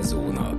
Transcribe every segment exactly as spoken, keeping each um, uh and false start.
Szürkezóna.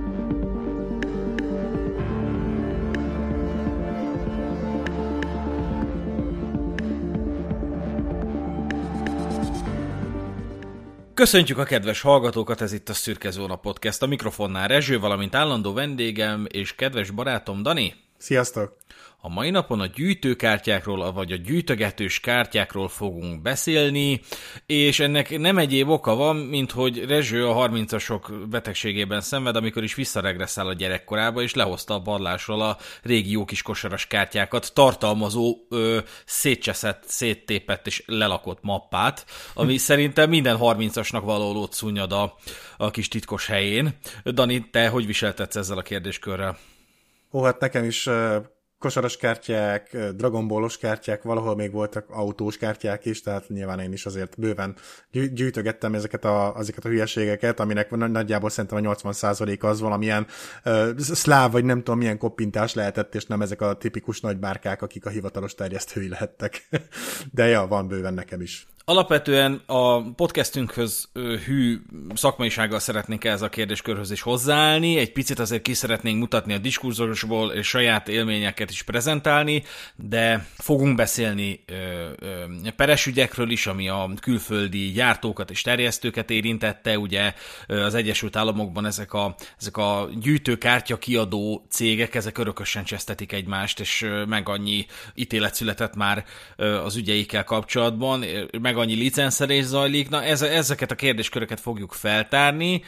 Köszöntjük a kedves hallgatókat, ez itt a Szürkezóna Podcast. A mikrofonnál Rezső, valamint állandó vendégem és kedves barátom Dani. Sziasztok! A mai napon a gyűjtőkártyákról, vagy a gyűjtögetős kártyákról fogunk beszélni, és ennek nem egyéb oka van, mint hogy Rezső a harmincasok betegségében szenved, amikor is visszaregresszál a gyerekkorába, és lehozta a padlásról a régi jó kis kosaras kártyákat, tartalmazó ö, szétcseszett, széttépett és lelakott mappát, ami szerintem minden harmincasnak való lócszúnyad a, a kis titkos helyén. Dani, te hogy viseltetsz ezzel a kérdéskörrel? Ó, hát nekem is uh, kosaras kártyák, Dragon Ballos kártyák, valahol még voltak autós kártyák is, tehát nyilván én is azért bőven gyű- gyűjtögettem ezeket a, ezeket a hülyeségeket, aminek nagyjából szerintem a nyolcvan százalék az valamilyen uh, szláv, vagy nem tudom milyen koppintás lehetett, és nem ezek a tipikus nagymárkák, akik a hivatalos terjesztői lehettek. De ja, van bőven nekem is. Alapvetően a podcastünkhöz hű szakmaisággal szeretnénk ez a kérdéskörhöz is hozzáállni, egy picit azért ki szeretnénk mutatni a diskurzusból, és saját élményeket is prezentálni, de fogunk beszélni ö, ö, peres ügyekről is, ami a külföldi gyártókat és terjesztőket érintette, ugye az Egyesült Államokban ezek a, ezek a gyűjtőkártya kiadó cégek, ezek örökösen csesztetik egymást, és meg annyi ítélet született már az ügyeikkel kapcsolatban, meg annyi licenszerés zajlik. Na, ez, ezeket a kérdésköröket fogjuk feltárni,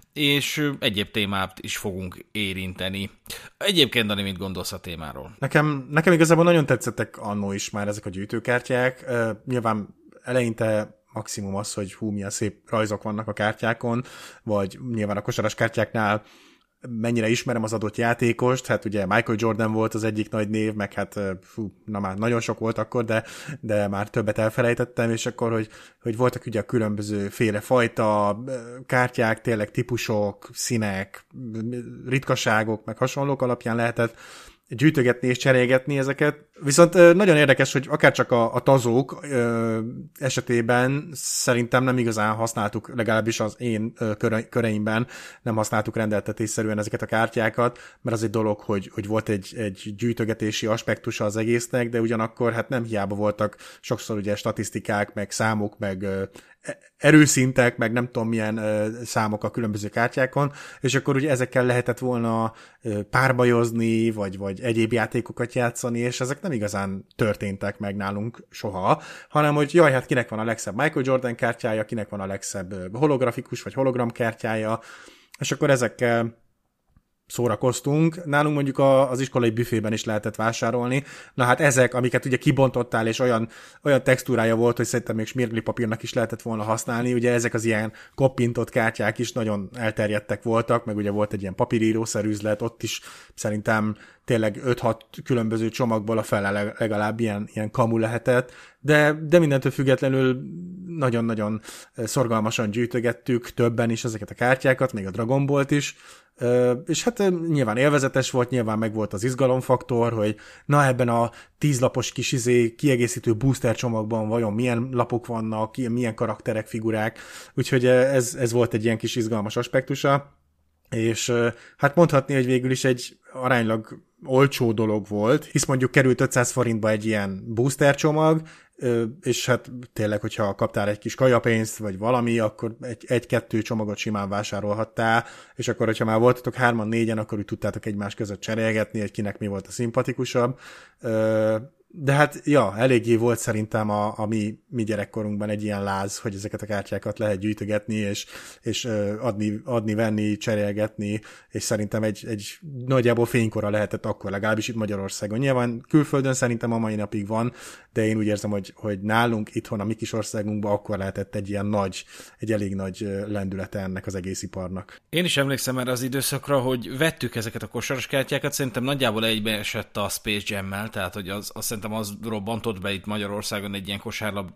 és egyéb témát is fogunk érinteni. Egyébként, Dani, mit gondolsz a témáról? Nekem, nekem igazából nagyon tetszettek annó is már ezek a gyűjtőkártyák. Uh, nyilván eleinte maximum az, hogy hú, milyen szép rajzok vannak a kártyákon, vagy nyilván a kosaras kártyáknál mennyire ismerem az adott játékost, hát ugye Michael Jordan volt az egyik nagy név, meg hát fú, na már nagyon sok volt akkor, de, de már többet elfelejtettem, és akkor, hogy, hogy voltak ugye a különböző féle fajta kártyák, tényleg típusok, színek, ritkaságok, meg hasonlók alapján lehetett gyűjtögetni és cserélgetni ezeket. Viszont nagyon érdekes, hogy akárcsak a, a tazók ö, esetében szerintem nem igazán használtuk, legalábbis az én köre, köreimben nem használtuk rendeltetésszerűen ezeket a kártyákat, mert az egy dolog, hogy, hogy volt egy, egy gyűjtögetési aspektusa az egésznek, de ugyanakkor hát nem hiába voltak sokszor ugye statisztikák, meg számok, meg ö, erőszintek, meg nem tudom milyen ö, számok a különböző kártyákon, és akkor ugye ezekkel lehetett volna ö, párbajozni, vagy, vagy egyéb játékokat játszani, és ezek nem igazán történtek meg nálunk soha, hanem hogy jaj, hát kinek van a legszebb Michael Jordan kártyája, kinek van a legszebb holografikus, vagy hologram kártyája, és akkor ezekkel szórakoztunk. Nálunk mondjuk a, az iskolai büfében is lehetett vásárolni. Na hát ezek, amiket ugye kibontottál, és olyan, olyan textúrája volt, hogy szerintem még smirgli papírnak is lehetett volna használni. Ugye ezek az ilyen koppintott kártyák is nagyon elterjedtek voltak, meg ugye volt egy ilyen papírírószer üzlet, ott is szerintem tényleg öt-hat különböző csomagból a fele legalább ilyen, ilyen kamu lehetett, de, de mindentől függetlenül nagyon-nagyon szorgalmasan gyűjtögettük, többen is ezeket a kártyákat, még a Dragon Ballt is, és hát nyilván élvezetes volt, nyilván meg volt az izgalomfaktor, hogy na ebben a tízlapos kis izé kiegészítő booster csomagban vajon milyen lapok vannak, milyen karakterek, figurák, úgyhogy ez, ez volt egy ilyen kis izgalmas aspektusa, és hát mondhatni, hogy végül is egy aránylag olcsó dolog volt, hisz mondjuk került ötszáz forintba egy ilyen booster csomag, és hát tényleg, hogyha kaptál egy kis kajapénzt, vagy valami, akkor egy, egy-kettő csomagot simán vásárolhattál, és akkor, hogyha már voltatok hárman, négyen, akkor úgy tudtátok egymás között cserélgetni, hogy kinek mi volt a szimpatikusabb. De hát, ja, eléggé volt szerintem a, a mi, mi gyerekkorunkban egy ilyen láz, hogy ezeket a kártyákat lehet gyűjtögetni, és, és adni, adni, venni, cserélgetni, és szerintem egy, egy nagyjából fénykora lehetett akkor, legalábbis itt Magyarországon. Nyilván külföldön szerintem a mai napig van, de én úgy érzem, hogy, hogy nálunk itthon, a mi kis országunkban akkor lehetett egy ilyen nagy, egy elég nagy lendülete ennek az egész iparnak. Én is emlékszem erre az időszakra, hogy vettük ezeket a kosaras kártyákat, szerintem nagyjából egybeesett a Space Jam-mel, tehát hogy az, az szerintem az robbantott be itt Magyarországon egy ilyen kosárlabda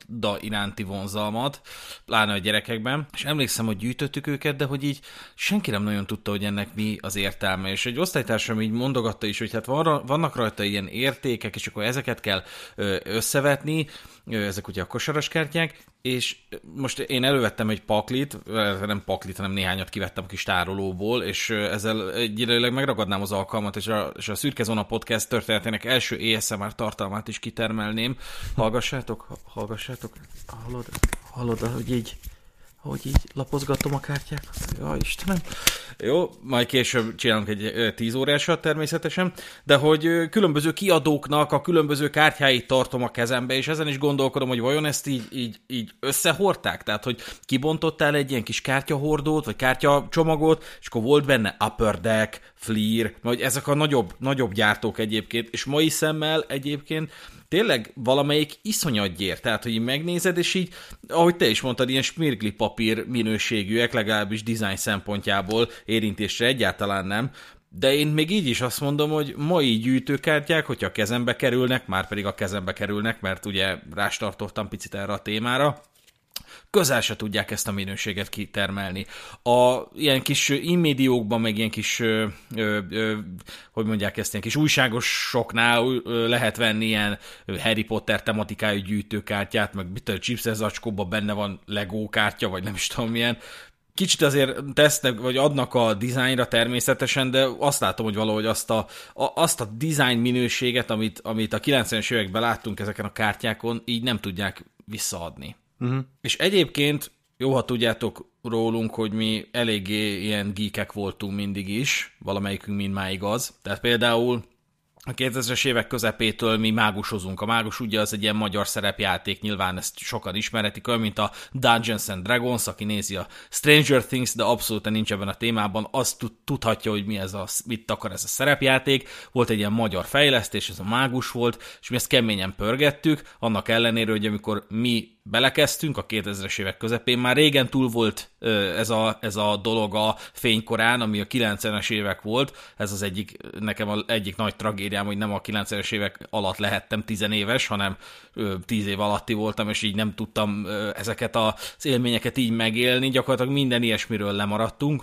kárda iránti vonzalmat, pláne a gyerekekben, és emlékszem, hogy gyűjtöttük őket, de hogy így senki nem nagyon tudta, hogy ennek mi az értelme, és egy osztálytársam így mondogatta is, hogy hát van, vannak rajta ilyen értékek, és akkor ezeket kell összevetni, ezek ugye a kosaraskártyák, és most én elővettem egy paklit, nem paklit, hanem néhányat kivettem a kis tárolóból, és ezzel egyidejűleg megragadnám az alkalmat, és a, és a Szürke Zóna Podcast történetének első á es em er tartalmát is kitermelném. Hallgassátok, hallgassátok, hallod, hallod, hogy így, hogy így lapozgatom a kártyákat. Ja, Istenem. Jó, majd később csinálunk egy tíz órásat természetesen, de hogy különböző kiadóknak a különböző kártyáit tartom a kezembe, és ezen is gondolkodom, hogy vajon ezt így, így, így összehordták? Tehát, hogy kibontottál egy ilyen kis kártyahordót, vagy kártyacsomagot, és akkor volt benne Upper Deck, Fleer, vagy ezek a nagyobb, nagyobb gyártók egyébként, és mai szemmel egyébként tényleg valamelyik iszonyat gyér, tehát, hogy így megnézed, és így, ahogy te is mondtad, ilyen smirgli papír minőségűek, legalábbis design szempontjából, érintésre egyáltalán nem, de én még így is azt mondom, hogy mai gyűjtőkártyák, hogyha a kezembe kerülnek, már pedig a kezembe kerülnek, mert ugye rástartottam picit erre a témára, közel se tudják ezt a minőséget kitermelni. A ilyen kis immédiókban, meg ilyen kis, ö, ö, hogy mondják ezt, ilyen kis újságosoknál ö, lehet venni ilyen Harry Potter tematikájú gyűjtőkártyát, meg mit tudom, chipses zacskóban benne van Lego kártya, vagy nem is tudom milyen. Kicsit azért tesznek, vagy adnak a dizájnra természetesen, de azt látom, hogy valahogy azt a, a, azt a design minőséget, amit, amit a kilencvenes években láttunk ezeken a kártyákon, így nem tudják visszaadni. Uh-huh. És egyébként jó, ha tudjátok rólunk, hogy mi eléggé ilyen geekek voltunk mindig is, valamelyikünk mindmáig az. Tehát például a kétezres évek közepétől mi mágusozunk. A mágus ugye az egy ilyen magyar szerepjáték, nyilván ezt sokan ismeretik, olyan, mint a Dungeons and Dragons, aki nézi a Stranger Things, de abszolút nincs ebben a témában, azt tudhatja, hogy mi ez a, mit akar ez a szerepjáték. Volt egy ilyen magyar fejlesztés, ez a mágus volt, és mi ezt keményen pörgettük, annak ellenére, hogy amikor mi belekezdtünk a kétezres évek közepén, már régen túl volt ez a, ez a dolog a fénykorán, ami a kilencvenes évek volt. Ez az egyik, nekem az egyik nagy tragédiám, hogy nem a kilencvenes évek alatt lehettem tizenéves, hanem tíz év alatti voltam, és így nem tudtam ezeket az élményeket így megélni. Gyakorlatilag minden ilyesmiről lemaradtunk.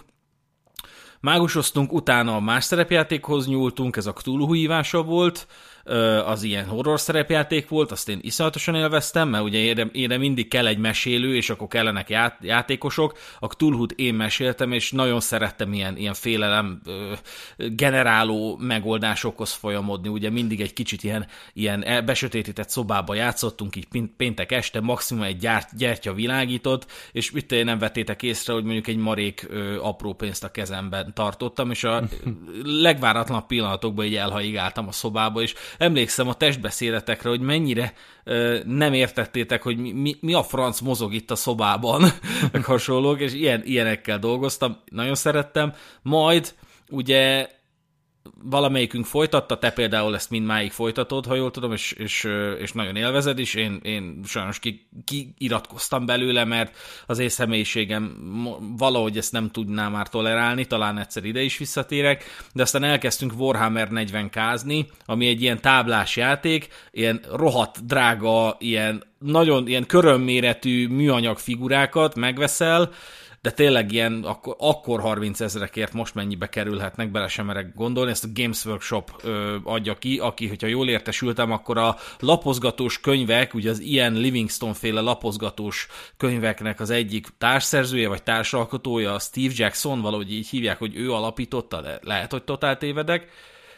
Mágusoztunk, utána a más szerepjátékhoz nyúltunk, ez a Cthulhu hívása volt, az ilyen horror szerepjáték volt, azt én iszonyatosan élveztem, mert ugye ére, ére mindig kell egy mesélő, és akkor kellenek ját, játékosok. A Cthulhut én meséltem, és nagyon szerettem ilyen, ilyen félelem generáló megoldásokhoz folyamodni. Ugye mindig egy kicsit ilyen, ilyen besötétített szobába játszottunk, így péntek este, maximum egy gyárt, gyertya világított, és mit nem vettétek észre, hogy mondjuk egy marék ö, apró pénzt a kezemben tartottam, és a legváratlanabb pillanatokban így elhaigáltam a szobába, és emlékszem a testbeszédetekre, hogy mennyire ö, nem értettétek, hogy mi, mi, mi a franc mozog itt a szobában, meg hasonlók, és ilyen, ilyenekkel dolgoztam, nagyon szerettem. Majd ugye valamelyikünk folytatta, te például ezt mindmáig folytatod, ha jól tudom, és, és, és nagyon élvezed is, én, én sajnos kiiratkoztam ki belőle, mert az én személyiségem valahogy ezt nem tudná már tolerálni, talán egyszer ide is visszatérek, de aztán elkezdtünk Warhammer negyven kázni, ami egy ilyen táblás játék, ilyen rohadt drága, ilyen nagyon ilyen körömméretű műanyag figurákat megveszel, de tényleg ilyen, akkor, akkor harmincezrekért most mennyibe kerülhetnek, bele sem merek gondolni, ezt a Games Workshop ö, adja ki, aki, hogyha jól értesültem, akkor a lapozgatós könyvek, ugye az Ian Livingstone-féle lapozgatós könyveknek az egyik társszerzője, vagy társalkotója, a Steve Jackson, valahogy így hívják, hogy ő alapította, de lehet, hogy totál tévedek,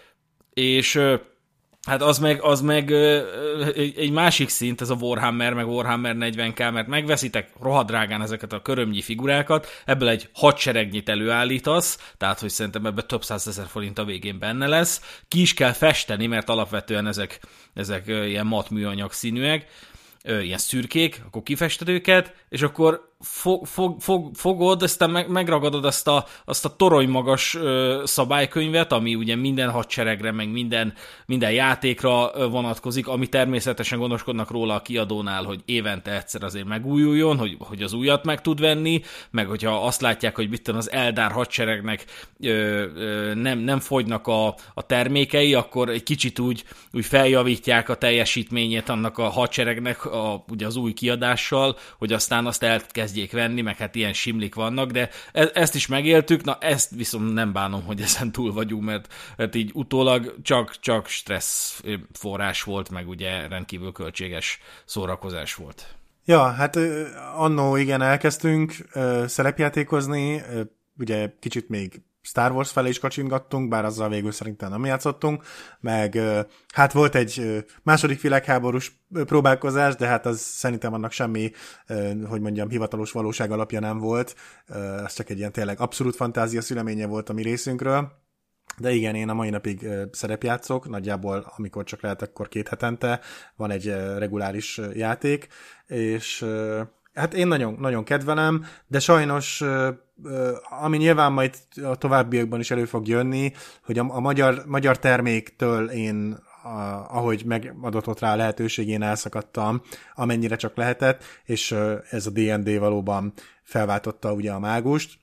és ö, hát az meg, az meg egy másik szint, ez a Warhammer, meg Warhammer negyven ká, mert megveszitek rohadrágán ezeket a körömnyi figurákat, ebből egy hadseregnyit előállítasz, tehát hogy szerintem ebben több százezer forint a végén benne lesz. Ki is kell festeni, mert alapvetően ezek, ezek ilyen mat műanyag színűek, ilyen szürkék, akkor kifested őket, és akkor fog, fog, fog, fogod, aztán meg, megragadod azt a, azt a torony magas ö, szabálykönyvet, ami ugye minden hadseregre, meg minden, minden játékra ö, vonatkozik, ami természetesen gondoskodnak róla a kiadónál, hogy évente egyszer azért megújuljon, hogy, hogy az újat meg tud venni, meg hogyha azt látják, hogy mit tudom, az Eldar hadseregnek ö, ö, nem, nem fogynak a, a termékei, akkor egy kicsit úgy, úgy feljavítják a teljesítményét annak a hadseregnek a, ugye az új kiadással, hogy aztán azt elkezdjék venni, meg hát ilyen simlik vannak, de e- ezt is megéltük, na ezt viszont nem bánom, hogy ezen túl vagyunk, mert, mert így utólag csak, csak stressz forrás volt, meg ugye rendkívül költséges szórakozás volt. Ja, hát annó igen, elkezdtünk szerepjátékozni, ugye kicsit még Star Wars felé is kacsingattunk, bár azzal végül szerintem nem játszottunk, meg hát volt egy második világháborús próbálkozás, de hát az szerintem annak semmi, hogy mondjam, hivatalos valóság alapja nem volt, ez csak egy ilyen tényleg abszolút fantázia szüleménye volt a mi részünkről. De igen, én a mai napig szerepjátszok, nagyjából amikor csak lehet, akkor két hetente van egy reguláris játék, és hát én nagyon, nagyon kedvelem, de sajnos, ami nyilván majd a továbbiakban is elő fog jönni, hogy a, a magyar, magyar terméktől én, a, ahogy megadott rá a lehetőség, én elszakadtam, amennyire csak lehetett, és ez a dé end dé valóban felváltotta ugye a mágust.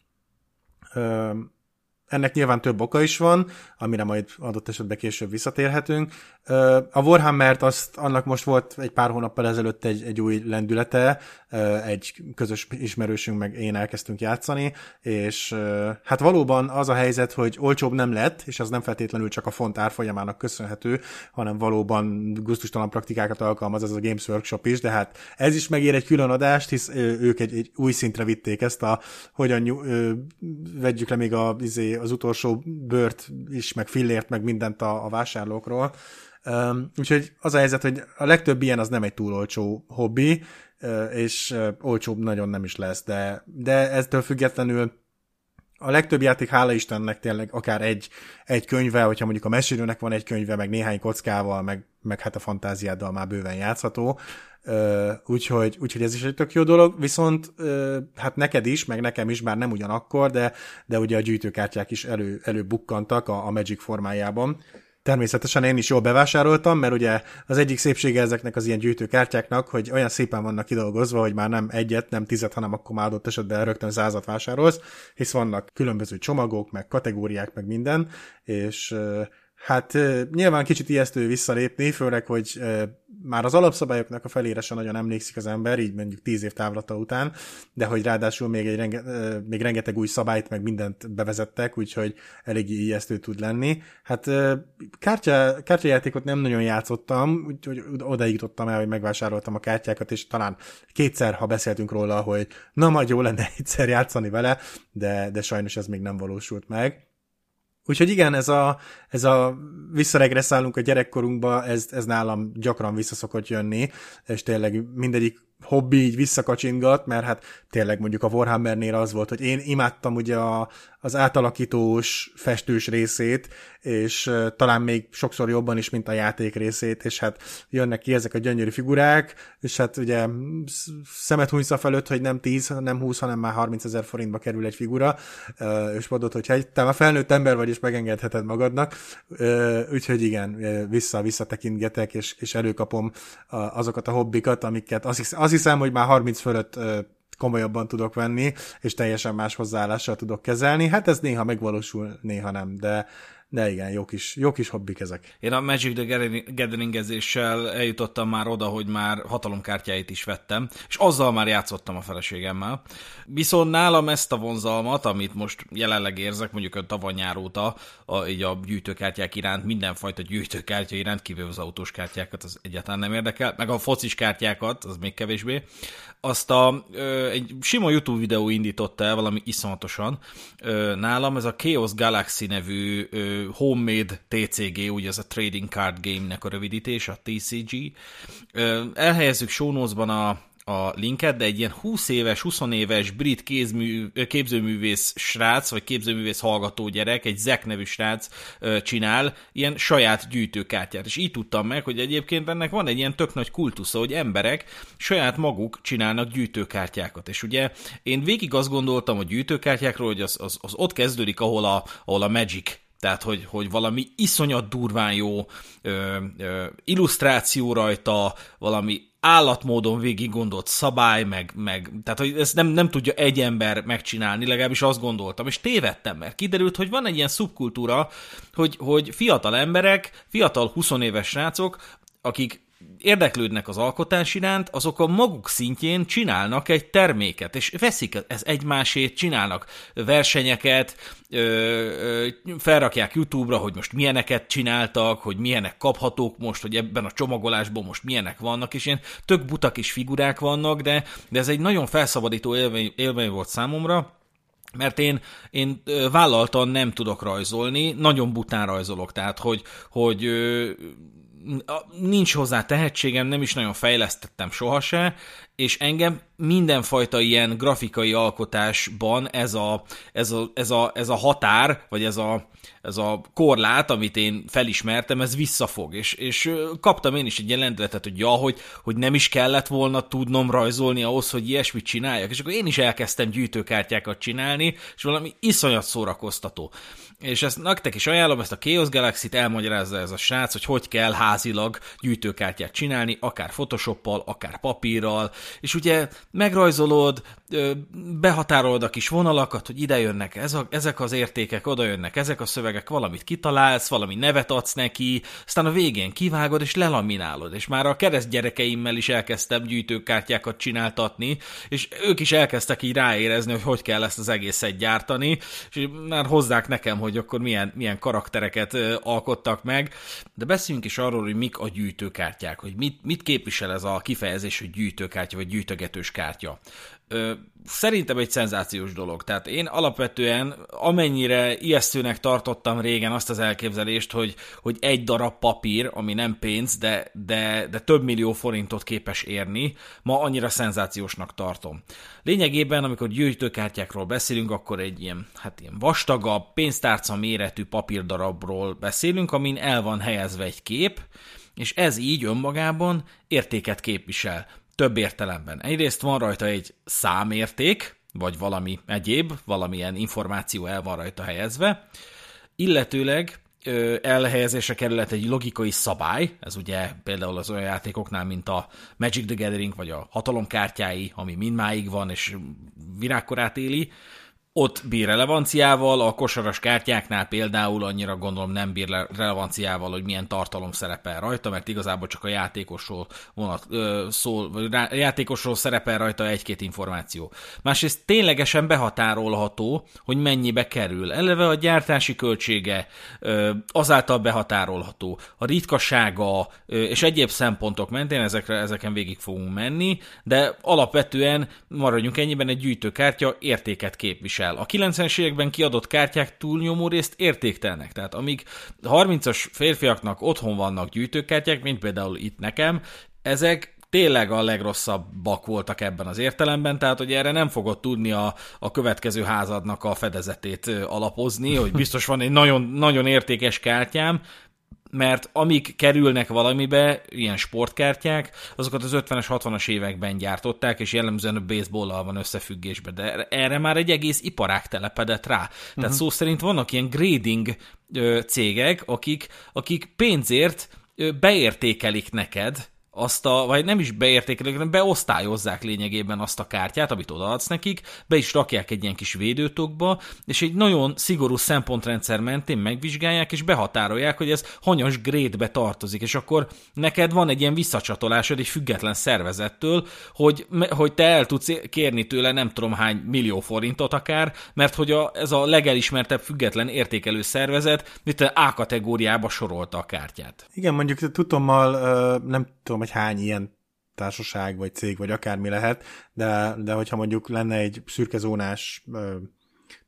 Ennek nyilván több oka is van, amire majd adott esetben később visszatérhetünk. A Warhammert, azt, annak most volt egy pár hónappal ezelőtt egy, egy új lendülete, egy közös ismerősünk meg én elkezdtünk játszani, és hát valóban az a helyzet, hogy olcsóbb nem lett, és az nem feltétlenül csak a font árfolyamának köszönhető, hanem valóban gusztustalan praktikákat alkalmaz ez a Games Workshop is, de hát ez is megér egy külön adást, hisz ők egy, egy új szintre vitték ezt a, hogyan nyú, vegyük le még a, az utolsó bőrt is, meg fillért, meg mindent a, a vásárlókról. Um, úgyhogy az a helyzet, hogy a legtöbb ilyen az nem egy túl olcsó hobbi, uh, és uh, olcsóbb nagyon nem is lesz, de, de eztől függetlenül a legtöbb játék, hála Istennek tényleg akár egy, egy könyve, hogyha mondjuk a mesélőnek van egy könyve, meg néhány kockával, meg, meg hát a fantáziáddal már bőven játszható, uh, úgyhogy, úgyhogy ez is egy tök jó dolog, viszont uh, hát neked is, meg nekem is, bár nem ugyanakkor, de, de ugye a gyűjtőkártyák is elő, előbukkantak a, a Magic formájában. Természetesen én is jól bevásároltam, mert ugye az egyik szépsége ezeknek az ilyen gyűjtőkártyáknak, hogy olyan szépen vannak kidolgozva, hogy már nem egyet, nem tizet, hanem akkor már adott esetben rögtön százat vásárolsz, hisz vannak különböző csomagok, meg kategóriák, meg minden, és hát nyilván kicsit ijesztő visszalépni, főleg, hogy már az alapszabályoknak a felére sem nagyon emlékszik az ember, így mondjuk tíz év távlata után, de hogy ráadásul még, egy renge, még rengeteg új szabályt, meg mindent bevezettek, úgyhogy elég ijesztő tud lenni. Hát kártya, kártyajátékot nem nagyon játszottam, úgyhogy odaig jutottam el, hogy megvásároltam a kártyákat, és talán kétszer, ha beszéltünk róla, hogy na majd jó lenne egyszer játszani vele, de, de sajnos ez még nem valósult meg. Úgyhogy igen, ez a, ez a visszaregresszálunk a gyerekkorunkba, ez, ez nálam gyakran visszaszokott jönni, és tényleg mindegyik hobbi így visszakacsingat, mert hát tényleg mondjuk a Warhammernél az volt, hogy én imádtam ugye a, az átalakítós, festős részét, és uh, talán még sokszor jobban is, mint a játék részét, és hát jönnek ki ezek a gyönyörű figurák, és hát ugye szemet hunysz felőtt, hogy nem tíz, nem húsz, hanem már harmincezer forintba kerül egy figura, uh, és mondod, hogy hát te már felnőtt ember vagy, és megengedheted magadnak, uh, úgyhogy igen, vissza, visszatekintgetek, és, és előkapom uh, azokat a hobbikat, amiket azt hiszem, azt hiszem, hogy már harminc fölött uh, komolyabban tudok venni, és teljesen más hozzáállással tudok kezelni. Hát ez néha megvalósul, néha nem, de, de igen, jó kis, jó kis hobbik ezek. Én a Magic the Gathering-ezéssel eljutottam már oda, hogy már hatalomkártyáit is vettem, és azzal már játszottam a feleségemmel. Viszont nálam ezt a vonzalmat, amit most jelenleg érzek, mondjuk a tavaly nyár óta, a, így a gyűjtőkártyák iránt, mindenfajta gyűjtőkártya iránt, kívül az autós kártyákat, az egyáltalán nem érdekel, meg a focis kártyákat, az még kevésbé. Azt a, ö, egy sima YouTube videó indította el valami iszonyatosan. Ö, nálam ez a Chaos Galaxy nevű ö, homemade té cé gé, ugye ez a Trading Card Game-nek a rövidítés, a té cé gé. Ö, elhelyezzük show notes-ban a a linket, de egy ilyen húsz éves, húsz éves brit kézmű, képzőművész srác, vagy képzőművész hallgató gyerek, egy Zack nevű srác csinál ilyen saját gyűjtőkártyát. És így tudtam meg, hogy egyébként ennek van egy ilyen tök nagy kultusza, hogy emberek saját maguk csinálnak gyűjtőkártyákat. És ugye én végig azt gondoltam a gyűjtőkártyákról, hogy az, az, az ott kezdődik, ahol a, ahol a Magic. Tehát, hogy, hogy valami iszonyat durván jó ö, ö, illusztráció rajta, valami állatmódon végig gondolt szabály, meg, meg tehát, hogy ezt nem, nem tudja egy ember megcsinálni, legalábbis azt gondoltam, és tévedtem, mert kiderült, hogy van egy ilyen szubkultúra, hogy, hogy fiatal emberek, fiatal huszonéves srácok, akik érdeklődnek az alkotás iránt, azok a maguk szintjén csinálnak egy terméket, és veszik ez egymásét, csinálnak versenyeket, ö, ö, felrakják YouTube-ra, hogy most milyeneket csináltak, hogy milyenek kaphatók most, hogy ebben a csomagolásban most milyenek vannak, és ilyen tök buta kis figurák vannak, de, de ez egy nagyon felszabadító élmény, élmény volt számomra, mert én, én vállaltan nem tudok rajzolni, nagyon bután rajzolok, tehát hogy, hogy ö, nincs hozzá tehetségem, nem is nagyon fejlesztettem sohasem, és engem mindenfajta ilyen grafikai alkotásban ez a, ez a, ez a, ez a határ, vagy ez a, ez a korlát, amit én felismertem, ez visszafog. És, és kaptam én is egy ilyen lendületet, hogy ja, hogy, hogy nem is kellett volna tudnom rajzolni ahhoz, hogy ilyesmit csináljak. És akkor én is elkezdtem gyűjtőkártyákat csinálni, és valami iszonyat szórakoztató. És ezt nektek is ajánlom, ezt a Chaos Galaxy-t elmagyarázza ez a srác, hogy hogy kell házilag gyűjtőkártyát csinálni, akár Photoshoppal, akár papírral, és ugye megrajzolod, behatárolod a kis vonalakat, hogy ide jönnek ez a, ezek az értékek, oda jönnek ezek a szövegek, valamit kitalálsz, valami nevet adsz neki, aztán a végén kivágod és lelaminálod, és már a keresztgyerekeimmel is elkezdtem gyűjtőkártyákat csináltatni, és ők is elkezdtek így ráérezni, hogy hogy kell ezt az egészet gyártani, és már hozzák nekem, hogy akkor milyen, milyen karaktereket alkottak meg, de beszéljünk is arról, hogy mik a gyűjtőkártyák, hogy mit, mit képvisel ez a kifejezés, hogy gyűjtőkártya, vagy gyűjtögetős kártya. Ö, szerintem egy szenzációs dolog. Tehát én alapvetően amennyire ijesztőnek tartottam régen azt az elképzelést, hogy, hogy egy darab papír, ami nem pénz, de, de, de több millió forintot képes érni, ma annyira szenzációsnak tartom. Lényegében, amikor gyűjtőkártyákról beszélünk, akkor egy ilyen, hát ilyen vastagabb, pénztárca méretű papírdarabról beszélünk, amin el van helyezve egy kép, és ez így önmagában értéket képvisel. Több értelemben. Egyrészt van rajta egy számérték, vagy valami egyéb, valamilyen információ el van rajta helyezve, illetőleg ö, elhelyezésre kerülhet egy logikai szabály, ez ugye például az olyan játékoknál, mint a Magic the Gathering, vagy a hatalomkártyái, ami mindmáig van, és virágkorát éli, ott bír relevanciával, a kosaras kártyáknál például annyira gondolom nem bír relevanciával, hogy milyen tartalom szerepel rajta, mert igazából csak a játékosról, vonat, ö, szól, vagy rá, játékosról szerepel rajta egy-két információ. Másrészt ténylegesen behatárolható, hogy mennyibe kerül. Eleve a gyártási költsége ö, azáltal behatárolható. A ritkasága ö, és egyéb szempontok mentén ezekre, ezeken végig fogunk menni, de alapvetően maradjunk ennyiben, egy gyűjtőkártya értéket képvisel. A kilencvenes években kiadott kártyák túlnyomó részt értéktelenek. Tehát amíg harmincas férfiaknak otthon vannak gyűjtőkártyák, mint például itt nekem, ezek tényleg a legrosszabbak voltak ebben az értelemben, tehát hogy erre nem fogod tudni a, a következő házadnak a fedezetét alapozni, hogy biztos van egy nagyon, nagyon értékes kártyám, mert amik kerülnek valamibe, ilyen sportkártyák, azokat az ötvenes, hatvanas években gyártották, és jellemzően a baseballlal van összefüggésben, de erre már egy egész iparág telepedett rá. Tehát uh-huh. szó szerint vannak ilyen grading ö, cégek, akik, akik pénzért ö, beértékelik neked azt a, vagy nem is beértékelik, hanem beosztályozzák lényegében azt a kártyát, amit odaadsz nekik, be is rakják egy ilyen kis védőtokba, és egy nagyon szigorú szempontrendszer mentén megvizsgálják, és behatárolják, hogy ez hanyas grade-be tartozik, és akkor neked van egy ilyen visszacsatolásod egy független szervezettől, hogy, hogy te el tudsz kérni tőle nem tudom hány millió forintot akár, mert hogy a, ez a legelismertebb független értékelő szervezet mint A kategóriába sorolta a kártyát. Igen, mondjuk tudtommal nem tudom, hogy hány ilyen társaság, vagy cég, vagy akármi lehet, de, de hogyha mondjuk lenne egy szürkezónás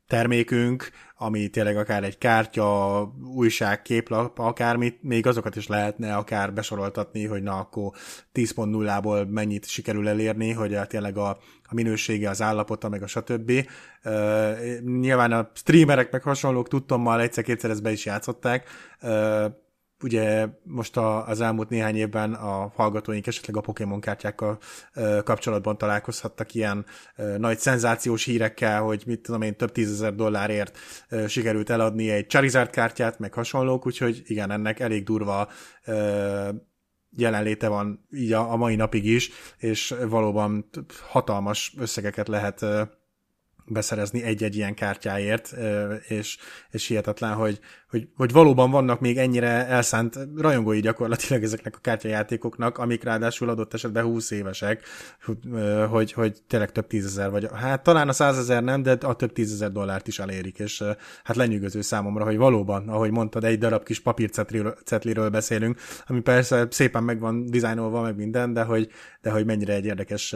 termékünk, ami tényleg akár egy kártya, újság, képlap, akármit, még azokat is lehetne akár besoroltatni, hogy na akkor tíz pont nullából mennyit sikerül elérni, hogy a, tényleg a, a minősége, az állapota, meg a stb. Uh, nyilván a streamerek meg hasonlók tudtommal egyszer-kétszer ezt be is játszották. Uh, ugye most a, az elmúlt néhány évben a hallgatóink esetleg a Pokémon kártyákkal uh, kapcsolatban találkozhattak ilyen uh, nagy szenzációs hírekkel, hogy mit tudom én, több tízezer dollárért uh, sikerült eladni egy Charizard kártyát, meg hasonlók, úgyhogy igen, ennek elég durva uh, jelenléte van így a, a mai napig is, és valóban hatalmas összegeket lehet uh, beszerezni egy-egy ilyen kártyáért, és, és hihetetlen, hogy, hogy, hogy valóban vannak még ennyire elszánt rajongói gyakorlatilag ezeknek a kártyajátékoknak, amik ráadásul adott esetben húsz évesek, hogy, hogy tényleg több tízezer, vagy hát talán a százezer nem, de a több tízezer dollárt is elérik, és hát lenyűgöző számomra, hogy valóban, ahogy mondtad, egy darab kis papírcetliről beszélünk, ami persze szépen meg van dizájnolva, meg minden, de hogy, de hogy mennyire egy érdekes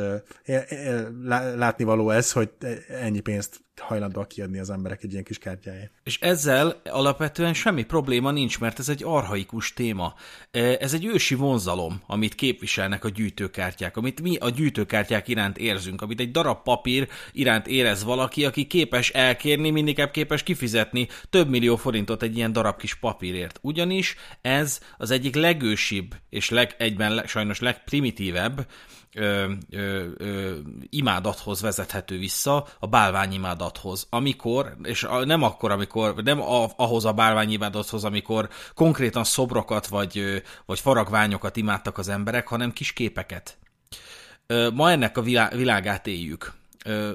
látnivaló ez, hogy ennyi pénzt hajlandóak kiadni az emberek egy ilyen kis kártyáért. És ezzel alapvetően semmi probléma nincs, mert ez egy archaikus téma. Ez egy ősi vonzalom, amit képviselnek a gyűjtőkártyák, amit mi a gyűjtőkártyák iránt érzünk, amit egy darab papír iránt érez valaki, aki képes elkérni, mindig képes kifizetni több millió forintot egy ilyen darab kis papírért. Ugyanis ez az egyik legősibb és leg, egyben sajnos legprimitívebb Ö, ö, ö, imádathoz vezethető vissza, a bálványimádathoz. Amikor, és nem akkor, amikor, nem ahhoz a bálványimádathoz, amikor konkrétan szobrokat vagy, vagy faragványokat imádtak az emberek, hanem kis képeket. Ö, ma ennek a világát éljük. Ö,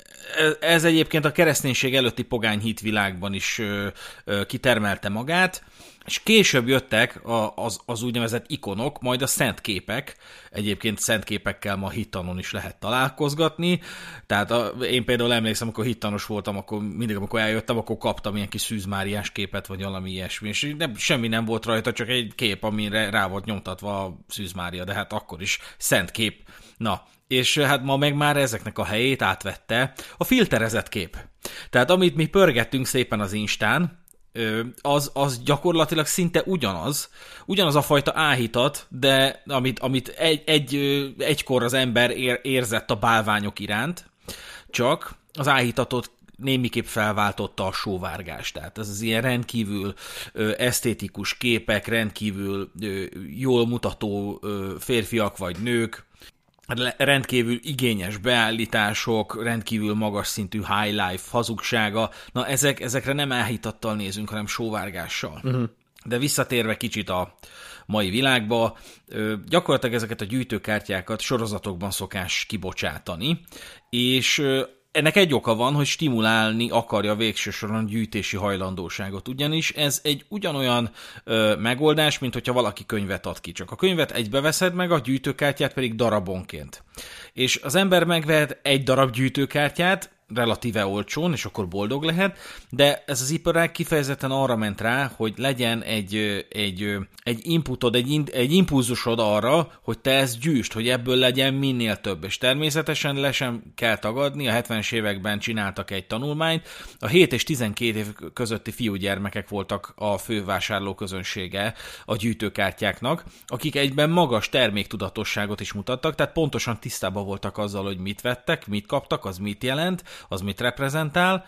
ez egyébként a kereszténység előtti pogány hitvilágban is ö, ö, kitermelte magát, és később jöttek az, az úgynevezett ikonok, majd a szent képek, egyébként szent képekkel ma hittanon is lehet találkozgatni, tehát a, én például emlékszem, amikor hittanos voltam, akkor mindig, amikor eljöttem, akkor kaptam ilyen kis Szűz Máriás képet, vagy valami ilyesmi, és nem, semmi nem volt rajta, csak egy kép, amire rá volt nyomtatva a Szűz Mária, de hát akkor is szent kép. Na, és hát ma meg már ezeknek a helyét átvette a filterezett kép. Tehát amit mi pörgettünk szépen az Instán, az, az gyakorlatilag szinte ugyanaz, ugyanaz a fajta áhítat, de amit, amit egy, egy, egykor az ember ér, érzett a bálványok iránt, csak az áhítatot némiképp felváltotta a sóvárgás. Tehát ez az ilyen rendkívül ö, esztétikus képek, rendkívül ö, jól mutató ö, férfiak vagy nők, rendkívül igényes beállítások, rendkívül magas szintű high life hazugsága, na ezek, ezekre nem áhítattal nézünk, hanem sóvárgással. Uh-huh. De visszatérve kicsit a mai világba, gyakorlatilag ezeket a gyűjtőkártyákat sorozatokban szokás kibocsátani, és ennek egy oka van, hogy stimulálni akarja végső soron gyűjtési hajlandóságot, ugyanis ez egy ugyanolyan ö, megoldás, mint hogyha valaki könyvet ad ki. Csak a könyvet egybe veszed meg, a gyűjtőkártyát pedig darabonként. És az ember megvehet egy darab gyűjtőkártyát, relatíve olcsón, és akkor boldog lehet, de ez az iparág kifejezetten arra ment rá, hogy legyen egy, egy, egy inputod, egy, egy impulzusod arra, hogy te ezt gyűjtsd, hogy ebből legyen minél több. És természetesen le sem kell tagadni, a hetvenes években csináltak egy tanulmányt, a hét és tizenkét év közötti fiúgyermekek voltak a fővásárló közönsége a gyűjtőkártyáknak, akik egyben magas terméktudatosságot is mutattak, tehát pontosan tisztában voltak azzal, hogy mit vettek, mit kaptak, az mit jelent, az mit reprezentál.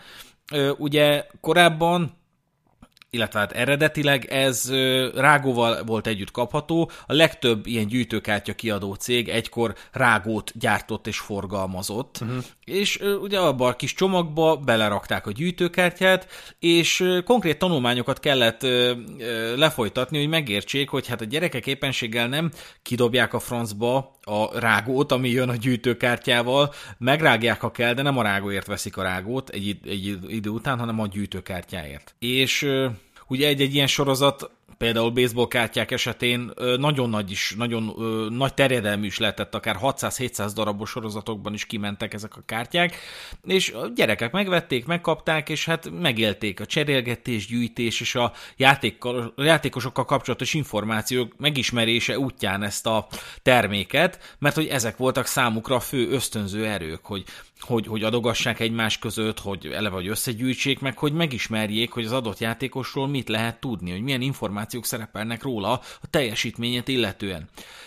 Ugye korábban, illetve hát eredetileg ez rágóval volt együtt kapható, a legtöbb ilyen gyűjtőkártya kiadó cég egykor rágót gyártott és forgalmazott, uh-huh. és ugye abban a kis csomagba belerakták a gyűjtőkártyát, és konkrét tanulmányokat kellett lefolytatni, hogy megértsék, hogy hát a gyerekek éppenséggel nem kidobják a francba a rágót, ami jön a gyűjtőkártyával, megrágják, ha kell, de nem a rágóért veszik a rágót egy, egy idő után, hanem a gyűjtőkártyáért. És ugye egy-egy ilyen sorozat például baseball kártyák esetén nagyon nagy is, nagyon nagy terjedelmű is lehetett, akár hatszáz-hétszáz darabos sorozatokban is kimentek ezek a kártyák, és a gyerekek megvették, megkapták, és hát megélték a cserélgetés, gyűjtés és a játékkal, játékosokkal kapcsolatos információk megismerése útján ezt a terméket, mert hogy ezek voltak számukra a fő ösztönző erők, hogy Hogy, hogy adogassák egymás között, hogy eleve hogy összegyűjtsék, meg hogy megismerjék, hogy az adott játékosról mit lehet tudni, hogy milyen információk szerepelnek róla a teljesítményét illetően.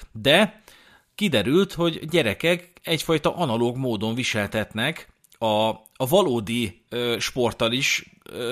De kiderült, hogy gyerekek egyfajta analóg módon viseltetnek a, a valódi ö, sporttal is,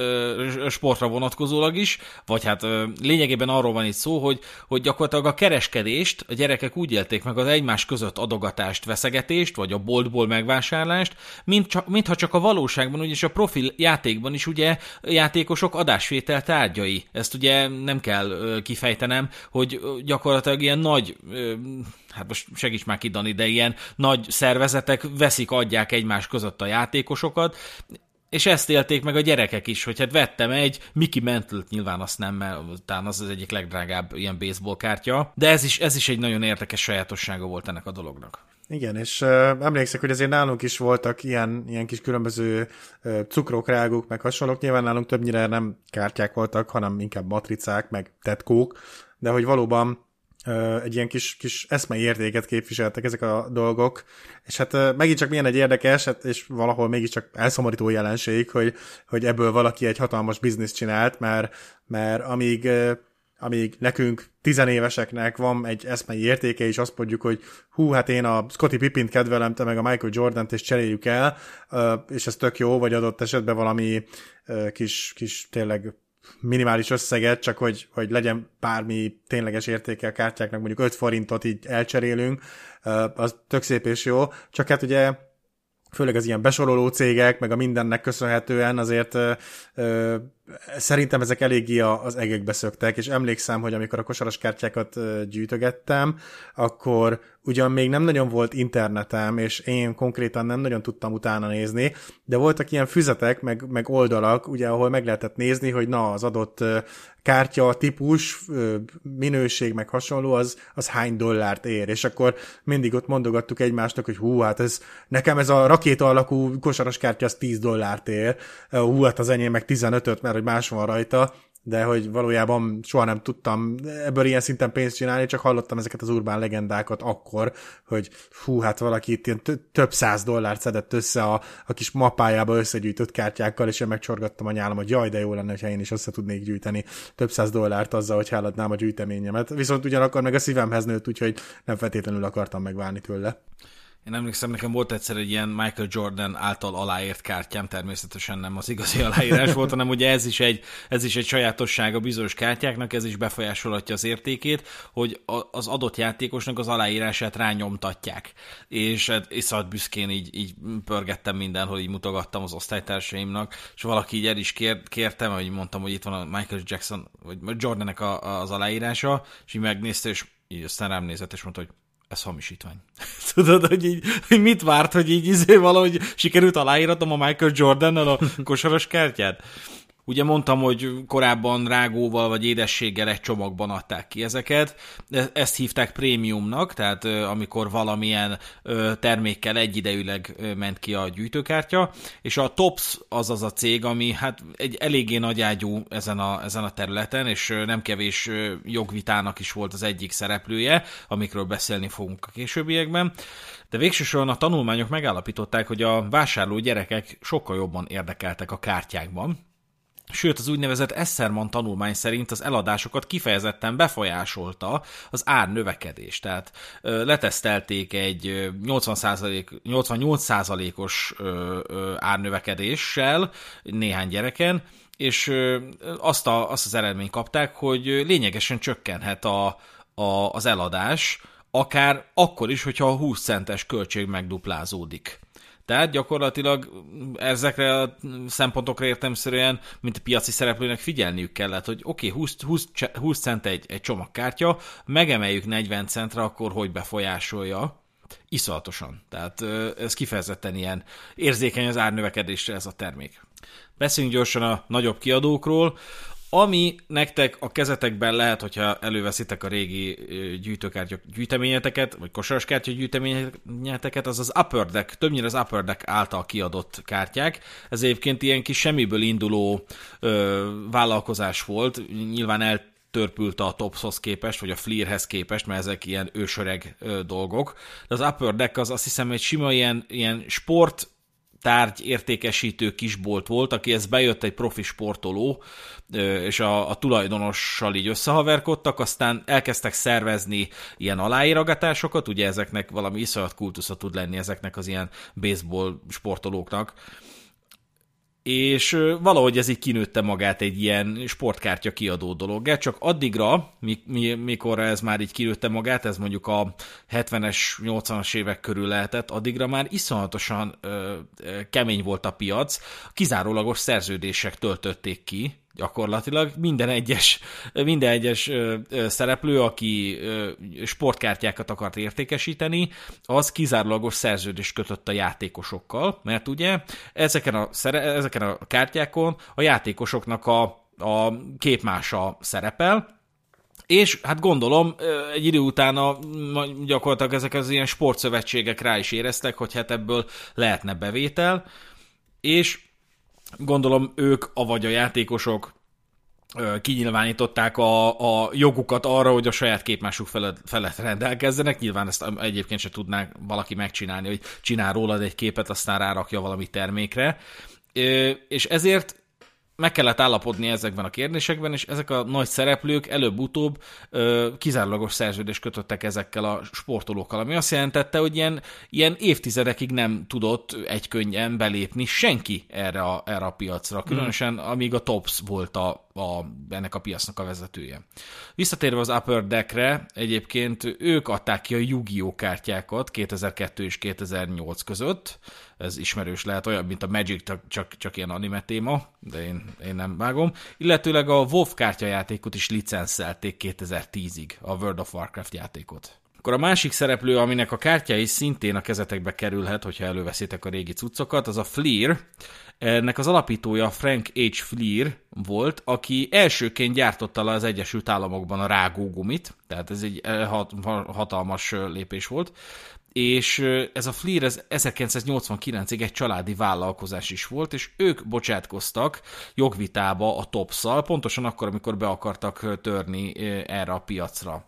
ö, sportra vonatkozólag is, vagy hát ö, lényegében arról van itt szó, hogy, hogy gyakorlatilag a kereskedést a gyerekek úgy élték meg, az egymás között adogatást, veszegetést, vagy a boltból megvásárlást, mint csak, mintha csak a valóságban, úgyis a profil játékban is ugye játékosok adásvétel tárgyai. Ezt ugye nem kell ö, kifejtenem, hogy gyakorlatilag ilyen nagy, ö, hát most segíts már ki, Dani, de ilyen nagy szervezetek veszik, adják egymás között a játékosokat, és ezt élték meg a gyerekek is, hogy hát vettem egy Mickey Mantle-t, nyilván azt nem, mert talán az az egyik legdrágább ilyen baseball kártya, de ez is, ez is egy nagyon érdekes sajátossága volt ennek a dolognak. Igen, és uh, emlékszek, hogy azért nálunk is voltak ilyen, ilyen kis különböző uh, cukrok, rágók, meg hasonlók. Nyilván nálunk többnyire nem kártyák voltak, hanem inkább matricák, meg tetkók, de hogy valóban egy ilyen kis, kis eszmei értéket képviseltek ezek a dolgok, és hát megint csak milyen egy érdekes, hát, és valahol mégiscsak elszomorító jelenség, hogy, hogy ebből valaki egy hatalmas bizniszt csinált, mert, mert amíg, amíg nekünk tizenéveseknek van egy eszmei értéke, és azt mondjuk, hogy hú, hát én a Scottie Pippint kedvelem, te meg a Michael Jordant, és cseréljük el, és ez tök jó, vagy adott esetben valami kis, kis tényleg minimális összeget, csak hogy, hogy legyen bármi tényleges értéke a kártyáknak, mondjuk öt forintot így elcserélünk, az tök szép és jó, csak hát ugye főleg az ilyen besoroló cégek, meg a mindennek köszönhetően azért ö, ö, szerintem ezek eléggé az egekbe szöktek, és emlékszem, hogy amikor a kosaras kártyákat ö, gyűjtögettem, akkor ugyan még nem nagyon volt internetem, és én konkrétan nem nagyon tudtam utána nézni, de voltak ilyen füzetek, meg, meg oldalak, ugye, ahol meg lehetett nézni, hogy na, az adott ö, kártya, típus, ö, minőség, meg hasonló, az, az hány dollárt ér, és akkor mindig ott mondogattuk egymásnak, hogy hú, hát ez, nekem ez a rakéta alakú kosaras kártya, az tíz dollárt ér, hú, hát az enyém meg tizenötöt, mert hogy más van rajta, de hogy valójában soha nem tudtam ebből ilyen szinten pénzt csinálni, csak hallottam ezeket az urbán legendákat akkor, hogy fú, hát valaki itt ilyen több száz dollárt szedett össze a, a kis mappájába összegyűjtött kártyákkal, és én megcsorgattam a nyálam, hogy jaj, de jó lenne, ha én is össze tudnék gyűjteni több száz dollárt azzal, hogy eladnám a gyűjteményemet. Viszont ugyanakkor meg a szívemhez nőtt, úgyhogy nem feltétlenül akartam megválni tőle. Én emlékszem, nekem volt egyszer egy ilyen Michael Jordan által aláírt kártyám, természetesen nem az igazi aláírás volt, hanem ugye ez is egy, ez is egy sajátossága bizonyos kártyáknak, ez is befolyásolhatja az értékét, hogy az adott játékosnak az aláírását rányomtatják. És iszonyat büszkén így, így pörgettem mindenhol, így mutogattam az osztálytársaimnak, és valaki így el is kér, kértem, hogy mondtam, hogy itt van a Michael Jackson, vagy Jordannek a, az aláírása, és így megnézte, és így aztán rám nézett, és mondta, hogy ez hamisítvány. Tudod, hogy így, hogy mit várt, hogy így izé valahogy sikerült aláíratom a Michael Jordannal a kosaras kártyát? Ugye mondtam, hogy korábban rágóval vagy édességgel egy csomagban adták ki ezeket, ezt hívták prémiumnak, tehát amikor valamilyen termékkel egyidejűleg ment ki a gyűjtőkártya, és a Topps az az a cég, ami hát egy eléggé nagyágyú ezen a, ezen a területen, és nem kevés jogvitának is volt az egyik szereplője, amikről beszélni fogunk a későbbiekben. De végső soron a tanulmányok megállapították, hogy a vásárló gyerekek sokkal jobban érdekeltek a kártyákban, sőt, az úgynevezett Esserman tanulmány szerint az eladásokat kifejezetten befolyásolta az árnövekedés. Tehát ö, letesztelték egy nyolcvan százalék, nyolcvannyolc százalékos ö, ö, árnövekedéssel néhány gyereken, és ö, azt, a, azt az eredményt kapták, hogy lényegesen csökkenhet a, a, az eladás, akár akkor is, hogyha a húsz centes költség megduplázódik. Tehát gyakorlatilag ezekre a szempontokra értelemszerűen, mint a piaci szereplőnek figyelniük kellett, hogy oké, okay, húsz cent egy, egy csomagkártya, megemeljük negyven centre, akkor hogy befolyásolja? Iszonyatosan. Tehát ez kifejezetten ilyen érzékeny az árnövekedésre ez a termék. Beszéljünk gyorsan a nagyobb kiadókról. Ami nektek a kezetekben lehet, hogyha előveszitek a régi gyűjtőkártya gyűjteményeteket, vagy kosaraskártya gyűjteményeteket, az az Upper Deck, többnyire az Upper Deck által kiadott kártyák. Ez egyébként ilyen kis semmiből induló ö, vállalkozás volt, nyilván el törpült a Topshoz képest, vagy a Fleerhez képest, mert ezek ilyen ősöreg ö, dolgok. De az Upper Deck az azt hiszem egy sima ilyen, ilyen sport tárgy értékesítő kisbolt volt, aki ez bejött egy profi sportoló, és a, a tulajdonossal így összehaverkodtak, aztán elkezdtek szervezni ilyen aláíragatásokat, ugye ezeknek valami iszonyat kultusza tud lenni ezeknek az ilyen baseball sportolóknak, és valahogy ez így kinőtte magát egy ilyen sportkártya kiadó dologgá, csak addigra, mikor ez már így kinőtte magát, ez mondjuk a hetvenes, nyolcvanas évek körül lehetett, addigra már iszonyatosan ö, kemény volt a piac, kizárólagos szerződések töltötték ki, gyakorlatilag minden egyes, minden egyes ö, ö, szereplő, aki ö, sportkártyákat akart értékesíteni, az kizárólagos szerződést kötött a játékosokkal, mert ugye ezeken a, szere, ezeken a kártyákon a játékosoknak a, a képmása szerepel, és hát gondolom egy idő után a, gyakorlatilag ezek az ilyen sportszövetségek rá is éreztek, hogy hát ebből lehetne bevétel, és gondolom ők, avagy a játékosok kinyilvánították a, a jogukat arra, hogy a saját képmásuk felett, felett rendelkezzenek. Nyilván ezt egyébként se tudnák valaki megcsinálni, hogy csinál rólad egy képet, aztán rárakja valami termékre. És ezért meg kellett állapodni ezekben a kérdésekben, és ezek a nagy szereplők előbb-utóbb ö, kizárólagos szerződést kötöttek ezekkel a sportolókkal, ami azt jelentette, hogy ilyen, ilyen évtizedekig nem tudott egykönnyen belépni senki erre a, erre a piacra, különösen amíg a Topps volt a, a, ennek a piacnak a vezetője. Visszatérve az Upper Deckre, egyébként ők adták ki a Yu-Gi-Oh! Kártyákat kétezer-kettő és kétezer-nyolc között, ez ismerős lehet, olyan, mint a Magic, csak, csak ilyen anime téma, de én, én nem vágom. Illetőleg a WoW kártyajátékot is licenszelték kétezer-tízig, a World of Warcraft játékot. Akkor a másik szereplő, aminek a kártya is szintén a kezetekbe kerülhet, hogyha előveszitek a régi cuccokat, az a Fleer. Ennek az alapítója Frank há. Fleer volt, aki elsőként gyártotta le az Egyesült Államokban a rágógumit, tehát ez egy hatalmas lépés volt, és ez a Fleer ez ezerkilencszáznyolcvankilencig egy családi vállalkozás is volt, és ők bocsátkoztak jogvitába a Topsszal, pontosan akkor, amikor be akartak törni erre a piacra.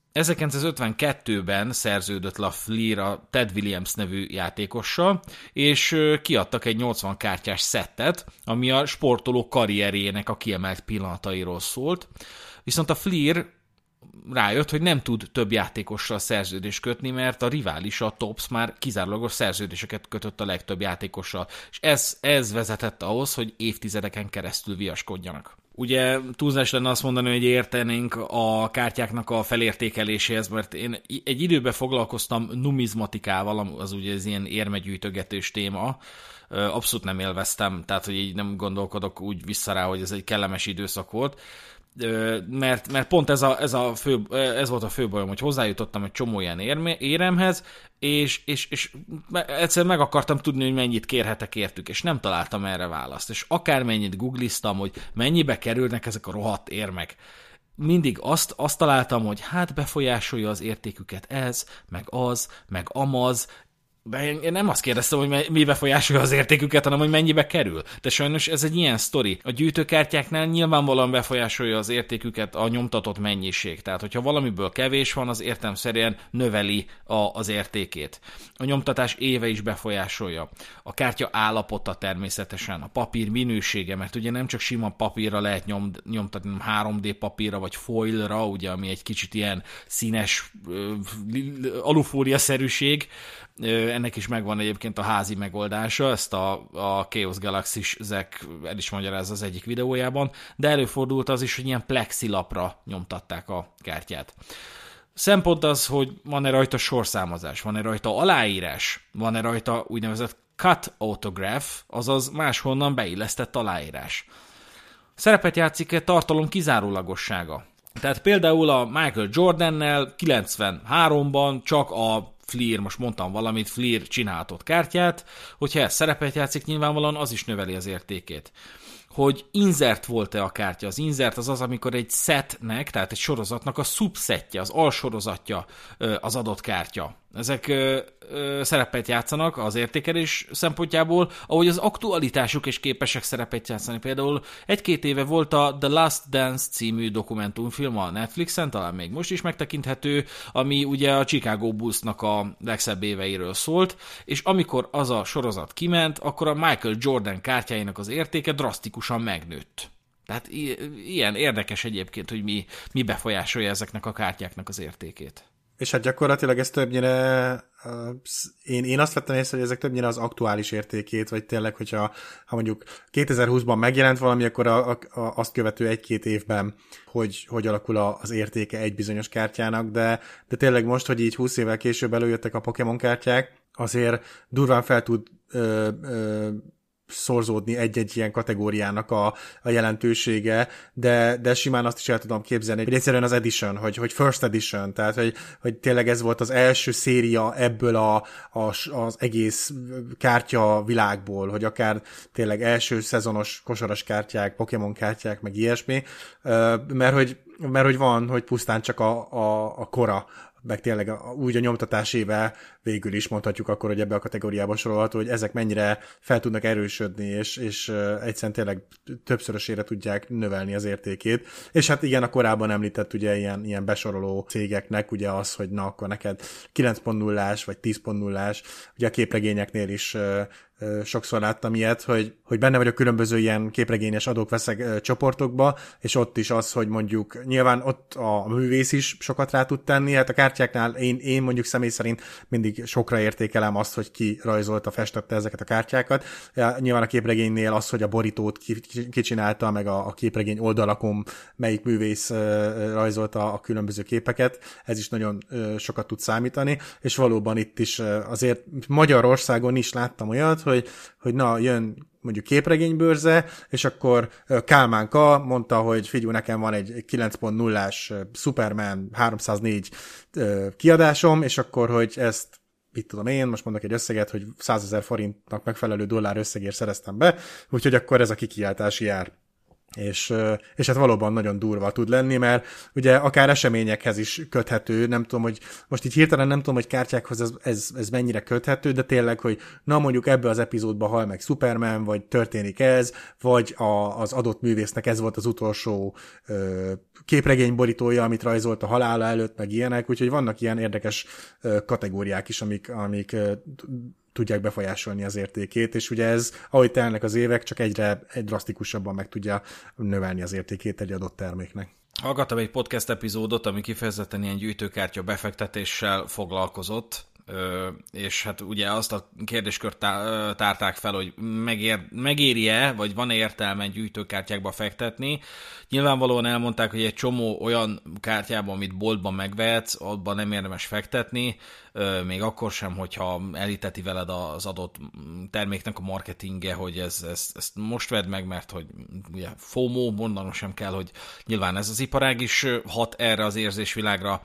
ezerkilencszázötvenkettőben szerződött le a Fleer a Ted Williams nevű játékossal, és kiadtak egy nyolcvan kártyás szettet, ami a sportoló karrierjének a kiemelt pillanatairól szólt. Viszont a Fleer rájött, hogy nem tud több játékossal szerződést kötni, mert a rivális, a Topps már kizárólagos szerződéseket kötött a legtöbb játékossal, és ez, ez vezetett ahhoz, hogy évtizedeken keresztül viaskodjanak. Ugye túlzás lenne azt mondani, hogy értenénk a kártyáknak a felértékeléséhez, mert én egy időben foglalkoztam numizmatikával, az ugye ez ilyen érmegyűjtögetős téma, abszolút nem élveztem, tehát hogy így nem gondolkodok úgy vissza rá, hogy ez egy kellemes időszak volt, mert, mert pont ez, a, ez, a fő, ez volt a fő bajom, hogy hozzájutottam egy csomó ilyen érme, éremhez, és, és, és egyszer meg akartam tudni, hogy mennyit kérhetek értük, és nem találtam erre választ. És akármennyit googliztam, hogy mennyibe kerülnek ezek a rohadt érmek, mindig azt, azt találtam, hogy hát befolyásolja az értéküket ez, meg az, meg amaz, de én nem azt kérdeztem, hogy mi befolyásolja az értéküket, hanem hogy mennyibe kerül. De sajnos ez egy ilyen sztori. A gyűjtőkártyáknál nyilvánvalóan befolyásolja az értéküket a nyomtatott mennyiség. Tehát, hogyha valamiből kevés van, az értelemszerűen növeli a, az értékét. A nyomtatás éve is befolyásolja. A kártya állapota természetesen, a papír minősége, mert ugye nem csak sima papírra lehet nyom, nyomtatni, hanem három dé papírra, vagy foilra, ugye, ami egy kicsit ilyen színes alufólia-szerűség. Ennek is megvan egyébként a házi megoldása, ezt a, a Chaos Galaxy Zek el is magyarázza az egyik videójában, de előfordult az is, hogy ilyen plexilapra nyomtatták a kártyát. Szempont az, hogy van-e rajta sorszámozás, van-e rajta aláírás, van-e rajta úgynevezett cut autograph, azaz máshonnan beillesztett aláírás. Szerepet játszik-e tartalom kizárólagossága? Tehát például a Michael Jordannel kilencvenháromban csak a Fleer, most mondtam valamit, Fleer csináltott kártyát, hogyha ez szerepet játszik, nyilvánvalóan az is növeli az értékét. hogy insert volt-e a kártya. Az insert az az, amikor egy setnek, tehát egy sorozatnak a subsetje, az alsorozatja az adott kártya. Ezek ö, ö, szerepet játszanak az értékelés szempontjából, ahogy az aktualitásuk is képesek szerepet játszani. Például egy-két éve volt a The Last Dance című dokumentumfilm a Netflixen, talán még most is megtekinthető, ami ugye a Chicago Bulls-nak a legszebb éveiről szólt, és amikor az a sorozat kiment, akkor a Michael Jordan kártyáinak az értéke drasztikusan megnőtt. Tehát i- ilyen érdekes egyébként, hogy mi, mi befolyásolja ezeknek a kártyáknak az értékét. És hát gyakorlatilag ez többnyire, én, én azt vettem észre, hogy ezek többnyire az aktuális értékét, vagy tényleg, hogyha ha mondjuk kétezer-húszban megjelent valami, akkor a, a, a, azt követő egy-két évben, hogy, hogy alakul az értéke egy bizonyos kártyának, de, de tényleg most, hogy így húsz évvel később előjöttek a Pokémon kártyák, azért durván fel tud ö, ö, szorzódni egy-egy ilyen kategóriának a, a jelentősége, de, de simán azt is el tudom képzelni, hogy egyszerűen az edition, hogy, hogy first edition, tehát hogy, hogy tényleg ez volt az első széria ebből a, a, az egész kártya világból, hogy akár tényleg első szezonos kosaras kártyák, Pokémon kártyák, meg ilyesmi, mert hogy, mert hogy van, hogy pusztán csak a, a, a kora, meg tényleg úgy a nyomtatásével végül is mondhatjuk akkor, hogy ebbe a kategóriába sorolható, hogy ezek mennyire fel tudnak erősödni, és, és egyszerűen tényleg többszörösére tudják növelni az értékét. És hát igen, a korábban említett ugye ilyen, ilyen besoroló cégeknek ugye az, hogy na akkor neked kilenc pont nullás vagy tíz pont nullás, ugye a képregényeknél is sokszor láttam ilyet, hogy, hogy benne vagyok különböző ilyen képregényes adók-veszek csoportokba, és ott is az, hogy mondjuk nyilván ott a művész is sokat rá tud tenni, hát a kártyáknál én, én mondjuk személy szerint mindig sokra értékelem azt, hogy ki rajzolta, festette ezeket a kártyákat. Ja, nyilván a képregénynél az, hogy a borítót ki, ki csinálta, meg a, a képregény oldalakon melyik művész rajzolta a különböző képeket, ez is nagyon sokat tud számítani, és valóban itt is azért Magyarországon is láttam olyat, hogy, hogy na, jön mondjuk képregénybőrze, és akkor Kálmánka mondta, hogy figyelj, nekem van egy kilenc pont nullás Superman háromszáznégy kiadásom, és akkor, hogy ezt mit tudom én, most mondok egy összeget, hogy százezer forintnak megfelelő dollár összegért szereztem be, úgyhogy akkor ez a kikiáltási ár. És, és hát valóban nagyon durva tud lenni, mert ugye akár eseményekhez is köthető, nem tudom, hogy most így hirtelen nem tudom, hogy kártyákhoz ez, ez, ez mennyire köthető, de tényleg, hogy na mondjuk ebbe az epizódban hal meg Superman, vagy történik ez, vagy a, az adott művésznek ez volt az utolsó ö, képregényborítója, amit rajzolt a halála előtt, meg ilyenek, úgyhogy vannak ilyen érdekes ö, kategóriák is, amik, amik ö, tudják befolyásolni az értékét, és ugye ez, ahogy telnek az évek, csak egyre egy drasztikusabban meg tudja növelni az értékét egy adott terméknek. Hallgattam egy podcast epizódot, ami kifejezetten ilyen gyűjtőkártya befektetéssel foglalkozott, és hát ugye azt a kérdéskört tárták fel, hogy megér, megéri-e, vagy van-e értelme gyűjtőkártyákba fektetni. Nyilvánvalóan elmondták, hogy egy csomó olyan kártyában, amit boltban megvehetsz, abban nem érdemes fektetni, még akkor sem, hogyha elíteti veled az adott terméknek a marketingje, hogy ez, ez, ezt most vedd meg, mert hogy ugye FOMO, mondanom sem kell, hogy nyilván ez az iparág is hat erre az érzésvilágra.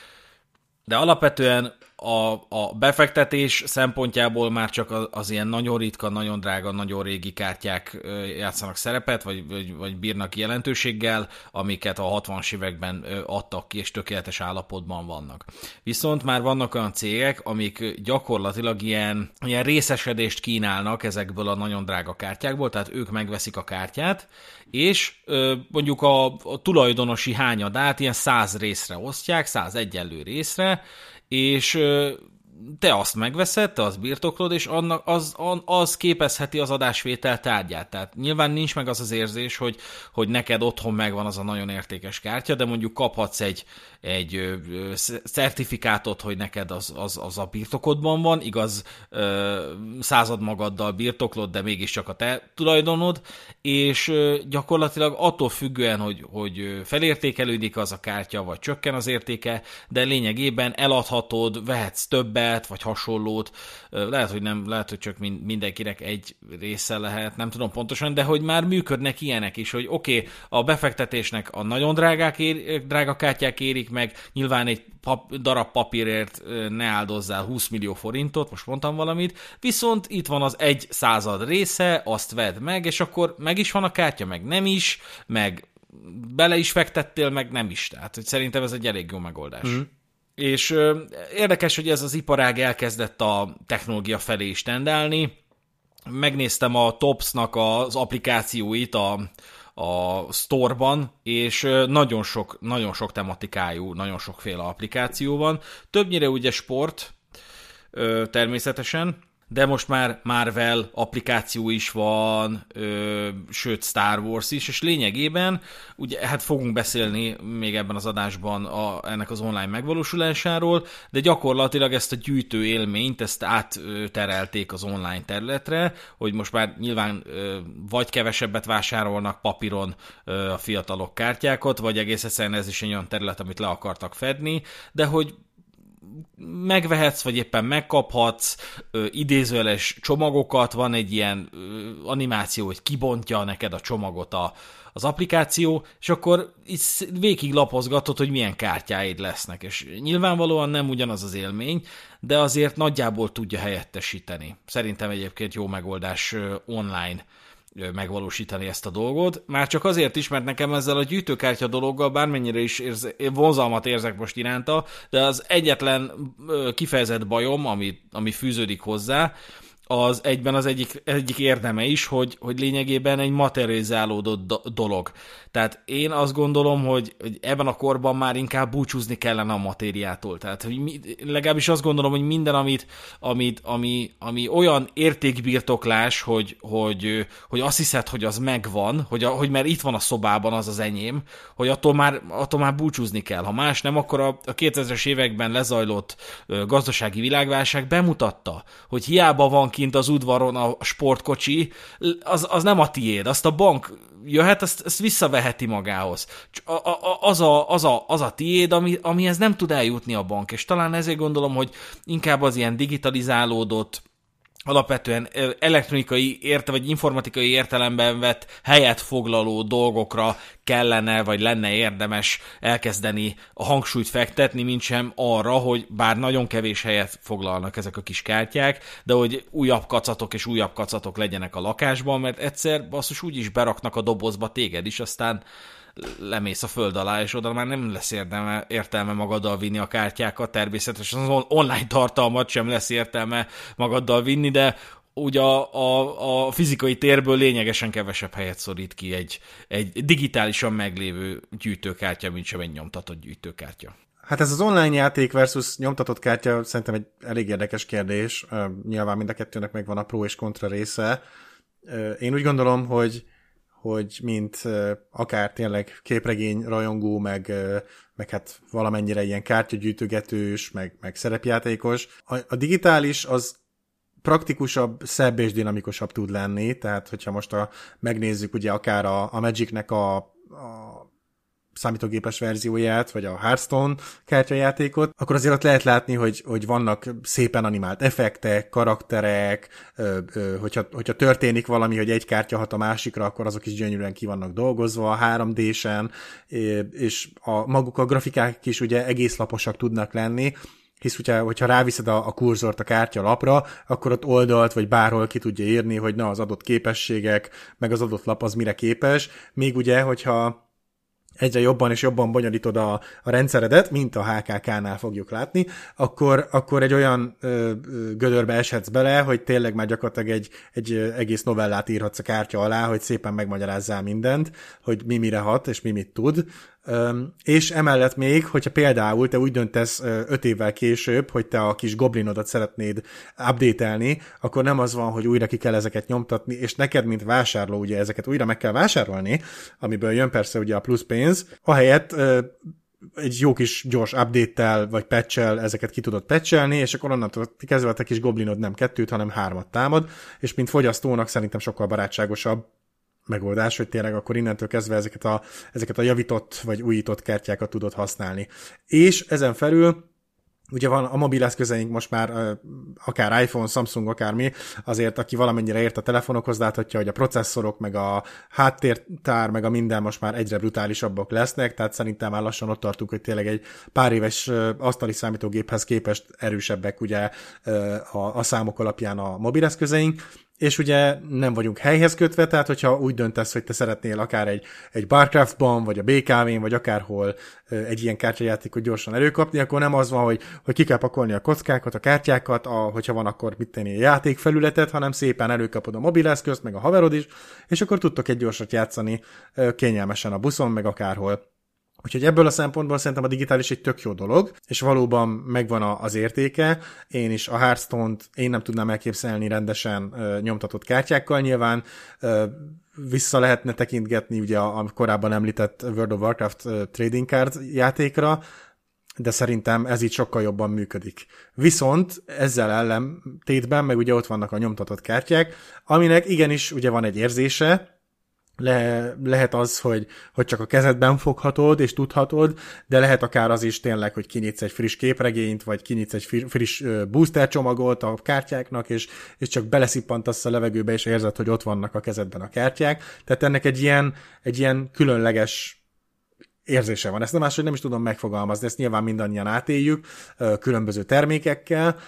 De alapvetően a, a befektetés szempontjából már csak az, az ilyen nagyon ritka, nagyon drága, nagyon régi kártyák játszanak szerepet, vagy, vagy, vagy bírnak jelentőséggel, amiket a hatvanas években adtak ki, és tökéletes állapotban vannak. Viszont már vannak olyan cégek, amik gyakorlatilag ilyen, ilyen részesedést kínálnak ezekből a nagyon drága kártyákból, tehát ők megveszik a kártyát, és mondjuk a, a tulajdonosi hányadát ilyen száz részre osztják, száz egyenlő részre, és te azt megveszed, te azt birtoklod, és annak az, az képezheti az adásvétel tárgyát. Tehát nyilván nincs meg az az érzés, hogy, hogy neked otthon megvan az a nagyon értékes kártya, de mondjuk kaphatsz egy, egy certifikátot, hogy neked az, az, az a birtokodban van, igaz, század magaddal birtoklod, de mégiscsak a te tulajdonod, és gyakorlatilag attól függően, hogy, hogy felértékelődik az a kártya, vagy csökken az értéke, de lényegében eladhatod, vehetsz többet, képet, vagy hasonlót. Lehet, hogy nem, lehet, hogy csak mindenkinek egy része lehet, nem tudom pontosan, de hogy már működnek ilyenek is, hogy oké, okay, a befektetésnek a nagyon drágák ér, drága kártyák érik meg, nyilván egy pap, darab papírért ne áldozzál húsz millió forintot, most mondtam valamit, viszont itt van az egy század része, azt vedd meg, és akkor meg is van a kártya, meg nem is, meg bele is fektettél, meg nem is. Tehát, hogy szerintem ez egy elég jó megoldás. Mm. És ö, érdekes, hogy ez az iparág elkezdett a technológia felé is tendálni. Megnéztem a Topsnak az applikációit a, a store-ban, és nagyon sok, nagyon sok tematikájú, nagyon sokféle applikáció van. Többnyire ugye sport, ö, természetesen, de most már Marvel applikáció is van, ö, sőt Star Wars is, és lényegében, ugye hát fogunk beszélni még ebben az adásban a, ennek az online megvalósulásáról, de gyakorlatilag ezt a gyűjtő élményt, ezt átterelték az online területre, hogy most már nyilván ö, vagy kevesebbet vásárolnak papíron ö, a fiatalok kártyákat, vagy egész egyszerűen ez is egy olyan terület, amit le akartak fedni, de hogy megvehetsz, vagy éppen megkaphatsz ö, idézőjeles csomagokat, van egy ilyen ö, animáció, hogy kibontja neked a csomagot a, az applikáció, és akkor így végig lapozgatod, hogy milyen kártyáid lesznek, és nyilvánvalóan nem ugyanaz az élmény, de azért nagyjából tudja helyettesíteni. Szerintem egyébként jó megoldás ö, online megvalósítani ezt a dolgot. Már csak azért is, mert nekem ezzel a gyűjtőkártya dologgal bármennyire is érze, vonzalmat érzek most iránta, de az egyetlen kifejezett bajom, ami, ami fűződik hozzá, az egyben az egyik, egyik érdeme is, hogy, hogy lényegében egy materializálódott do- dolog. Tehát én azt gondolom, hogy, hogy ebben a korban már inkább búcsúzni kellene a matériától. Tehát hogy mi, legalábbis azt gondolom, hogy minden, amit, amit, ami, ami olyan értékbirtoklás, hogy, hogy, hogy azt hiszed, hogy az megvan, hogy, a, hogy mert itt van a szobában, az az enyém, hogy attól már, attól már búcsúzni kell. Ha más nem, akkor a, a kétezres években lezajlott gazdasági világválság bemutatta, hogy hiába van kint az udvaron a sportkocsi, az, az nem a tiéd, azt a bank jöhet, azt, azt visszaveheti magához. A, a, az, a, az, a, az a tiéd, ami, amihez nem tud eljutni a bank, és talán ezért gondolom, hogy inkább az ilyen digitalizálódott, alapvetően elektronikai érte, vagy informatikai értelemben vett helyet foglaló dolgokra kellene, vagy lenne érdemes elkezdeni a hangsúlyt fektetni, mint sem arra, hogy bár nagyon kevés helyet foglalnak ezek a kis kártyák, de hogy újabb kacatok és újabb kacatok legyenek a lakásban, mert egyszer basszus úgyis beraknak a dobozba téged is, aztán lemész a föld alá, és oda már nem lesz értelme, értelme magaddal vinni a kártyákat, természetesen az online tartalmat sem lesz értelme magaddal vinni, de ugye a, a, a fizikai térből lényegesen kevesebb helyet szorít ki egy, egy digitálisan meglévő gyűjtőkártya, mint sem egy nyomtatott gyűjtőkártya. Hát ez az online játék versus nyomtatott kártya szerintem egy elég érdekes kérdés. Nyilván mind a kettőnek megvan a pro és kontra része. Én úgy gondolom, hogy hogy mint uh, akár tényleg képregény rajongó, meg, uh, meg hát valamennyire ilyen kártyagyűjtögetős, meg, meg szerepjátékos. A, a digitális az praktikusabb, szebb és dinamikusabb tud lenni, tehát hogyha most a, megnézzük ugye akár a, a Magicnek a, a számítógépes verzióját, vagy a Hearthstone kártyajátékot, akkor azért ott lehet látni, hogy, hogy vannak szépen animált effektek, karakterek, ö, ö, hogyha, hogyha történik valami, hogy egy kártya hat a másikra, akkor azok is gyönyörűen ki vannak dolgozva három dé-sen, és a, maguk a grafikák is ugye egész laposak tudnak lenni, hisz hogyha, hogyha ráviszed a, a kurzort a kártya lapra, akkor ott oldalt, vagy bárhol ki tudja írni, hogy na az adott képességek, meg az adott lap az mire képes, még ugye, hogyha egyre jobban és jobban bonyolítod a, a rendszeredet, mint a há ká ká-nál fogjuk látni, akkor, akkor egy olyan ö, ö, gödörbe eshetsz bele, hogy tényleg már gyakorlatilag egy, egy egész novellát írhatsz a kártya alá, hogy szépen megmagyarázzál mindent, hogy mi mire hat, és mi mit tud. Üm, és emellett még, hogyha például te úgy döntesz öt évvel később, hogy te a kis goblinodat szeretnéd update-elni, akkor nem az van, hogy újra ki kell ezeket nyomtatni, és neked, mint vásárló, ugye ezeket újra meg kell vásárolni, amiből jön persze ugye a plusz pénz, ahelyett ö, egy jó kis gyors update-tel, vagy patch-el ezeket ki tudod patchelni, és akkor onnantól kezdve a te kis goblinod nem kettőt, hanem hármat támad, és mint fogyasztónak szerintem sokkal barátságosabb megoldás, hogy tényleg akkor innentől kezdve ezeket a, ezeket a javított vagy újított kártyákat tudod használni. És ezen felül ugye van a mobileszközeink most már akár iPhone, Samsung, akármi, azért aki valamennyire ért a telefonokhoz, láthatja, hogy a processzorok, meg a háttértár, meg a minden most már egyre brutálisabbak lesznek, tehát szerintem már lassan ott tartunk, hogy tényleg egy pár éves asztali számítógéphez képest erősebbek ugye a, a számok alapján a mobileszközeink, és ugye nem vagyunk helyhez kötve, tehát hogyha úgy döntesz, hogy te szeretnél akár egy, egy Barcraftban, vagy a bé ká vén, vagy akárhol egy ilyen kártyajátékot gyorsan előkapni, akkor nem az van, hogy, hogy ki kell pakolni a kockákat, a kártyákat, a, hogyha van akkor mit tenni a játékfelületet, hanem szépen előkapod a mobileszközt, meg a haverod is, és akkor tudtok egy gyorsat játszani kényelmesen a buszon, meg akárhol. Úgyhogy ebből a szempontból szerintem a digitális egy tök jó dolog, és valóban megvan a, az értéke. Én is a Hearthstone-t én nem tudnám elképzelni rendesen ö, nyomtatott kártyákkal, nyilván ö, vissza lehetne tekintgetni ugye a, a korábban említett World of Warcraft ö, trading card játékra, de szerintem ez így sokkal jobban működik. Viszont ezzel ellentétben meg ugye ott vannak a nyomtatott kártyák, aminek igenis ugye van egy érzése, Le, lehet az, hogy, hogy csak a kezedben foghatod és tudhatod, de lehet akár az is tényleg, hogy kinyitsz egy friss képregényt, vagy kinyitsz egy friss booster csomagot a kártyáknak, és, és csak beleszippantasz a levegőbe, és érzed, hogy ott vannak a kezedben a kártyák. Tehát ennek egy ilyen, egy ilyen különleges érzése van. Ezt nem máshogy nem is tudom megfogalmazni, ezt nyilván mindannyian átéljük különböző termékekkel.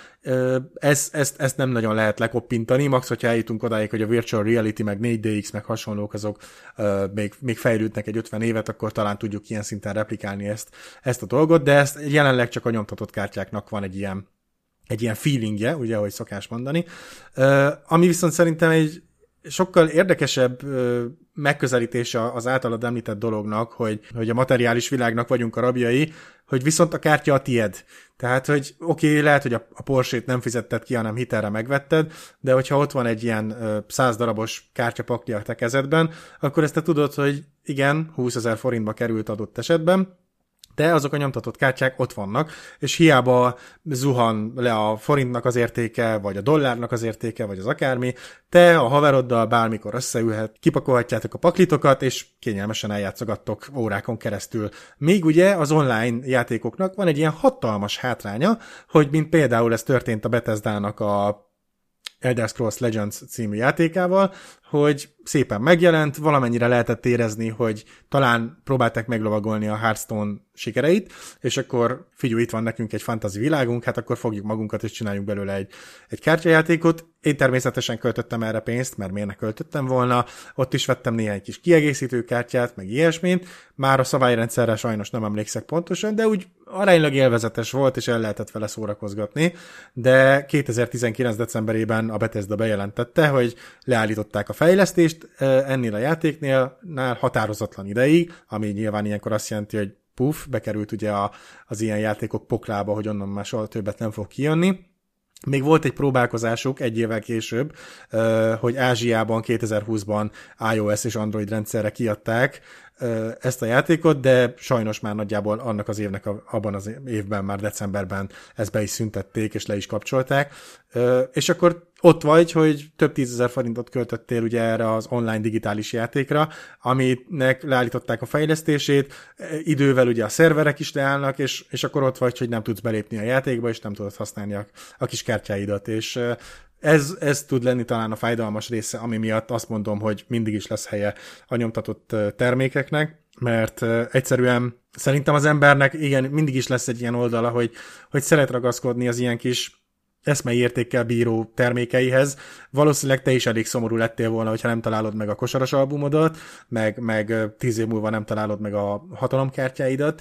Ez, ezt, ezt nem nagyon lehet lekoppintani, max, hogyha eljutunk odáig, hogy a virtual reality, meg négy dé iksz, meg hasonlók, azok még, még fejlődnek egy ötven évet, akkor talán tudjuk ilyen szinten replikálni ezt, ezt a dolgot, de ezt jelenleg csak a nyomtatott kártyáknak van egy ilyen, egy ilyen feelingje, ugye, ahogy szokás mondani. Ami viszont szerintem egy sokkal érdekesebb ö, megközelítése az általad említett dolognak, hogy, hogy a materiális világnak vagyunk a rabjai, hogy viszont a kártya a tied. Tehát, hogy oké, okay, lehet, hogy a, a Porsét nem fizetted ki, hanem hitelre megvetted, de hogyha ott van egy ilyen ö, száz darabos kártyapakli a te kezedben, akkor ezt te tudod, hogy igen, húszezer forintba került adott esetben, de azok a nyomtatott kártyák ott vannak, és hiába zuhan le a forintnak az értéke, vagy a dollárnak az értéke, vagy az akármi, te a haveroddal bármikor összeülhet, kipakolhatjátok a paklitokat, és kényelmesen eljátszogattok órákon keresztül. Még ugye az online játékoknak van egy ilyen hatalmas hátránya, hogy mint például ez történt a Bethesdának a Elder Scrolls Legends című játékával, hogy szépen megjelent, valamennyire lehetett érezni, hogy talán próbálták meglovagolni a Hearthstone sikereit, és akkor figyelj, itt van nekünk egy fantasy világunk, hát akkor fogjuk magunkat és csináljunk belőle egy, egy kártyajátékot. Én természetesen költöttem erre pénzt, mert miért ne költöttem volna, ott is vettem néhány kis kiegészítő kártyát, meg ilyesmit, már a szabályrendszerre sajnos nem emlékszek pontosan, de úgy aránylag élvezetes volt, és el lehetett vele szórakozgatni, de kétezer-tizenkilenc decemberében a Bethesda bejelentette, hogy leállították a fejlesztést ennél a játéknél nál határozatlan ideig, ami nyilván ilyenkor azt jelenti, hogy puf, bekerült ugye a, az ilyen játékok poklába, hogy onnan már soha többet nem fog kijönni. Még volt egy próbálkozásuk egy évvel később, hogy Ázsiában kétezer-húszban iOS és Android rendszerre kiadták ezt a játékot, de sajnos már nagyjából annak az évnek a, abban az évben, már decemberben ezt be is szüntették, és le is kapcsolták. És akkor ott vagy, hogy több tízezer forintot költöttél ugye erre az online digitális játékra, aminek leállították a fejlesztését, idővel ugye a szerverek is leállnak, és, és akkor ott vagy, hogy nem tudsz belépni a játékba, és nem tudod használni a, a kis kártyáidat, és Ez, ez tud lenni talán a fájdalmas része, ami miatt azt mondom, hogy mindig is lesz helye a nyomtatott termékeknek, mert egyszerűen szerintem az embernek igen, mindig is lesz egy ilyen oldala, hogy, hogy szeret ragaszkodni az ilyen kis eszmei értékkel bíró termékeihez. Valószínűleg te is elég szomorú lettél volna, hogyha nem találod meg a kosaras albumodat, meg, meg tíz év múlva nem találod meg a hatalomkártyáidat.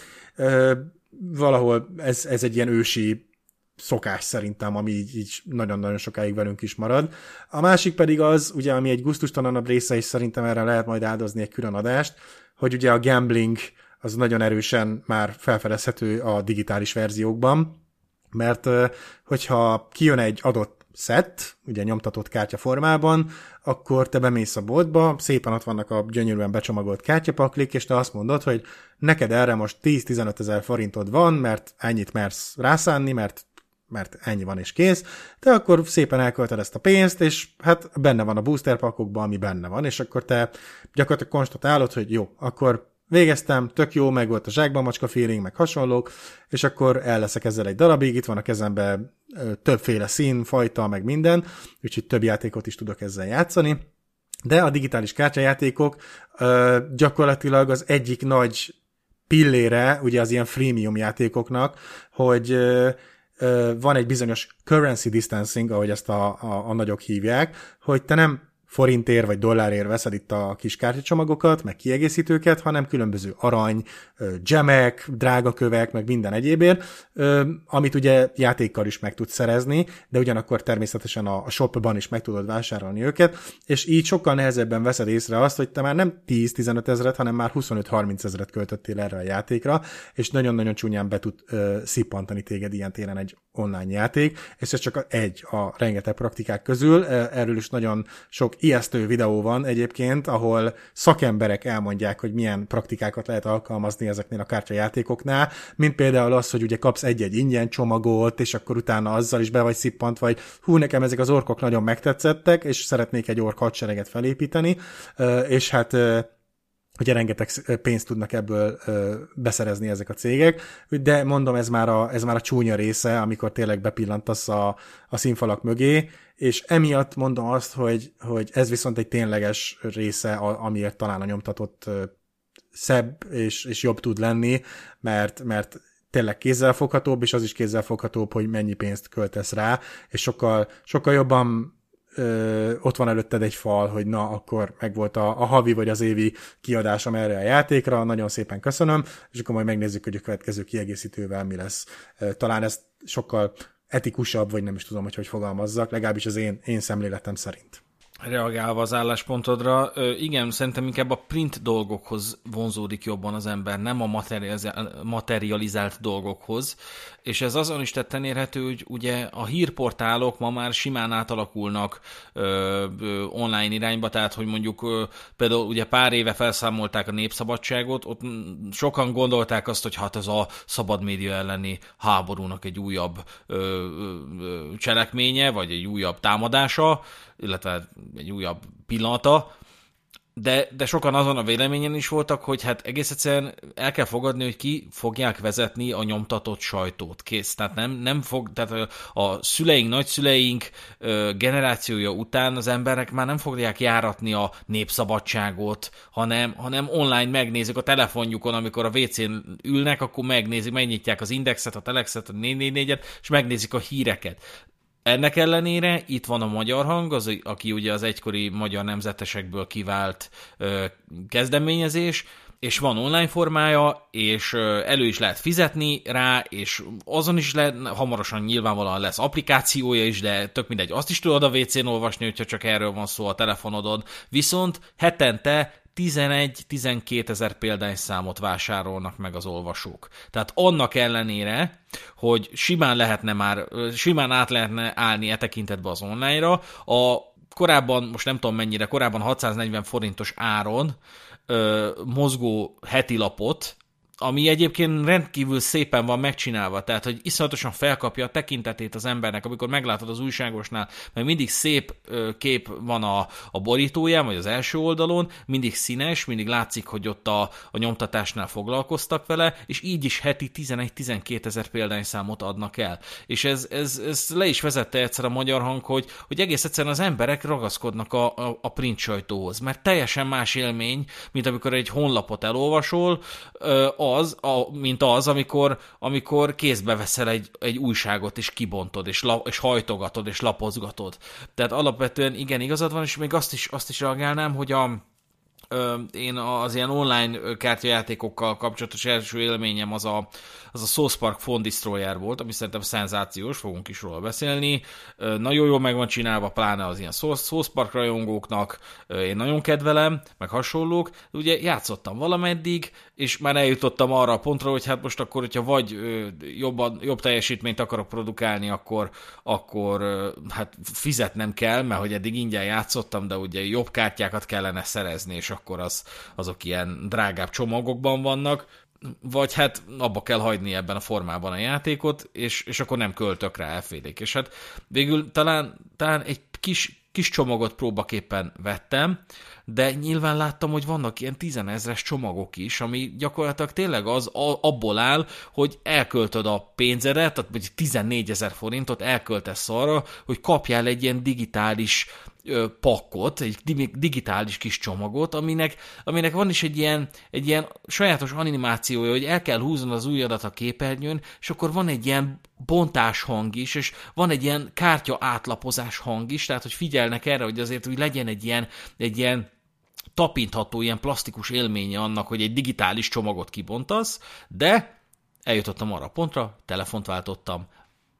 Valahol ez, ez egy ilyen ősi szokás szerintem, ami így, így nagyon-nagyon sokáig velünk is marad. A másik pedig az, ugye, ami egy gusztustalanabb része, és szerintem erre lehet majd áldozni egy külön adást, hogy ugye a gambling az nagyon erősen már felfedezhető a digitális verziókban, mert hogyha kijön egy adott szett, ugye nyomtatott kártya formában, akkor te bemész a boltba, szépen ott vannak a gyönyörűen becsomagolt kártyapaklik, és te azt mondod, hogy neked erre most tíz-tizenöt ezer forintod van, mert ennyit mersz rászánni, mert mert ennyi van és kész, de akkor szépen elkölted ezt a pénzt, és hát benne van a booster pakokban, ami benne van, és akkor te gyakorlatilag konstatálod, hogy jó, akkor végeztem, tök jó, meg volt a zsákban macska feeling, meg hasonlók, és akkor el leszek ezzel egy darabig, itt van a kezemben többféle szín, fajta, meg minden, úgyhogy több játékot is tudok ezzel játszani, de a digitális kártyajátékok gyakorlatilag az egyik nagy pillére, ugye az ilyen freemium játékoknak, hogy van egy bizonyos currency distancing, ahogy ezt a, a, a nagyok hívják, hogy te nem forintért vagy dollárért veszed itt a kis kártyacsomagokat, meg kiegészítőket, hanem különböző arany, gemek, drágakövek, meg minden egyébért, amit ugye játékkal is meg tudsz szerezni, de ugyanakkor természetesen a shopban is meg tudod vásárolni őket, és így sokkal nehezebben veszed észre azt, hogy te már nem tíz-tizenöt ezret, hanem már huszonöt-harminc ezret költöttél erre a játékra, és nagyon-nagyon csúnyán be tud uh, szippantani téged ilyen téren egy online játék, és ez csak egy a rengeteg praktikák közül, erről is nagyon sok ijesztő videó van egyébként, ahol szakemberek elmondják, hogy milyen praktikákat lehet alkalmazni ezeknél a kártyajátékoknál, mint például az, hogy ugye kapsz egy-egy ingyen csomagot, és akkor utána azzal is be vagy szippant, vagy hú, nekem ezek az orkok nagyon megtetszettek, és szeretnék egy ork hadsereget felépíteni, és hát ugye rengeteg pénzt tudnak ebből ö, beszerezni ezek a cégek, de mondom, ez már a, ez már a csúnya része, amikor tényleg bepillantasz a, a színfalak mögé, és emiatt mondom azt, hogy, hogy ez viszont egy tényleges része, a, amiért talán a nyomtatott ö, szebb és, és jobb tud lenni, mert, mert tényleg kézzelfoghatóbb, és az is kézzelfoghatóbb, hogy mennyi pénzt költesz rá, és sokkal, sokkal jobban Ö, ott van előtted egy fal, hogy na, akkor megvolt a, a havi vagy az évi kiadásom erre a játékra, nagyon szépen köszönöm, és akkor majd megnézzük, hogy a következő kiegészítővel mi lesz. Ö, talán ez sokkal etikusabb, vagy nem is tudom, hogy hogy fogalmazzak, legalábbis az én, én szemléletem szerint. Reagálva az álláspontodra, igen, szerintem inkább a print dolgokhoz vonzódik jobban az ember, nem a materializált dolgokhoz, és ez azon is tetten érhető, hogy ugye a hírportálok ma már simán átalakulnak ö, ö, online irányba, tehát hogy mondjuk ö, például ugye pár éve felszámolták a népszabadságot, ott sokan gondolták azt, hogy hát ez a szabad média elleni háborúnak egy újabb ö, ö, cselekménye, vagy egy újabb támadása, illetve egy újabb pillanata, de, de sokan azon a véleményen is voltak, hogy hát egész egyszerűen el kell fogadni, hogy ki fogják vezetni a nyomtatott sajtót. Kész. Tehát nem, nem fog, tehát a szüleink, nagyszüleink generációja után az emberek már nem fogják járatni a népszabadságot, hanem, hanem online megnézik a telefonjukon, amikor a vécén ülnek, akkor megnézik, megnyitják az Indexet, a Telexet, a négy négy négyet, és megnézik a híreket. Ennek ellenére itt van a Magyar Hang, az, aki ugye az egykori magyar nemzetesekből kivált ö, kezdeményezés, és van online formája, és ö, elő is lehet fizetni rá, és azon is lehet, hamarosan nyilvánvalóan lesz applikációja is, de tök mindegy, azt is tudod a vécén olvasni, hogyha csak erről van szó a telefonodon. Viszont hetente tizenegy-tizenkét ezer példányszámot vásárolnak meg az olvasók. Tehát annak ellenére, hogy simán lehetne már, simán át lehetne állni e tekintetbe az online-ra, a korábban, most nem tudom mennyire, korábban hatszáznegyven forintos áron ö, mozgó heti lapot, ami egyébként rendkívül szépen van megcsinálva, tehát, hogy iszonyatosan felkapja a tekintetét az embernek, amikor meglátod az újságosnál, mert mindig szép ö, kép van a, a borítóján, vagy az első oldalon, mindig színes, mindig látszik, hogy ott a, a nyomtatásnál foglalkoztak vele, és így is heti tizenegy-tizenkét ezer példányszámot adnak el. És ez, ez, ez le is vezette egyszer a Magyar Hang, hogy, hogy egész egyszerűen az emberek ragaszkodnak a, a, a print sajtóhoz, mert teljesen más élmény, mint amikor egy honlapot elolvasol, ö, az, a, mint az, amikor, amikor kézbe veszel egy, egy újságot, és kibontod, és, la, és hajtogatod, és lapozgatod. Tehát alapvetően igen, igazad van, és még azt is, azt is reagálnám, hogy a, ö, én az ilyen online kártyajátékokkal kapcsolatos első élményem az a, az a South Park Phone Destroyer volt, ami szerintem szenzációs, fogunk is róla beszélni. Nagyon jól meg van csinálva, pláne az ilyen South Park rajongóknak, én nagyon kedvelem, meg hasonlók. Ugye játszottam valameddig, és már eljutottam arra a pontra, hogy hát most akkor, hogyha vagy jobban, jobb teljesítményt akarok produkálni, akkor, akkor hát fizetnem kell, mert hogy eddig ingyen játszottam, de ugye jobb kártyákat kellene szerezni, és akkor az, azok ilyen drágább csomagokban vannak, vagy hát abba kell hagyni ebben a formában a játékot, és, és akkor nem költök rá elfélék. És hát végül talán, talán egy kis kis csomagot próbaképpen vettem, de nyilván láttam, hogy vannak ilyen tizenezres csomagok is, ami gyakorlatilag tényleg az abból áll, hogy elköltöd a pénzedet, tehát vagy tizennégyezer forintot elköltesz arra, hogy kapjál egy ilyen digitális ö, pakkot, egy digitális kis csomagot, aminek, aminek van is egy ilyen, egy ilyen sajátos animációja, hogy el kell húznod az ujjadat a képernyőn, és akkor van egy ilyen bontás hang is, és van egy ilyen kártya átlapozás hang is, tehát hogy figyelnek erre, hogy azért hogy legyen egy ilyen, egy ilyen tapintható, ilyen plastikus élménye annak, hogy egy digitális csomagot kibontasz, de eljutottam arra a pontra, telefont váltottam,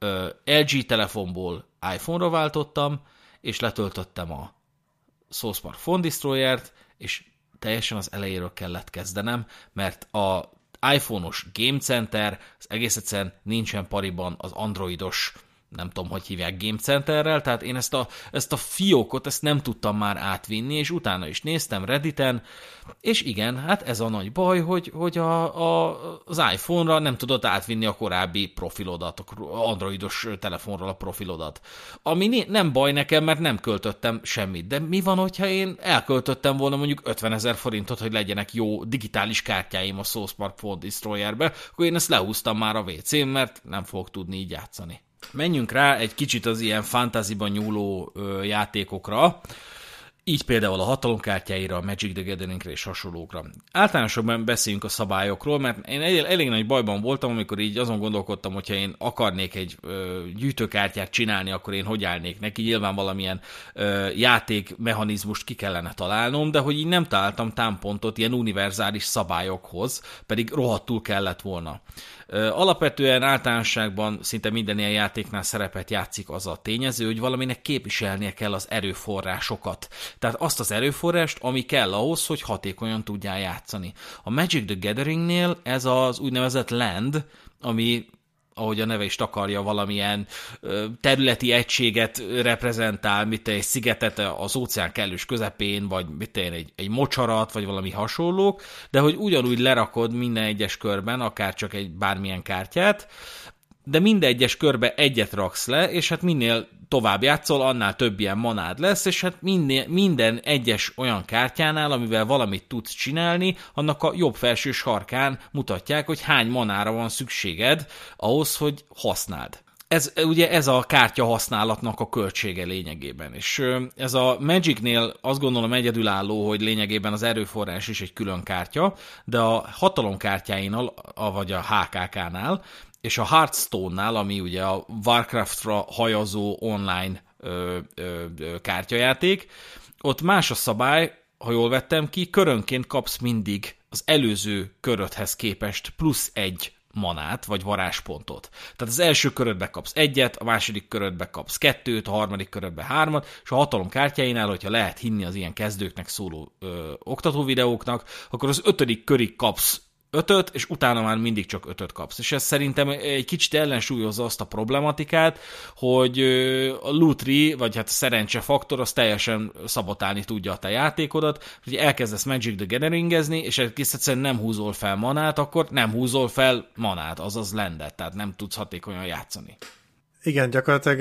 el gé telefonból iPhone-ra váltottam, és letöltöttem a SourceMark Phone Destroyer-t, és teljesen az elejéről kellett kezdenem, mert a iPhone-os Game Center az egész egyszerűen nincsen pariban az androidos, nem tudom, hogy hívják Game Centerrel, tehát én ezt a, ezt a fiókot, ezt nem tudtam már átvinni, és utána is néztem Redditen, és igen, hát ez a nagy baj, hogy, hogy a, a, az iPhone-ra nem tudod átvinni a korábbi profilodat, androidos telefonról a profilodat. Ami nem baj nekem, mert nem költöttem semmit, de mi van, hogyha én elköltöttem volna mondjuk ötvenezer forintot, hogy legyenek jó digitális kártyáim a SourceMark Phone Destroyer-be, akkor én ezt lehúztam már a vé cén, mert nem fogok tudni így játszani. Menjünk rá egy kicsit az ilyen fantasyban nyúló ö, játékokra, így például a hatalomkártyáira, a Magic the Gatheringre és hasonlókra. Általánosabban beszéljünk a szabályokról, mert én elég, elég nagy bajban voltam, amikor így azon gondolkodtam, hogyha én akarnék egy ö, gyűjtőkártyát csinálni, akkor én hogy állnék neki, nyilván valamilyen ö, játékmechanizmust ki kellene találnom, de hogy így nem találtam támpontot ilyen univerzális szabályokhoz, pedig rohadtul kellett volna. Alapvetően általánosságban szinte minden ilyen játéknál szerepet játszik az a tényező, hogy valaminek képviselnie kell az erőforrásokat. Tehát azt az erőforrást, ami kell ahhoz, hogy hatékonyan tudjál játszani. A Magic the Gatheringnél ez az úgynevezett land, ami, ahogy a neve is takarja, valamilyen területi egységet reprezentál, mint egy szigetet az óceán kellős közepén, vagy mit egy, egy mocsarat, vagy valami hasonlók, de hogy ugyanúgy lerakod minden egyes körben, akár csak egy bármilyen kártyát, de minden egyes körbe egyet raksz le, és hát minél tovább játszol, annál több ilyen manád lesz, és hát minden, minden egyes olyan kártyánál, amivel valamit tudsz csinálni, annak a jobb felső sarkán mutatják, hogy hány manára van szükséged ahhoz, hogy használd. Ez, ugye ez a kártya használatnak a költsége lényegében, és ez a Magicnél azt gondolom egyedülálló, hogy lényegében az erőforrás is egy külön kártya, de a hatalomkártyáinál, vagy a há ká ká-nál, és a Hearthstone-nál, ami ugye a Warcraftra hajazó online ö, ö, ö, kártyajáték, ott más a szabály, ha jól vettem ki, körönként kapsz mindig az előző körödhez képest plusz egy manát, vagy varázspontot. Tehát az első körödbe kapsz egyet, a második körödbe kapsz kettőt, a harmadik körödbe hármat, és a hatalom kártyáinál, hogyha lehet hinni az ilyen kezdőknek szóló ö, oktató videóknak, akkor az ötödik körig kapsz ötöt, és utána már mindig csak ötöt kapsz. És ez szerintem egy kicsit ellensúlyozza azt a problematikát, hogy a lootry, vagy hát a szerencsefaktor, az teljesen szabotálni tudja a te játékodat, hogy elkezdesz Magic the Gatheringezni, és egész egyszerűen nem húzol fel manát, akkor nem húzol fel manát, azaz landet, tehát nem tudsz hatékonyan játszani. Igen, gyakorlatilag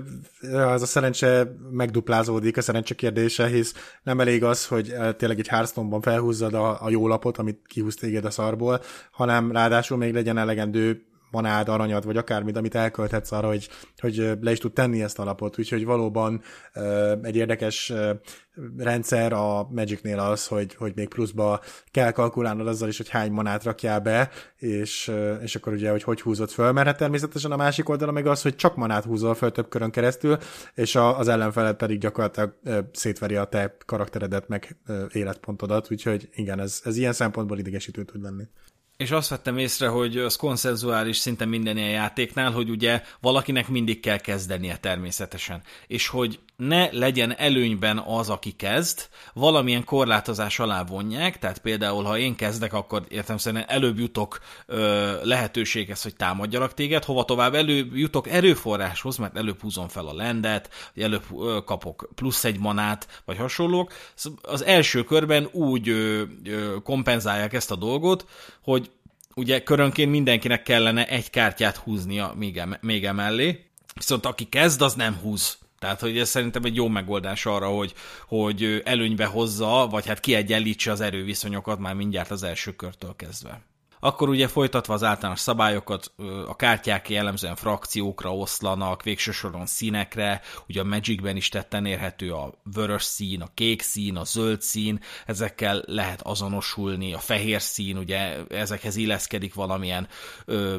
az a szerencse megduplázódik, a szerencse kérdése, hisz nem elég az, hogy tényleg egy Hearthstone-ban felhúzzad a, a jó lapot, amit kihúz téged a szarból, hanem ráadásul még legyen elegendő manád, aranyad, vagy akármit, amit elkölthetsz arra, hogy, hogy le is tud tenni ezt a lapot. Úgyhogy valóban egy érdekes rendszer a Magicnél az, hogy, hogy még pluszba kell kalkulálnod azzal is, hogy hány manát rakjál be, és, és akkor ugye, hogy hogy húzod föl, mert hát természetesen a másik oldala meg az, hogy csak manát húzol föl több körön keresztül, és a, az ellenfeled pedig gyakorlatilag szétveri a te karakteredet, meg életpontodat, úgyhogy igen, ez, ez ilyen szempontból idegesítő tud lenni. És azt vettem észre, hogy az konszenzuális szinte minden ilyen játéknál, hogy ugye valakinek mindig kell kezdenie természetesen. És hogy ne legyen előnyben az, aki kezd, valamilyen korlátozás alá vonják, tehát például, ha én kezdek, akkor értelemszerűen előbb jutok ö, lehetőséghez, hogy támadjalak téged, hova tovább előbb jutok erőforráshoz, mert előbb húzom fel a landet, vagy előbb ö, kapok plusz egy manát, vagy hasonlók. Az első körben úgy ö, ö, kompenzálják ezt a dolgot, hogy ugye körönként mindenkinek kellene egy kártyát húznia még, em- még emellé, viszont aki kezd, az nem húz Tehát, hogy ez szerintem egy jó megoldás arra, hogy, hogy előnybe hozza, vagy hát kiegyenlítse az erőviszonyokat már mindjárt az első körtől kezdve. Akkor ugye folytatva az általános szabályokat, a kártyák jellemzően frakciókra oszlanak, végső soron színekre, ugye a Magicben is tetten érhető a vörös szín, a kék szín, a zöld szín, ezekkel lehet azonosulni, a fehér szín, ugye ezekhez illeszkedik valamilyen ö,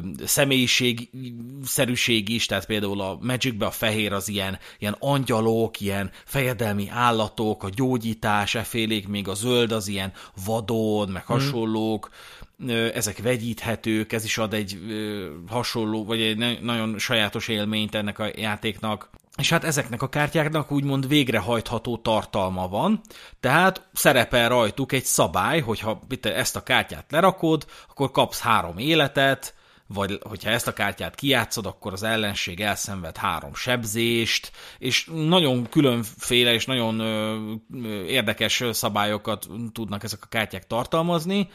személyiségszerűség is, tehát például a Magicben a fehér az ilyen, ilyen angyalok, ilyen fejedelmi állatok, a gyógyítás, efélék, még a zöld az ilyen vadon, meg hasonlók, mm. Ezek vegyíthetők, ez is ad egy ö, hasonló, vagy egy nagyon sajátos élményt ennek a játéknak. És hát ezeknek a kártyáknak úgymond végrehajtható tartalma van, tehát szerepel rajtuk egy szabály, hogyha ezt a kártyát lerakod, akkor kapsz három életet, vagy hogyha ezt a kártyát kijátszod, akkor az ellenség elszenved három sebzést, és nagyon különféle és nagyon ö, ö, érdekes szabályokat tudnak ezek a kártyák tartalmazni,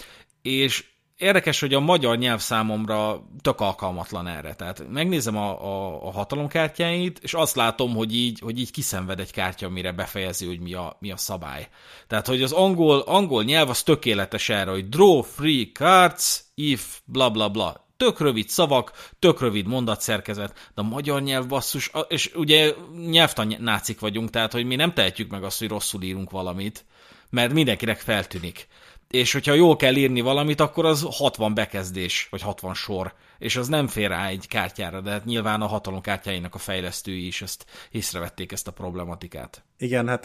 és érdekes, hogy a magyar nyelv számomra tök alkalmatlan erre. Tehát megnézem a, a, a hatalomkártyáit, és azt látom, hogy így, hogy így kiszenved egy kártya, amire befejezi, hogy mi a, mi a szabály. Tehát, hogy az angol, angol nyelv az tökéletes erre, hogy draw three cards if bla bla bla. Tök rövid szavak, tök rövid mondatszerkezet, de a magyar nyelv basszus, és ugye nyelvtanácik vagyunk, tehát, hogy mi nem tehetjük meg azt, hogy rosszul írunk valamit, mert mindenkinek feltűnik. És hogyha jól kell írni valamit, akkor az hatvan bekezdés, vagy hatvan sor, és az nem fér rá egy kártyára, de hát nyilván a hatalom kártyáinak a fejlesztői is ezt észrevették, ezt a problematikát. Igen, hát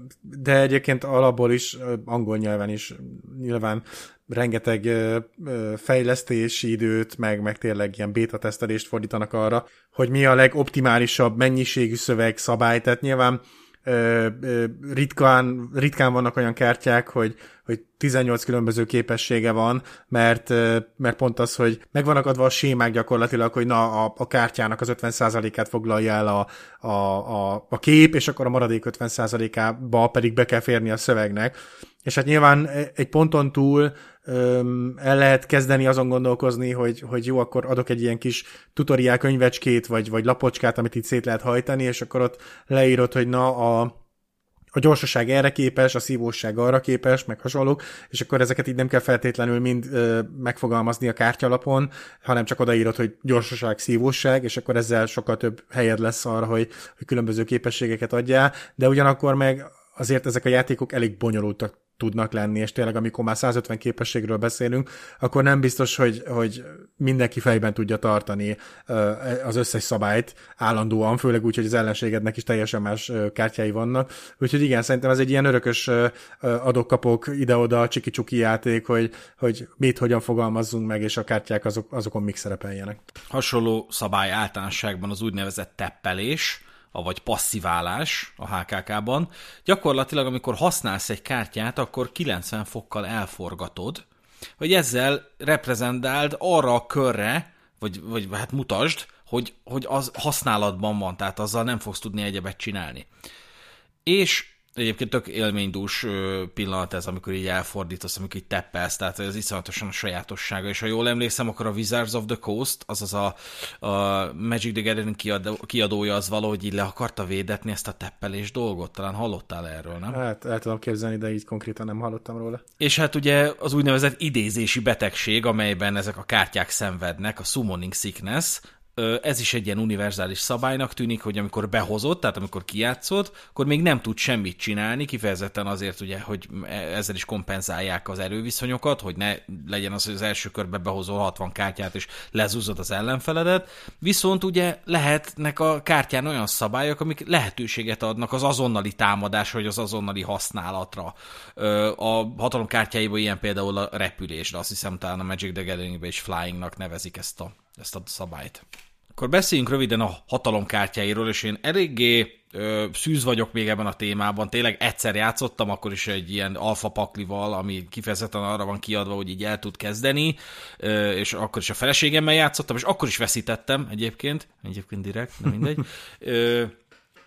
de egyébként alapból is, angol nyelven is nyilván rengeteg fejlesztési időt, meg, meg tényleg ilyen beta tesztelést fordítanak arra, hogy mi a legoptimálisabb mennyiségű szöveg, szabály, tehát nyilván Ö, ö, ritkán, ritkán vannak olyan kártyák, hogy, hogy tizennyolc különböző képessége van, mert, ö, mert pont az, hogy meg vannak adva a sémák gyakorlatilag, hogy na a, a kártyának az ötven százalékát foglalja el a, a, a, a kép, és akkor a maradék ötven százalékába pedig be kell férni a szövegnek. És hát nyilván egy ponton túl öm, el lehet kezdeni azon gondolkozni, hogy, hogy jó, akkor adok egy ilyen kis tutoriál könyvecskét, vagy, vagy lapocskát, amit itt szét lehet hajtani, és akkor ott leírod, hogy na a, a gyorsaság erre képes, a szívóság arra képes, meg hasonlók, és akkor ezeket így nem kell feltétlenül mind ö, megfogalmazni a kártyalapon, hanem csak odaírod, hogy gyorsaság, szívóság, és akkor ezzel sokkal több helyed lesz arra, hogy, hogy különböző képességeket adjál, de ugyanakkor meg azért ezek a játékok elég bonyolultak tudnak lenni, és tényleg amikor már százötven képességről beszélünk, akkor nem biztos, hogy, hogy mindenki fejben tudja tartani az összes szabályt állandóan, főleg úgy, hogy az ellenségednek is teljesen más kártyái vannak. Úgyhogy igen, szerintem ez egy ilyen örökös adok-kapok ide-oda csiki-csuki játék, hogy, hogy mit, hogyan fogalmazzunk meg, és a kártyák azok, azokon mik szerepeljenek. Hasonló szabály általánosságban az úgynevezett teppelés, vagy passziválás a há ká ká-ban. Gyakorlatilag, amikor használsz egy kártyát, akkor kilencven fokkal elforgatod, hogy ezzel reprezentáld arra a körre, vagy, vagy hát mutasd, hogy, hogy az használatban van, tehát azzal nem fogsz tudni egyebet csinálni. És egyébként tök élménydús pillanat ez, amikor így elfordítasz, amikor így teppelsz, tehát ez iszonyatosan a sajátossága, és ha jól emlékszem, akkor a Wizards of the Coast, azaz a, a Magic the Gathering kiadó, kiadója az valahogy így le akarta védetni ezt a teppelés dolgot, talán hallottál erről, nem? Hát el tudom képzelni, de így konkrétan nem hallottam róla. És hát ugye az úgynevezett idézési betegség, amelyben ezek a kártyák szenvednek, a Summoning Sickness, ez is egy ilyen univerzális szabálynak tűnik, hogy amikor behozod, tehát amikor kijátszod, akkor még nem tud semmit csinálni, kifejezetten azért, ugye, hogy ezzel is kompenzálják az erőviszonyokat, hogy ne legyen az, hogy az első körbe behozol hatvan kártyát, és lezúzod az ellenfeledet. Viszont ugye lehetnek a kártyán olyan szabályok, amik lehetőséget adnak az azonnali támadásra, vagy az azonnali használatra. A hatalom kártyáiban ilyen például a repülés, de azt hiszem talán a Magic the Gatheringben is Flyingnak nevezik ezt a, ezt a szabályt. Akkor beszéljünk röviden a hatalomkártyáiról, és én eléggé ö, szűz vagyok még ebben a témában. Tényleg egyszer játszottam, akkor is egy ilyen alfa paklival, ami kifejezetten arra van kiadva, hogy így el tud kezdeni, ö, és akkor is a feleségemmel játszottam, és akkor is veszítettem egyébként. Egyébként direkt, nem mindegy. Ö,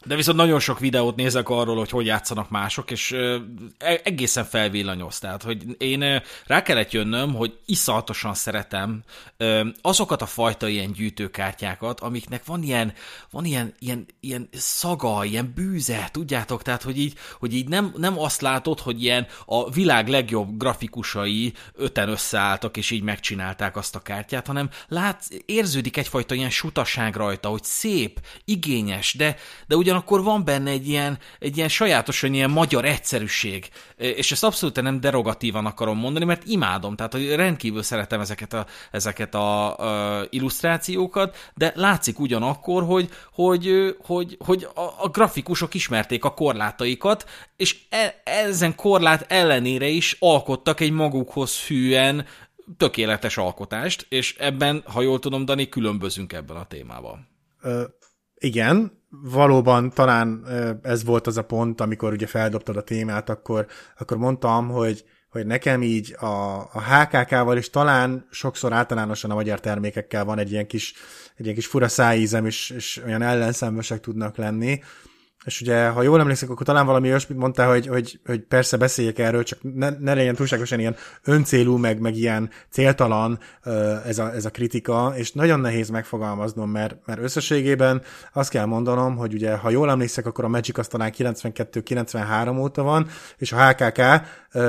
De viszont nagyon sok videót nézek arról, hogy hogy játszanak mások, és egészen felvillanyoz. Tehát, hogy én rá kellett jönnöm, hogy iszonyatosan szeretem azokat a fajta ilyen gyűjtőkártyákat, amiknek van ilyen, van ilyen, ilyen, ilyen szaga, ilyen bűze, tudjátok? Tehát, hogy így, hogy így nem, nem azt látod, hogy ilyen a világ legjobb grafikusai öten összeálltak, és így megcsinálták azt a kártyát, hanem lát, érződik egyfajta ilyen sutaság rajta, hogy szép, igényes, de, de ugyanakkor van benne egy ilyen, egy ilyen sajátosan ilyen magyar egyszerűség, és ezt abszolút nem derogatívan akarom mondani, mert imádom, tehát hogy rendkívül szeretem ezeket a, ezeket a, a illusztrációkat, de látszik ugyanakkor, hogy, hogy, hogy, hogy a, a grafikusok ismerték a korlátaikat, és e, ezen korlát ellenére is alkottak egy magukhoz hűen tökéletes alkotást, és ebben, ha jól tudom, Dani, különbözünk ebben a témában. Ö, igen, valóban talán ez volt az a pont, amikor ugye feldobtad a témát, akkor, akkor mondtam, hogy, hogy nekem így a, a há ká ká-val és talán sokszor általánosan a magyar termékekkel van egy ilyen kis, egy ilyen kis fura szájízem, és, és olyan ellenszenvesek tudnak lenni. És ugye, ha jól emlékszek, akkor talán valami olyasmit mondtál, hogy, hogy, hogy persze beszéljek erről, csak ne, ne legyen túlságosan ilyen öncélú, meg, meg ilyen céltalan ez a, ez a kritika, és nagyon nehéz megfogalmaznom, mert, mert összességében azt kell mondanom, hogy ugye, ha jól emlékszek, akkor a Magic az talán kilencvenkettő kilencvenhárom óta van, és a há ká ká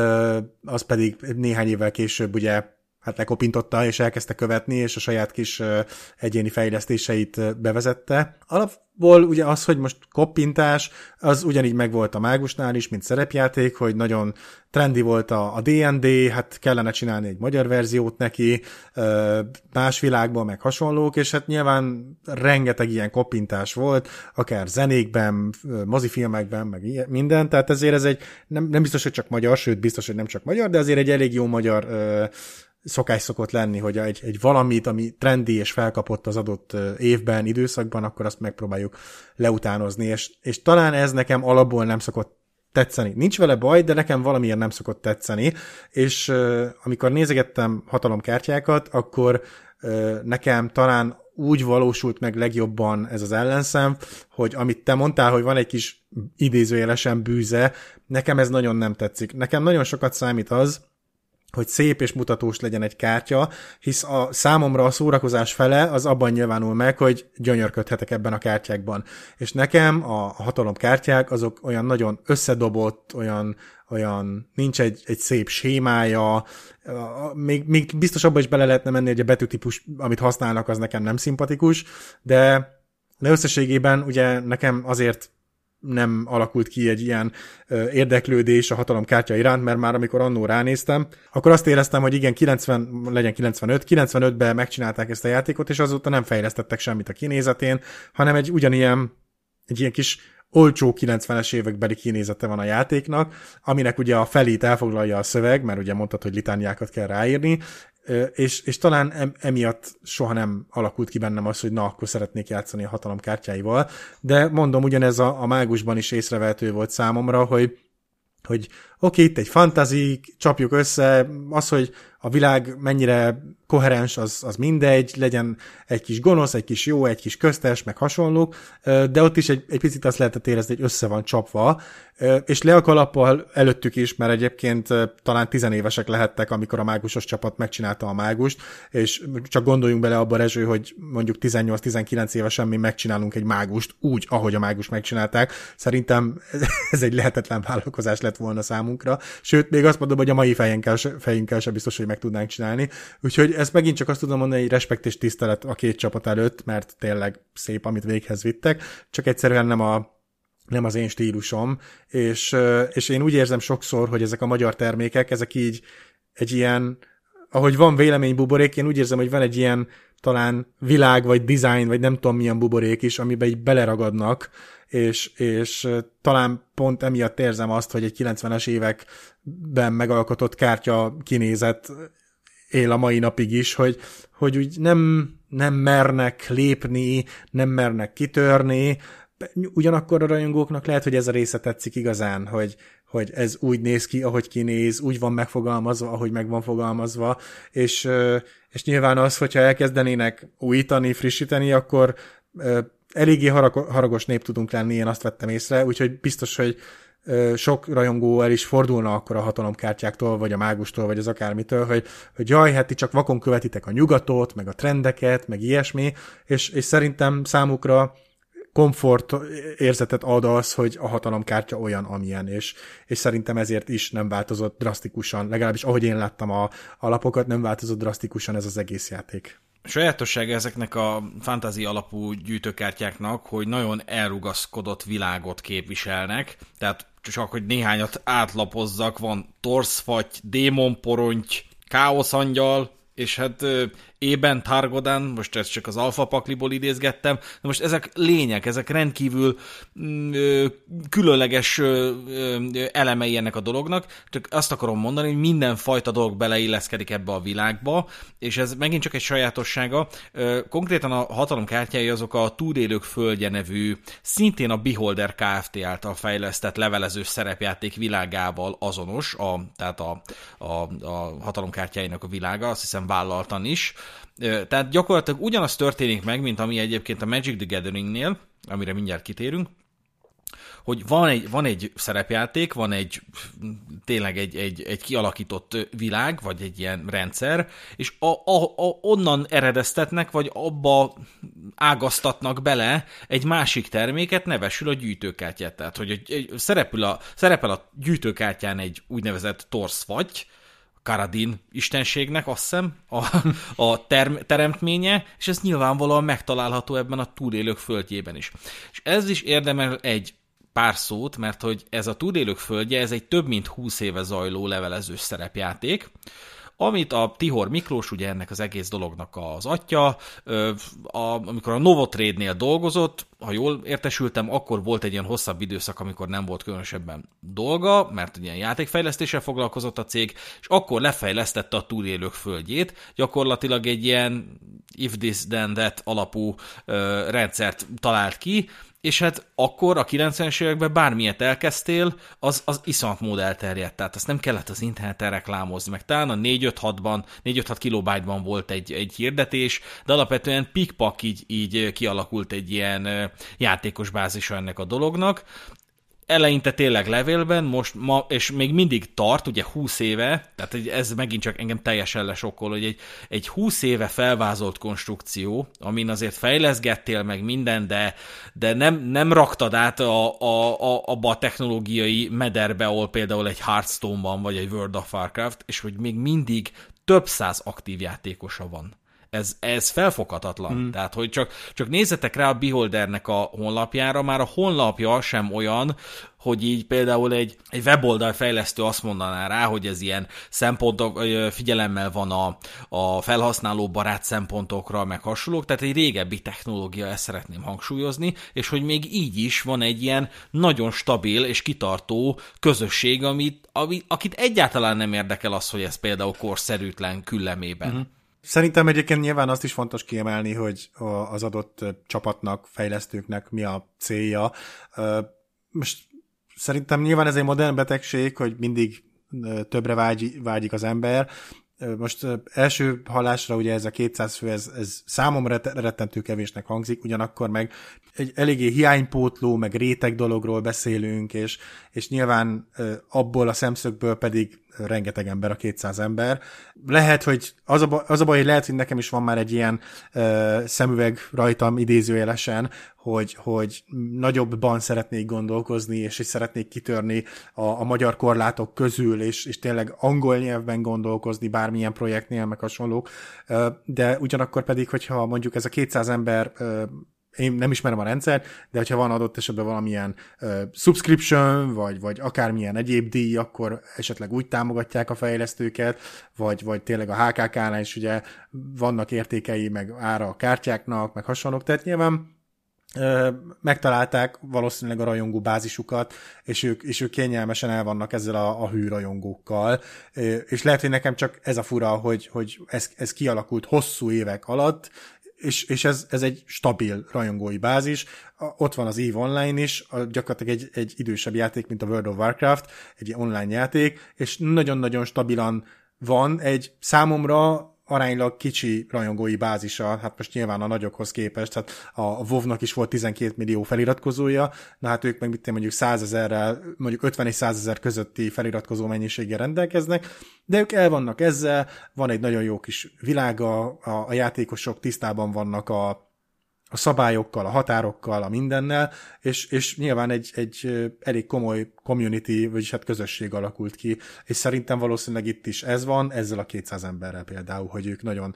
az pedig néhány évvel később ugye hát lekopintotta, és elkezdte követni, és a saját kis uh, egyéni fejlesztéseit uh, bevezette. Alapból ugye az, hogy most koppintás, az ugyanígy megvolt a mágusnál is, mint szerepjáték, hogy nagyon trendi volt a, a dé en dé, hát kellene csinálni egy magyar verziót neki, uh, más világban, meg hasonlók, és hát nyilván rengeteg ilyen koppintás volt, akár zenékben, mozifilmekben, meg ilyen, minden, tehát ezért ez egy, nem, nem biztos, hogy csak magyar, sőt biztos, hogy nem csak magyar, de azért egy elég jó magyar uh, szokás szokott lenni, hogy egy, egy valamit, ami trendi és felkapott az adott évben, időszakban, akkor azt megpróbáljuk leutánozni, és, és talán ez nekem alapból nem szokott tetszeni. Nincs vele baj, de nekem valamiért nem szokott tetszeni, és uh, amikor nézegettem hatalomkártyákat, akkor uh, nekem talán úgy valósult meg legjobban ez az ellenszem, hogy amit te mondtál, hogy van egy kis idézőjelesen bűze, nekem ez nagyon nem tetszik. Nekem nagyon sokat számít az, hogy szép és mutatós legyen egy kártya, hisz a számomra a szórakozás fele az abban nyilvánul meg, hogy gyönyörködhetek ebben a kártyákban. És nekem a hatalomkártyák azok olyan nagyon összedobott, olyan, olyan nincs egy, egy szép sémája, még, még biztos abban is bele lehetne menni, hogy a betűtípus, amit használnak, az nekem nem szimpatikus, de, de összességében ugye nekem azért nem alakult ki egy ilyen ö, érdeklődés a hatalomkártya iránt, mert már amikor annó ránéztem, akkor azt éreztem, hogy igen, kilencven, legyen kilencvenöt, kilencvenötben megcsinálták ezt a játékot, és azóta nem fejlesztettek semmit a kinézetén, hanem egy ugyanilyen, egy ilyen kis olcsó kilencvenes évekbeli kinézete van a játéknak, aminek ugye a felét elfoglalja a szöveg, mert ugye mondtad, hogy litániákat kell ráírni, és, és talán emiatt soha nem alakult ki bennem az, hogy na, akkor szeretnék játszani a hatalom kártyáival, de mondom, ugyanez a, a mágusban is észrevehető volt számomra, hogy hogy oké, okay, itt egy fantasy, csapjuk össze, az, hogy a világ mennyire koherens, az, az mindegy, legyen egy kis gonosz, egy kis jó, egy kis köztes, meg hasonlók, de ott is egy, egy picit azt lehetett érezni, hogy össze van csapva, és le a kalappal előttük is, mert egyébként talán tizenévesek lehettek, amikor a mágusos csapat megcsinálta a mágust, és csak gondoljunk bele abba, Rezső, hogy mondjuk tizennyolc-tizenkilenc évesen mi megcsinálunk egy mágust úgy, ahogy a mágust megcsinálták. Szerintem ez egy lehetetlen vállalkozás lett volna számunkra, sőt, még azt mondom, hogy a mai fejünkkel, fejünkkel sem biztos, hogy meg tudnánk csinálni. Úgyhogy ezt megint csak azt tudom mondani, hogy respekt és tisztelet a két csapat előtt, mert tényleg szép, amit véghez vittek, csak egyszerűen nem a nem az én stílusom, és, és én úgy érzem sokszor, hogy ezek a magyar termékek, ezek így egy ilyen, ahogy van véleménybuborék, én úgy érzem, hogy van egy ilyen talán világ, vagy design, vagy nem tudom milyen buborék is, amiben így beleragadnak, és, és talán pont emiatt érzem azt, hogy egy kilencvenes években megalkotott kártya kinézet él a mai napig is, hogy, hogy úgy nem, nem mernek lépni, nem mernek kitörni. Ugyanakkor a rajongóknak lehet, hogy ez a része tetszik igazán, hogy, hogy ez úgy néz ki, ahogy kinéz, úgy van megfogalmazva, ahogy meg van fogalmazva, és, és nyilván az, hogyha elkezdenének újítani, frissíteni, akkor eléggé haragos nép tudunk lenni, én azt vettem észre, úgyhogy biztos, hogy sok rajongó el is fordulna akkor a hatalomkártyáktól, vagy a mágustól, vagy az akármitől, hogy, hogy jaj, hát ti csak vakon követitek a nyugatot, meg a trendeket, meg ilyesmi, és, és szerintem számukra komfort érzetet ad az, hogy a hatalomkártya olyan, amilyen, és, és szerintem ezért is nem változott drasztikusan, legalábbis ahogy én láttam a, a lapokat, nem változott drasztikusan ez az egész játék. Sajátossága ezeknek a fantasy alapú gyűjtőkártyáknak, hogy nagyon elrugaszkodott világot képviselnek, tehát csak hogy néhányat átlapozzak, van torszfaty, démonporonty, káoszangyal, és hát Ében Targodan, most ezt csak az alfa pakliból idézgettem, de most ezek lények, ezek rendkívül ö, különleges ö, ö, elemei ennek a dolognak, csak azt akarom mondani, hogy mindenfajta dolog beleilleszkedik ebbe a világba, és ez megint csak egy sajátossága. Ö, konkrétan a hatalomkártyái azok a Túlélők földje nevű, szintén a Beholder Kft. Által fejlesztett levelezős szerepjáték világával azonos, a, tehát a, a, a hatalomkártyáinak a világa, azt hiszem vállaltan is. Tehát gyakorlatilag ugyanaz történik meg, mint ami egyébként a Magic the Gatheringnél, amire mindjárt kitérünk, hogy van egy, van egy szerepjáték, van egy tényleg egy, egy, egy kialakított világ, vagy egy ilyen rendszer, és a, a, a, onnan eredeztetnek, vagy abba ágaztatnak bele egy másik terméket, nevesül a gyűjtőkártyát. Tehát, hogy egy, egy, szerepel, a, szerepel a gyűjtőkártyán egy úgynevezett torszfaty, Karadin istenségnek, azt hiszem, a, a term, teremtménye, és ez nyilvánvalóan megtalálható ebben a Túlélők földjében is. És ez is érdemel egy pár szót, mert hogy ez a Túlélők földje, ez egy több mint húsz éve zajló levelezős szerepjáték, amit a Tihor Miklós, ugye ennek az egész dolognak az atya, a, amikor a Novotrade-nél dolgozott, ha jól értesültem, akkor volt egy ilyen hosszabb időszak, amikor nem volt különösebben dolga, mert ilyen játékfejlesztéssel foglalkozott a cég, és akkor lefejlesztette a Túlélők földjét, gyakorlatilag egy ilyen if this then that alapú ö, rendszert talált ki, és hát akkor a kilencvenes években bármilyet elkezdtél, az, az iszonyat mód elterjedt, tehát azt nem kellett az interneten reklámozni, meg talán a négy öt hatban, négy öt hat kilobájtban volt egy, egy hirdetés, de alapvetően pikpak így, így kialakult egy ilyen játékos bázisa ennek a dolognak. Eleinte tényleg levélben, most ma, és még mindig tart, ugye húsz éve, tehát ez megint csak engem teljesen lesokkol, hogy egy, egy húsz éve felvázolt konstrukció, amin azért fejleszgettél meg minden, de, de nem, nem raktad át a, a, a, abba a technológiai mederbe, ahol például egy Hearthstone van, vagy egy World of Warcraft, és hogy még mindig több száz aktív játékosa van. Ez, ez felfoghatatlan. Mm. Tehát, hogy csak, csak nézzetek rá a Beholdernek a honlapjára, már a honlapja sem olyan, hogy így például egy, egy weboldal fejlesztő azt mondaná rá, hogy ez ilyen szempontok, figyelemmel van a, a felhasználó barát szempontokra, meg hasonlók, tehát egy régebbi technológia, ezt szeretném hangsúlyozni, és hogy még így is van egy ilyen nagyon stabil és kitartó közösség, amit, amit, akit egyáltalán nem érdekel az, hogy ez például korszerűtlen küllemében. Mm-hmm. Szerintem egyébként nyilván azt is fontos kiemelni, hogy az adott csapatnak, fejlesztőknek mi a célja. Most szerintem nyilván ez egy modern betegség, hogy mindig többre vágy, vágyik az ember. Most első hallásra ugye ez a kétszáz fő, ez, ez számomra rettentő kevésnek hangzik, ugyanakkor meg egy eléggé hiánypótló, meg réteg dologról beszélünk, és, és nyilván abból a szemszögből pedig rengeteg ember, a kétszáz ember. Lehet, hogy az a, baj, az a baj, hogy lehet, hogy nekem is van már egy ilyen uh, szemüveg rajtam idézőjelesen, hogy, hogy nagyobban szeretnék gondolkozni, és is szeretnék kitörni a, a magyar korlátok közül, és, és tényleg angol nyelvben gondolkozni bármilyen projektnél, meg hasonlók. Uh, de ugyanakkor pedig, hogyha mondjuk ez a kétszáz ember uh, én nem ismerem a rendszert, de hogyha van adott esetben valamilyen uh, subscription, vagy, vagy akármilyen egyéb díj, akkor esetleg úgy támogatják a fejlesztőket, vagy, vagy tényleg a há ká ká-nál is ugye vannak értékei, meg ára a kártyáknak, meg hasonlók, tehát nyilván uh, megtalálták valószínűleg a rajongó bázisukat, és ők, és ők kényelmesen el vannak ezzel a, a hű rajongókkal, uh, és lehet, hogy nekem csak ez a fura, hogy, hogy ez, ez kialakult hosszú évek alatt, és, és ez, ez egy stabil rajongói bázis. Ott van az EVE Online is, gyakorlatilag egy, egy idősebb játék, mint a World of Warcraft, egy online játék, és nagyon-nagyon stabilan van egy számomra aránylag kicsi rajongói bázisa, hát most nyilván a nagyokhoz képest, hát a WoW-nak is volt tizenkét millió feliratkozója, na hát ők meg mit mondjuk százezerrel, mondjuk ötven és százezer közötti feliratkozó mennyiséggel rendelkeznek, de ők el vannak ezzel, van egy nagyon jó kis világa, a, a játékosok tisztában vannak a a szabályokkal, a határokkal, a mindennel, és, és nyilván egy, egy elég komoly community, vagyis hát közösség alakult ki, és szerintem valószínűleg itt is ez van, ezzel a kétszáz emberrel például, hogy ők nagyon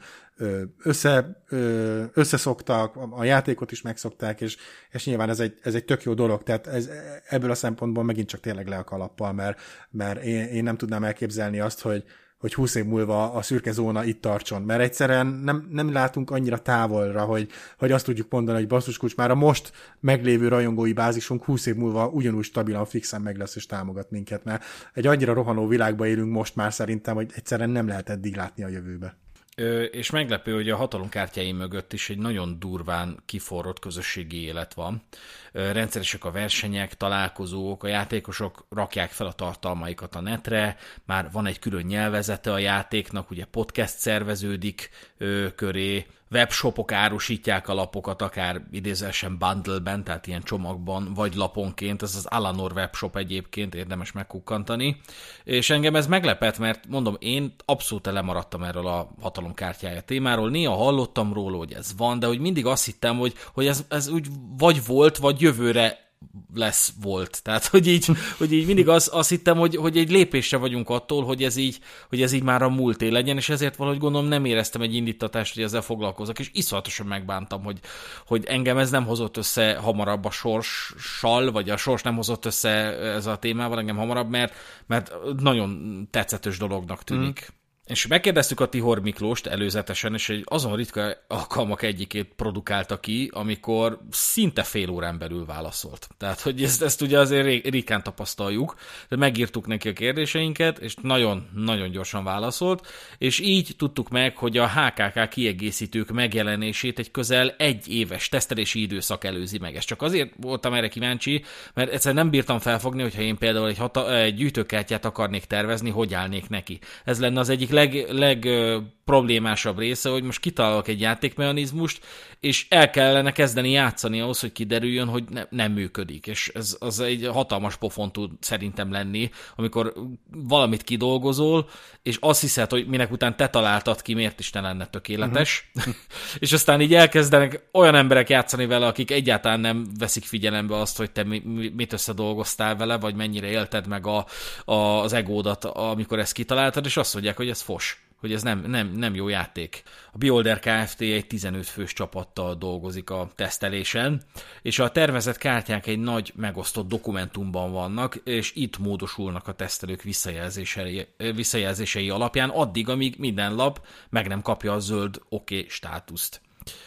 össze, összeszoktak, a játékot is megszokták, és, és nyilván ez egy, ez egy tök jó dolog, tehát ez, ebből a szempontból megint csak tényleg le a kalappal, mert, mert én, én nem tudnám elképzelni azt, hogy hogy húsz év múlva a szürke zóna itt tartson, mert egyszerűen nem, nem látunk annyira távolra, hogy, hogy azt tudjuk mondani, hogy basszuskulcs, már a most meglévő rajongói bázisunk húsz év múlva ugyanúgy stabilan, fixen meg lesz és támogat minket, mert egy annyira rohanó világba élünk most már szerintem, hogy egyszerűen nem lehet eddig látni a jövőbe. Ö, és meglepő, hogy a hatalomkártyái mögött is egy nagyon durván kiforrott közösségi élet van. Ö, rendszeresek a versenyek, találkozók, a játékosok rakják fel a tartalmaikat a netre, már van egy külön nyelvezete a játéknak, ugye podcast szerveződik ö, köré, webshopok árusítják a lapokat, akár idézősen bundleben, tehát ilyen csomagban, vagy laponként, ez az Alanor webshop egyébként, érdemes megkukkantani. És engem ez meglepett, mert mondom, én abszolút lemaradtam erről a hatalomkártyája témáról, néha hallottam róla, hogy ez van, de hogy mindig azt hittem, hogy, hogy ez, ez úgy vagy volt, vagy jövőre lesz volt. Tehát, hogy így, hogy így mindig az, azt hittem, hogy, hogy egy lépésre vagyunk attól, hogy ez így, hogy ez így már a múlté legyen, és ezért valahogy gondolom nem éreztem egy indítatást, hogy ezzel foglalkozok, és iszonyatosan megbántam, hogy, hogy engem ez nem hozott össze hamarabb a sorssal, vagy a sors nem hozott össze ez a témával engem hamarabb, mert, mert nagyon tetszetős dolognak tűnik. Mm. És megkérdeztük a Tihor Miklóst előzetesen, és egy azon ritka alkalmak egyikét produkálta ki, amikor szinte fél órán belül válaszolt. Tehát, hogy ezt, ezt ugye azért ritkán tapasztaljuk, de megírtuk neki a kérdéseinket, és nagyon-nagyon gyorsan válaszolt, és így tudtuk meg, hogy a há ká ká kiegészítők megjelenését egy közel egy éves tesztelési időszak előzi meg. Ez csak azért voltam erre kíváncsi, mert egyszerűen nem bírtam felfogni, hogyha én például egy, hata- egy gyűjtőkártyát akarnék tervezni, hogy állnék neki. Ez lenne az egyik leg, leg problémásabb része, hogy most kitalálok egy játékmechanizmust, és el kellene kezdeni játszani ahhoz, hogy kiderüljön, hogy ne, nem működik. És ez az egy hatalmas pofon tud szerintem lenni, amikor valamit kidolgozol, és azt hiszed, hogy minek után te találtad ki, miért is ne lenne tökéletes. Uh-huh. És aztán így elkezdenek olyan emberek játszani vele, akik egyáltalán nem veszik figyelembe azt, hogy te mit összedolgoztál vele, vagy mennyire élted meg a, a, az egódat, amikor ezt kitaláltad, és azt mondják, hogy ez fos, hogy ez nem, nem, nem jó játék. A Beholder Kft. Egy tizenöt fős csapattal dolgozik a tesztelésen, és a tervezett kártyák egy nagy megosztott dokumentumban vannak, és itt módosulnak a tesztelők visszajelzései, visszajelzései alapján, addig, amíg minden lap meg nem kapja a zöld oké okay státuszt.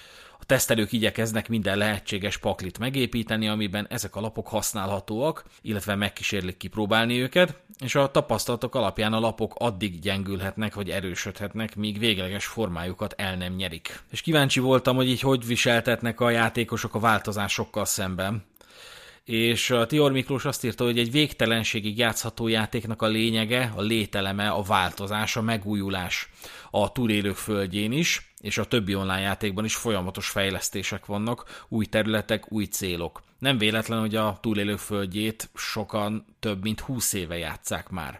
A tesztelők igyekeznek minden lehetséges paklit megépíteni, amiben ezek a lapok használhatóak, illetve megkísérlik kipróbálni őket, és a tapasztalatok alapján a lapok addig gyengülhetnek vagy erősödhetnek, míg végleges formájukat el nem nyerik. És kíváncsi voltam, hogy így hogy viseltetnek a játékosok a változásokkal szemben. És a Tihor Miklós azt írta, hogy egy végtelenségig játszható játéknak a lényege, a lételeme, a változás, a megújulás a túlélők földjén is, és a többi online játékban is folyamatos fejlesztések vannak, új területek, új célok. Nem véletlen, hogy a túlélők földjét sokan több mint húsz éve játsszák már.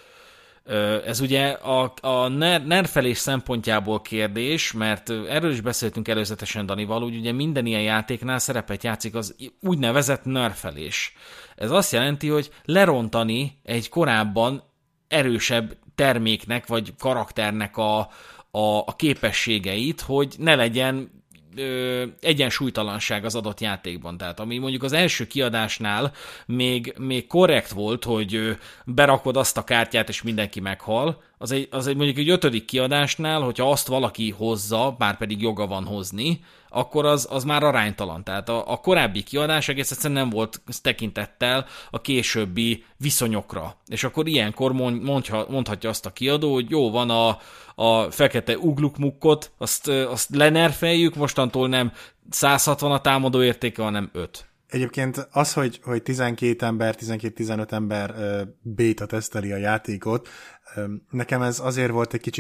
Ez ugye a, a nerfelés szempontjából kérdés, mert erről is beszéltünk előzetesen Danival, hogy ugye minden ilyen játéknál szerepet játszik az úgynevezett nerfelés. Ez azt jelenti, hogy lerontani egy korábban erősebb terméknek vagy karakternek a, a, a képességeit, hogy ne legyen ö, egyensúlytalanság az adott játékban. Tehát ami mondjuk az első kiadásnál még, még korrekt volt, hogy ö, berakod azt a kártyát és mindenki meghal, az egy, az egy mondjuk egy ötödik kiadásnál, hogyha azt valaki hozza, bár pedig joga van hozni, akkor az, az már aránytalan. Tehát a, a korábbi kiadás egész egyszerűen nem volt tekintettel a későbbi viszonyokra. És akkor ilyenkor mondha, mondhatja azt a kiadó, hogy jó, van a, a fekete uglukmukkot, azt, azt lenerfeljük, mostantól nem száz hatvan a támadó értéke, hanem öt. Egyébként az, hogy, hogy tizenkét ember, tizenkét-tizenöt ember uh, béta teszteli a játékot, um, nekem ez azért volt egy kicsit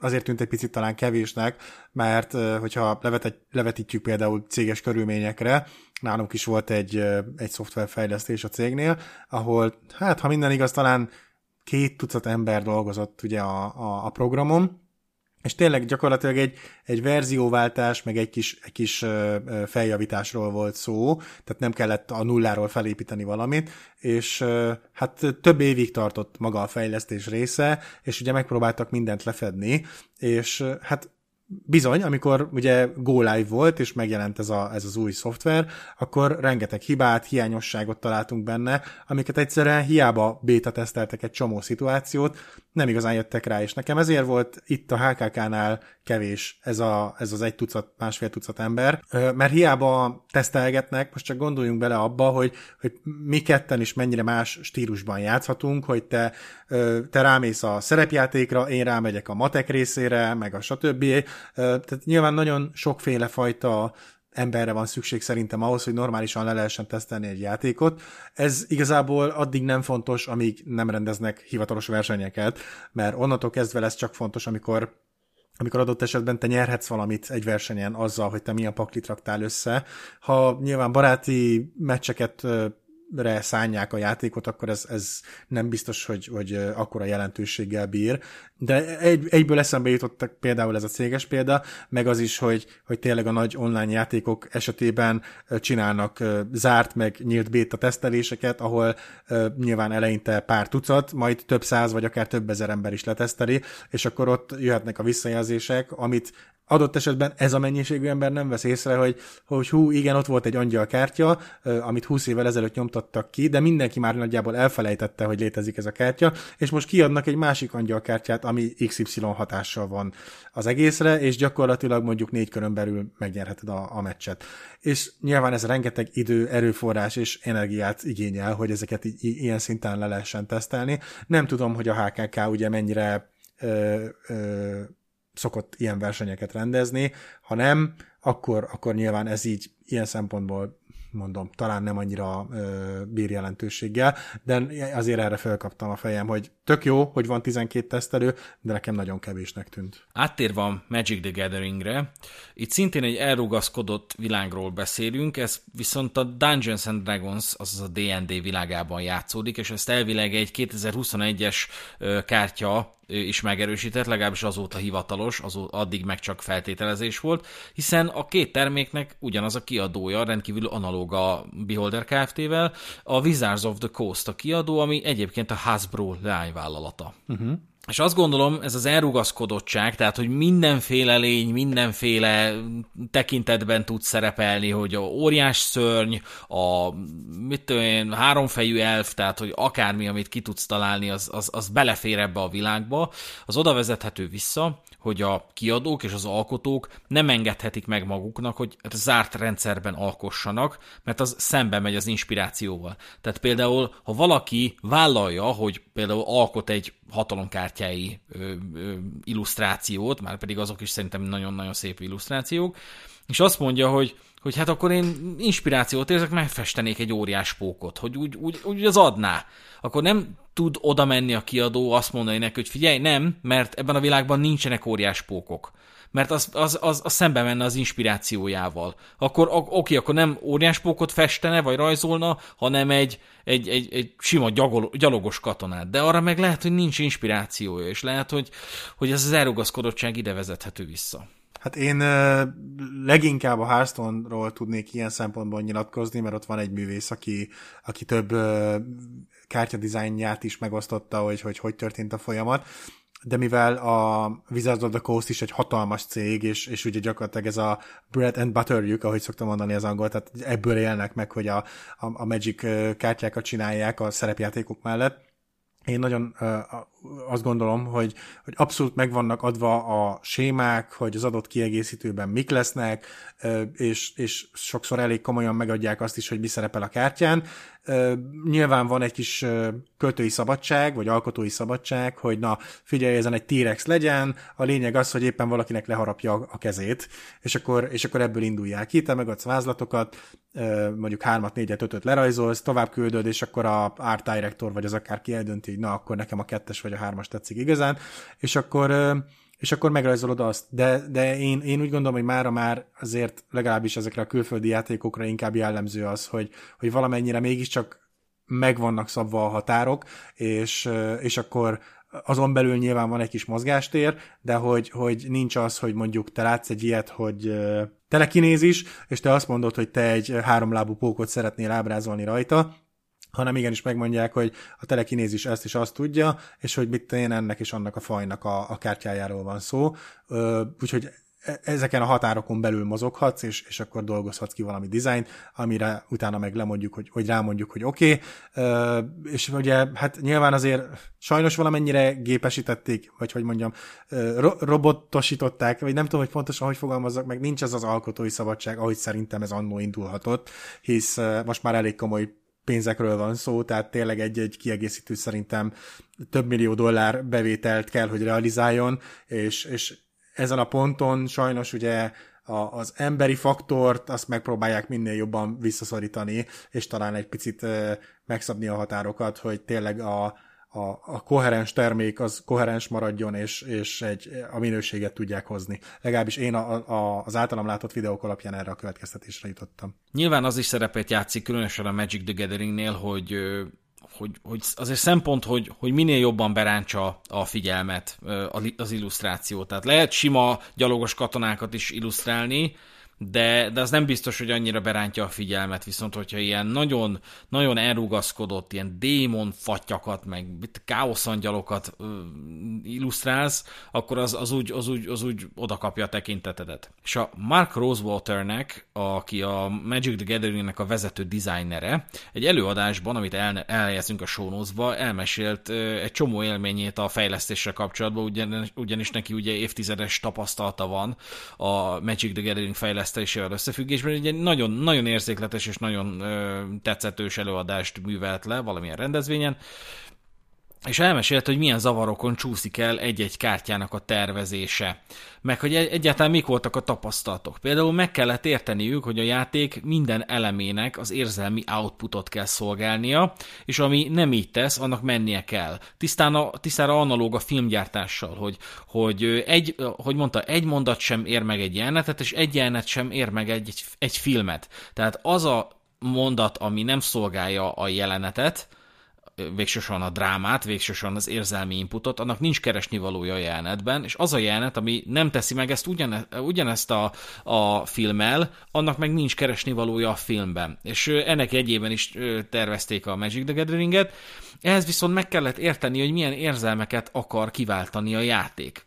azért tűnt egy picit talán kevésnek, mert hogyha levet, levetítjük például céges körülményekre, nálunk is volt egy, egy szoftverfejlesztés a cégnél, ahol, hát ha minden igaz, talán két tucat ember dolgozott ugye a, a, a programon, és tényleg gyakorlatilag egy, egy verzióváltás, meg egy kis, egy kis feljavításról volt szó, tehát nem kellett a nulláról felépíteni valamit, és hát több évig tartott maga a fejlesztés része, és ugye megpróbáltak mindent lefedni, és hát bizony, amikor ugye Go Live volt, és megjelent ez, a, ez az új szoftver, akkor rengeteg hibát, hiányosságot találtunk benne, amiket egyszerűen hiába béta teszteltek egy csomó szituációt, nem igazán jöttek rá, és nekem ezért volt itt a há ká ká-nál kevés ez, a, ez az egy tucat, másfél tucat ember, mert hiába tesztelgetnek, most csak gondoljunk bele abba, hogy, hogy mi ketten is mennyire más stílusban játszhatunk, hogy te, te rámész a szerepjátékra, én rámegyek a matek részére, meg a stb. Tehát nyilván nagyon sokféle fajta emberre van szükség szerintem ahhoz, hogy normálisan le lehessen tesztelni egy játékot. Ez igazából addig nem fontos, amíg nem rendeznek hivatalos versenyeket, mert onnantól kezdve lesz csak fontos, amikor amikor adott esetben te nyerhetsz valamit egy versenyen azzal, hogy te milyen paklit raktál össze. Ha nyilván baráti meccseket re szánják a játékot, akkor ez, ez nem biztos, hogy, hogy akkora jelentőséggel bír. De egy, egyből eszembe jutottak például ez a céges példa, meg az is, hogy, hogy tényleg a nagy online játékok esetében csinálnak zárt, meg nyílt béta teszteléseket, ahol nyilván eleinte pár tucat, majd több száz, vagy akár több ezer ember is leteszteli, és akkor ott jöhetnek a visszajelzések, amit adott esetben ez a mennyiségű ember nem vesz észre, hogy, hogy hú, igen, ott volt egy angyalkártya, amit húsz évvel ezelőtt nyomtattak ki, de mindenki már nagyjából elfelejtette, hogy létezik ez a kártya, és most kiadnak egy másik angyalkártyát, ami iksz ipszilon hatással van az egészre, és gyakorlatilag mondjuk négy körön belül megnyerheted a, a meccset. És nyilván ez rengeteg idő, erőforrás és energiát igényel, hogy ezeket i- ilyen szinten le lehessen tesztelni. Nem tudom, hogy a há ká ká ugye mennyire ö, ö, szokott ilyen versenyeket rendezni, ha nem, akkor, akkor nyilván ez így ilyen szempontból mondom, talán nem annyira ö, bír jelentőséggel, de azért erre felkaptam a fejem, hogy tök jó, hogy van tizenkét tesztelő, de nekem nagyon kevésnek tűnt. Áttérve a Magic the Gatheringre, itt szintén egy elrugaszkodott világról beszélünk, ez viszont a Dungeons and Dragons, azaz a dé end dé világában játszódik, és ezt elvileg egy kétezer-huszonegyes kártya is megerősített, legalábbis azóta hivatalos, azóta, addig meg csak feltételezés volt, hiszen a két terméknek ugyanaz a kiadója, rendkívül analóg a Beholder Kft-vel, a Wizards of the Coast a kiadó, ami egyébként a Hasbro leányvállalata. Uh-huh. És azt gondolom, ez az elrugaszkodottság, tehát, hogy mindenféle lény, mindenféle tekintetben tud szerepelni, hogy a óriás szörny, a mit tudom én, háromfejű elf, tehát, hogy akármi, amit ki tudsz találni, az, az, az belefér ebbe a világba, az oda vezethető vissza, hogy a kiadók és az alkotók nem engedhetik meg maguknak, hogy zárt rendszerben alkossanak, mert az szembe megy az inspirációval. Tehát például, ha valaki vállalja, hogy például alkot egy hatalomkártyái ö, ö, illusztrációt, már pedig azok is szerintem nagyon-nagyon szép illusztrációk, és azt mondja, hogy, hogy hát akkor én inspirációt érzek, megfestenék egy óriás pókot, hogy úgy, úgy, úgy az adná. Akkor nem tud oda menni a kiadó, azt mondani neki, hogy figyelj, nem, mert ebben a világban nincsenek óriás pókok. Mert az, az, az, az szembe menne az inspirációjával. Akkor oké, akkor nem óriás pókot festene, vagy rajzolna, hanem egy, egy, egy, egy sima gyagol, gyalogos katonát. De arra meg lehet, hogy nincs inspirációja, és lehet, hogy, hogy ez az elrugaszkodottság ide vezethető vissza. Hát én uh, leginkább a Hearthstone-ról tudnék ilyen szempontból nyilatkozni, mert ott van egy művész, aki, aki több uh, kártyadizájnját is megosztotta, hogy, hogy hogy történt a folyamat. De mivel a Wizards of the Coast is egy hatalmas cég, és, és ugye gyakorlatilag ez a bread and butterjük, ahogy szoktam mondani az angol, tehát ebből élnek meg, hogy a, a, a Magic kártyákat csinálják a szerepjátékok mellett. Én nagyon uh, azt gondolom, hogy, hogy abszolút meg vannak adva a sémák, hogy az adott kiegészítőben mik lesznek, uh, és, és sokszor elég komolyan megadják azt is, hogy mi szerepel a kártyán. Uh, nyilván van egy kis uh, költői szabadság, vagy alkotói szabadság, hogy na, figyelj, ezen egy T-rex legyen, a lényeg az, hogy éppen valakinek leharapja a kezét, és akkor, és akkor ebből indulják ki, te megadsz vázlatokat, uh, mondjuk hármat, négyet, ötöt lerajzolsz, tovább küldöd, és akkor a art director, vagy az akár ki eldönti, hogy na, akkor nekem a kettes vagy a hármas tetszik igazán, és akkor, uh, és akkor megrajzolod azt. De, de én, én úgy gondolom, hogy mára már azért legalábbis ezekre a külföldi játékokra inkább jellemző az, hogy, hogy valamennyire mégiscsak meg vannak szabva a határok, és, és akkor azon belül nyilván van egy kis mozgástér, de hogy, hogy nincs az, hogy mondjuk te látsz egy ilyet, hogy telekinézis, és te azt mondod, hogy te egy háromlábú pókot szeretnél ábrázolni rajta, hanem igenis megmondják, hogy a telekinézis ezt is azt tudja, és hogy mit én ennek és annak a fajnak a, a kártyájáról van szó. Úgyhogy ezeken a határokon belül mozoghatsz, és, és akkor dolgozhatsz ki valami dizájnt, amire utána meg lemondjuk, hogy, hogy rámondjuk, hogy oké. Okay. És ugye, hát nyilván azért sajnos valamennyire gépesítették, vagy hogy mondjam, ro- robotosították, vagy nem tudom, hogy pontosan hogy fogalmazzak, meg nincs ez az alkotói szabadság, ahogy szerintem ez annó indulhatott, hisz most már elég komoly pénzekről van szó, tehát tényleg egy-egy kiegészítő szerintem több millió dollár bevételt kell, hogy realizáljon, és, és ezen a ponton sajnos ugye a, az emberi faktort azt megpróbálják minél jobban visszaszorítani, és talán egy picit e, megszabni a határokat, hogy tényleg a, a, a koherens termék az koherens maradjon, és, és egy, a minőséget tudják hozni. Legalábbis én a, a, az általam látott videók alapján erre a következtetésre jutottam. Nyilván az is szerepet játszik, különösen a Magic the Gatheringnél, hogy Hogy, hogy azért szempont, hogy, hogy minél jobban berántsa a figyelmet az illusztráció. Tehát lehet sima gyalogos katonákat is illusztrálni, de, de az nem biztos, hogy annyira berántja a figyelmet, viszont hogyha ilyen nagyon, nagyon elrugaszkodott, ilyen démon fattyakat, meg káoszangyalokat illusztrálsz, akkor az, az, úgy, az, úgy, az úgy odakapja a tekintetedet. És a Mark Rosewaternek, aki a Magic the Gatheringnek a vezető designere, egy előadásban, amit el, elhelyezünk a show notes-ba, elmesélt egy csomó élményét a fejlesztéssel kapcsolatban, ugyanis, ugyanis neki ugye évtizedes tapasztalata van a Magic the Gathering fejlesztésével összefüggésben, ugye nagyon, nagyon érzékletes és nagyon ö, tetszetős előadást művelt le valamilyen rendezvényen, és elmesélte, hogy milyen zavarokon csúszik el egy-egy kártyának a tervezése, meg hogy egyáltalán mik voltak a tapasztalatok. Például meg kellett érteniük, hogy a játék minden elemének az érzelmi outputot kell szolgálnia, és ami nem így tesz, annak mennie kell. Tisztán a, tisztára analóg a filmgyártással, hogy, hogy, egy, hogy mondta, egy mondat sem ér meg egy jelenetet, és egy jelenet sem ér meg egy, egy, egy filmet. Tehát az a mondat, ami nem szolgálja a jelenetet, végsősorban a drámát, végsősorban az érzelmi inputot, annak nincs keresnivalója a jelenetben, és az a jelenet, ami nem teszi meg ezt ugyane, ugyanezt a, a filmmel, annak meg nincs keresnivalója a filmben. És ennek jegyében is tervezték a Magic the Gathering-et, ehhez viszont meg kellett érteni, hogy milyen érzelmeket akar kiváltani a játék.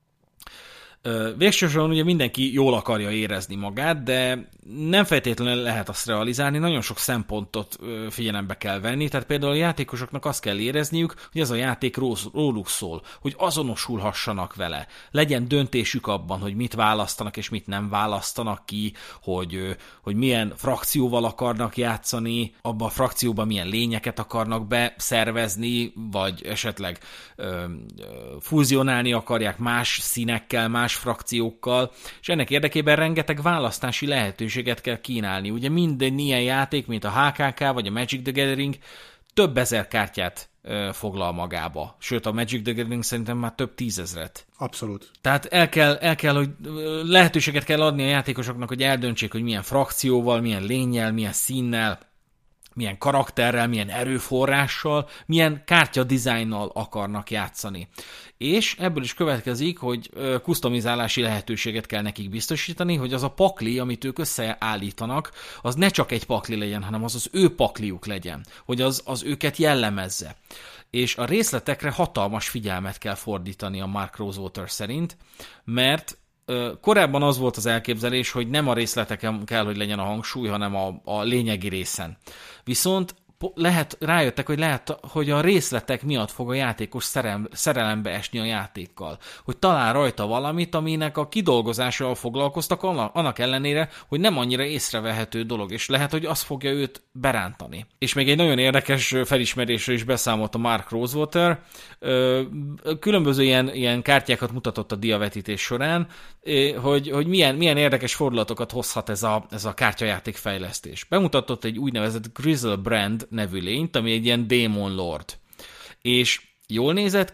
Végsősorban ugye mindenki jól akarja érezni magát, de nem feltétlenül lehet azt realizálni, nagyon sok szempontot figyelembe kell venni, tehát például a játékosoknak azt kell érezniük, hogy ez a játék róluk szól, hogy azonosulhassanak vele, legyen döntésük abban, hogy mit választanak és mit nem választanak ki, hogy, hogy milyen frakcióval akarnak játszani, abban a frakcióban milyen lényeket akarnak beszervezni, vagy esetleg ö, ö, fúzionálni akarják más színekkel, más frakciókkal, és ennek érdekében rengeteg választási lehetőséget kell kínálni. Ugye minden ilyen játék, mint a há ká ká vagy a Magic the Gathering több ezer kártyát ö, foglal magába. Sőt, a Magic the Gathering szerintem már több tízezret. Abszolút. Tehát el kell, el kell, hogy lehetőséget kell adni a játékosoknak, hogy eldöntsék, hogy milyen frakcióval, milyen lénnyel, milyen színnel, milyen karakterrel, milyen erőforrással, milyen kártyadizájnnal akarnak játszani. És ebből is következik, hogy kusztomizálási lehetőséget kell nekik biztosítani, hogy az a pakli, amit ők összeállítanak, az ne csak egy pakli legyen, hanem az az ő pakliuk legyen, hogy az, az őket jellemezze. És a részletekre hatalmas figyelmet kell fordítani a Mark Rosewater szerint, mert korábban az volt az elképzelés, hogy nem a részleteken kell, hogy legyen a hangsúly, hanem a, a lényegi részen. Viszont lehet, rájöttek, hogy lehet, hogy a részletek miatt fog a játékos szerelem, szerelembe esni a játékkal. Hogy talál rajta valamit, aminek a kidolgozásával foglalkoztak, annak ellenére, hogy nem annyira észrevehető dolog, és lehet, hogy az fogja őt berántani. És még egy nagyon érdekes felismerésről is beszámolt a Mark Rosewater. Különböző ilyen, ilyen kártyákat mutatott a diavetítés során, hogy, hogy milyen, milyen érdekes fordulatokat hozhat ez a, ez a kártyajáték fejlesztés. Bemutatott egy úgynevezett Grizzle Brand nevű lényt, ami egy ilyen Demon Lord. És jól nézett ki,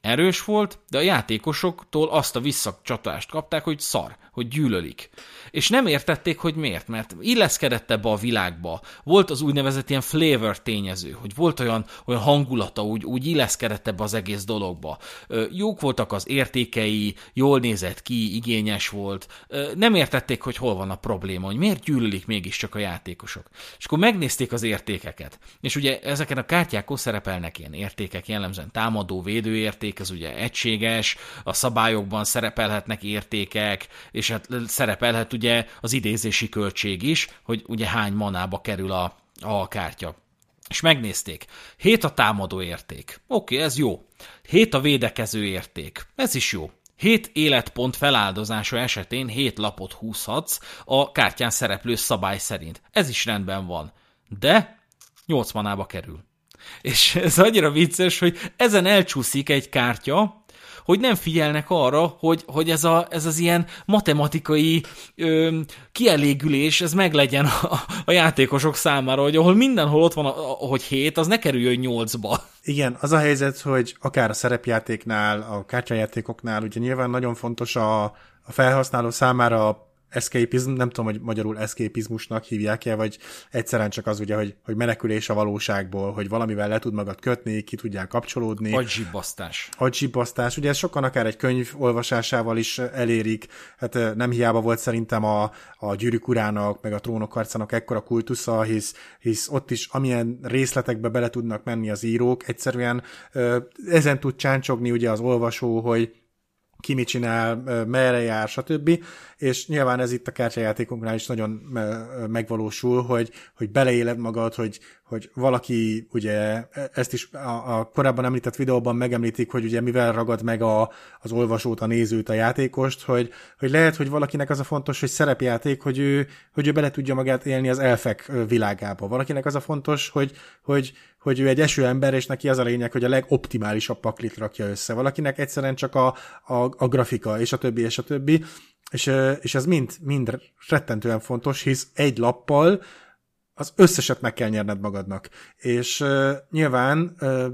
erős volt, de a játékosoktól azt a visszacsatást kapták, hogy szar, hogy gyűlölik. És nem értették, hogy miért, mert illeszkedett ebbe a világba. Volt az úgynevezett ilyen flavor tényező, hogy volt olyan, olyan hangulata, úgy, úgy illeszkedett ebbe az egész dologba. Jók voltak az értékei, jól nézett ki, igényes volt. Nem értették, hogy hol van a probléma, hogy miért gyűlölik mégiscsak a játékosok. És akkor megnézték az értékeket. És ugye ezeken a kártyákon szerepelnek ilyen értékek, jellemzően támadó, védő érték, ez ugye egységes, a szabályokban szerepelhetnek értékek, és hát szerepelhet ugye az idézési költség is, hogy ugye hány manába kerül a, a kártya. És megnézték. hét a támadó érték. Oké, ez jó. hét a védekező érték. Ez is jó. hét életpont feláldozása esetén hét lapot húzhatsz a kártyán szereplő szabály szerint. Ez is rendben van. De nyolc manába kerül. És ez annyira vicces, hogy ezen elcsúszik egy kártya, hogy nem figyelnek arra, hogy, hogy ez, a, ez az ilyen matematikai ö, kielégülés, ez meglegyen a, a játékosok számára, hogy ahol mindenhol ott van, a, hogy hét, az ne kerüljön nyolcba. Igen, az a helyzet, hogy akár a szerepjátéknál, a kártyajátékoknál, ugye nyilván nagyon fontos a, a felhasználó számára a escapism, nem tudom, hogy magyarul escapizmusnak hívják-e, vagy egyszerűen csak az ugye, hogy, hogy menekülés a valóságból, hogy valamivel le tud magad kötni, ki tudjál kapcsolódni. Agyibbasztás. Agyibbasztás. Ugye ezt sokan akár egy könyv olvasásával is elérik, hát nem hiába volt szerintem a, a Gyűrűk urának, meg a Trónok harcának ekkora kultusza, hisz, hisz ott is amilyen részletekbe bele tudnak menni az írók, egyszerűen ezen tud csáncsogni ugye az olvasó, hogy ki mit csinál, merre jár, stb. És nyilván ez itt a kártyajátékoknál is nagyon megvalósul, hogy, hogy beleéled magad, hogy, hogy valaki, ugye ezt is a, a korábban említett videóban megemlítik, hogy ugye mivel ragad meg a, az olvasót, a nézőt, a játékost, hogy, hogy lehet, hogy valakinek az a fontos, hogy szerepjáték, hogy ő, hogy ő bele tudja magát élni az elfek világába. Valakinek az a fontos, hogy, hogy, hogy ő egy esőember, és neki az a lényeg, hogy a legoptimálisabb paklit rakja össze. Valakinek egyszerűen csak a, a, a grafika, és a többi, és a többi. És, és ez mind, mind rettentően fontos, hisz egy lappal az összeset meg kell nyerned magadnak. És uh, nyilván uh,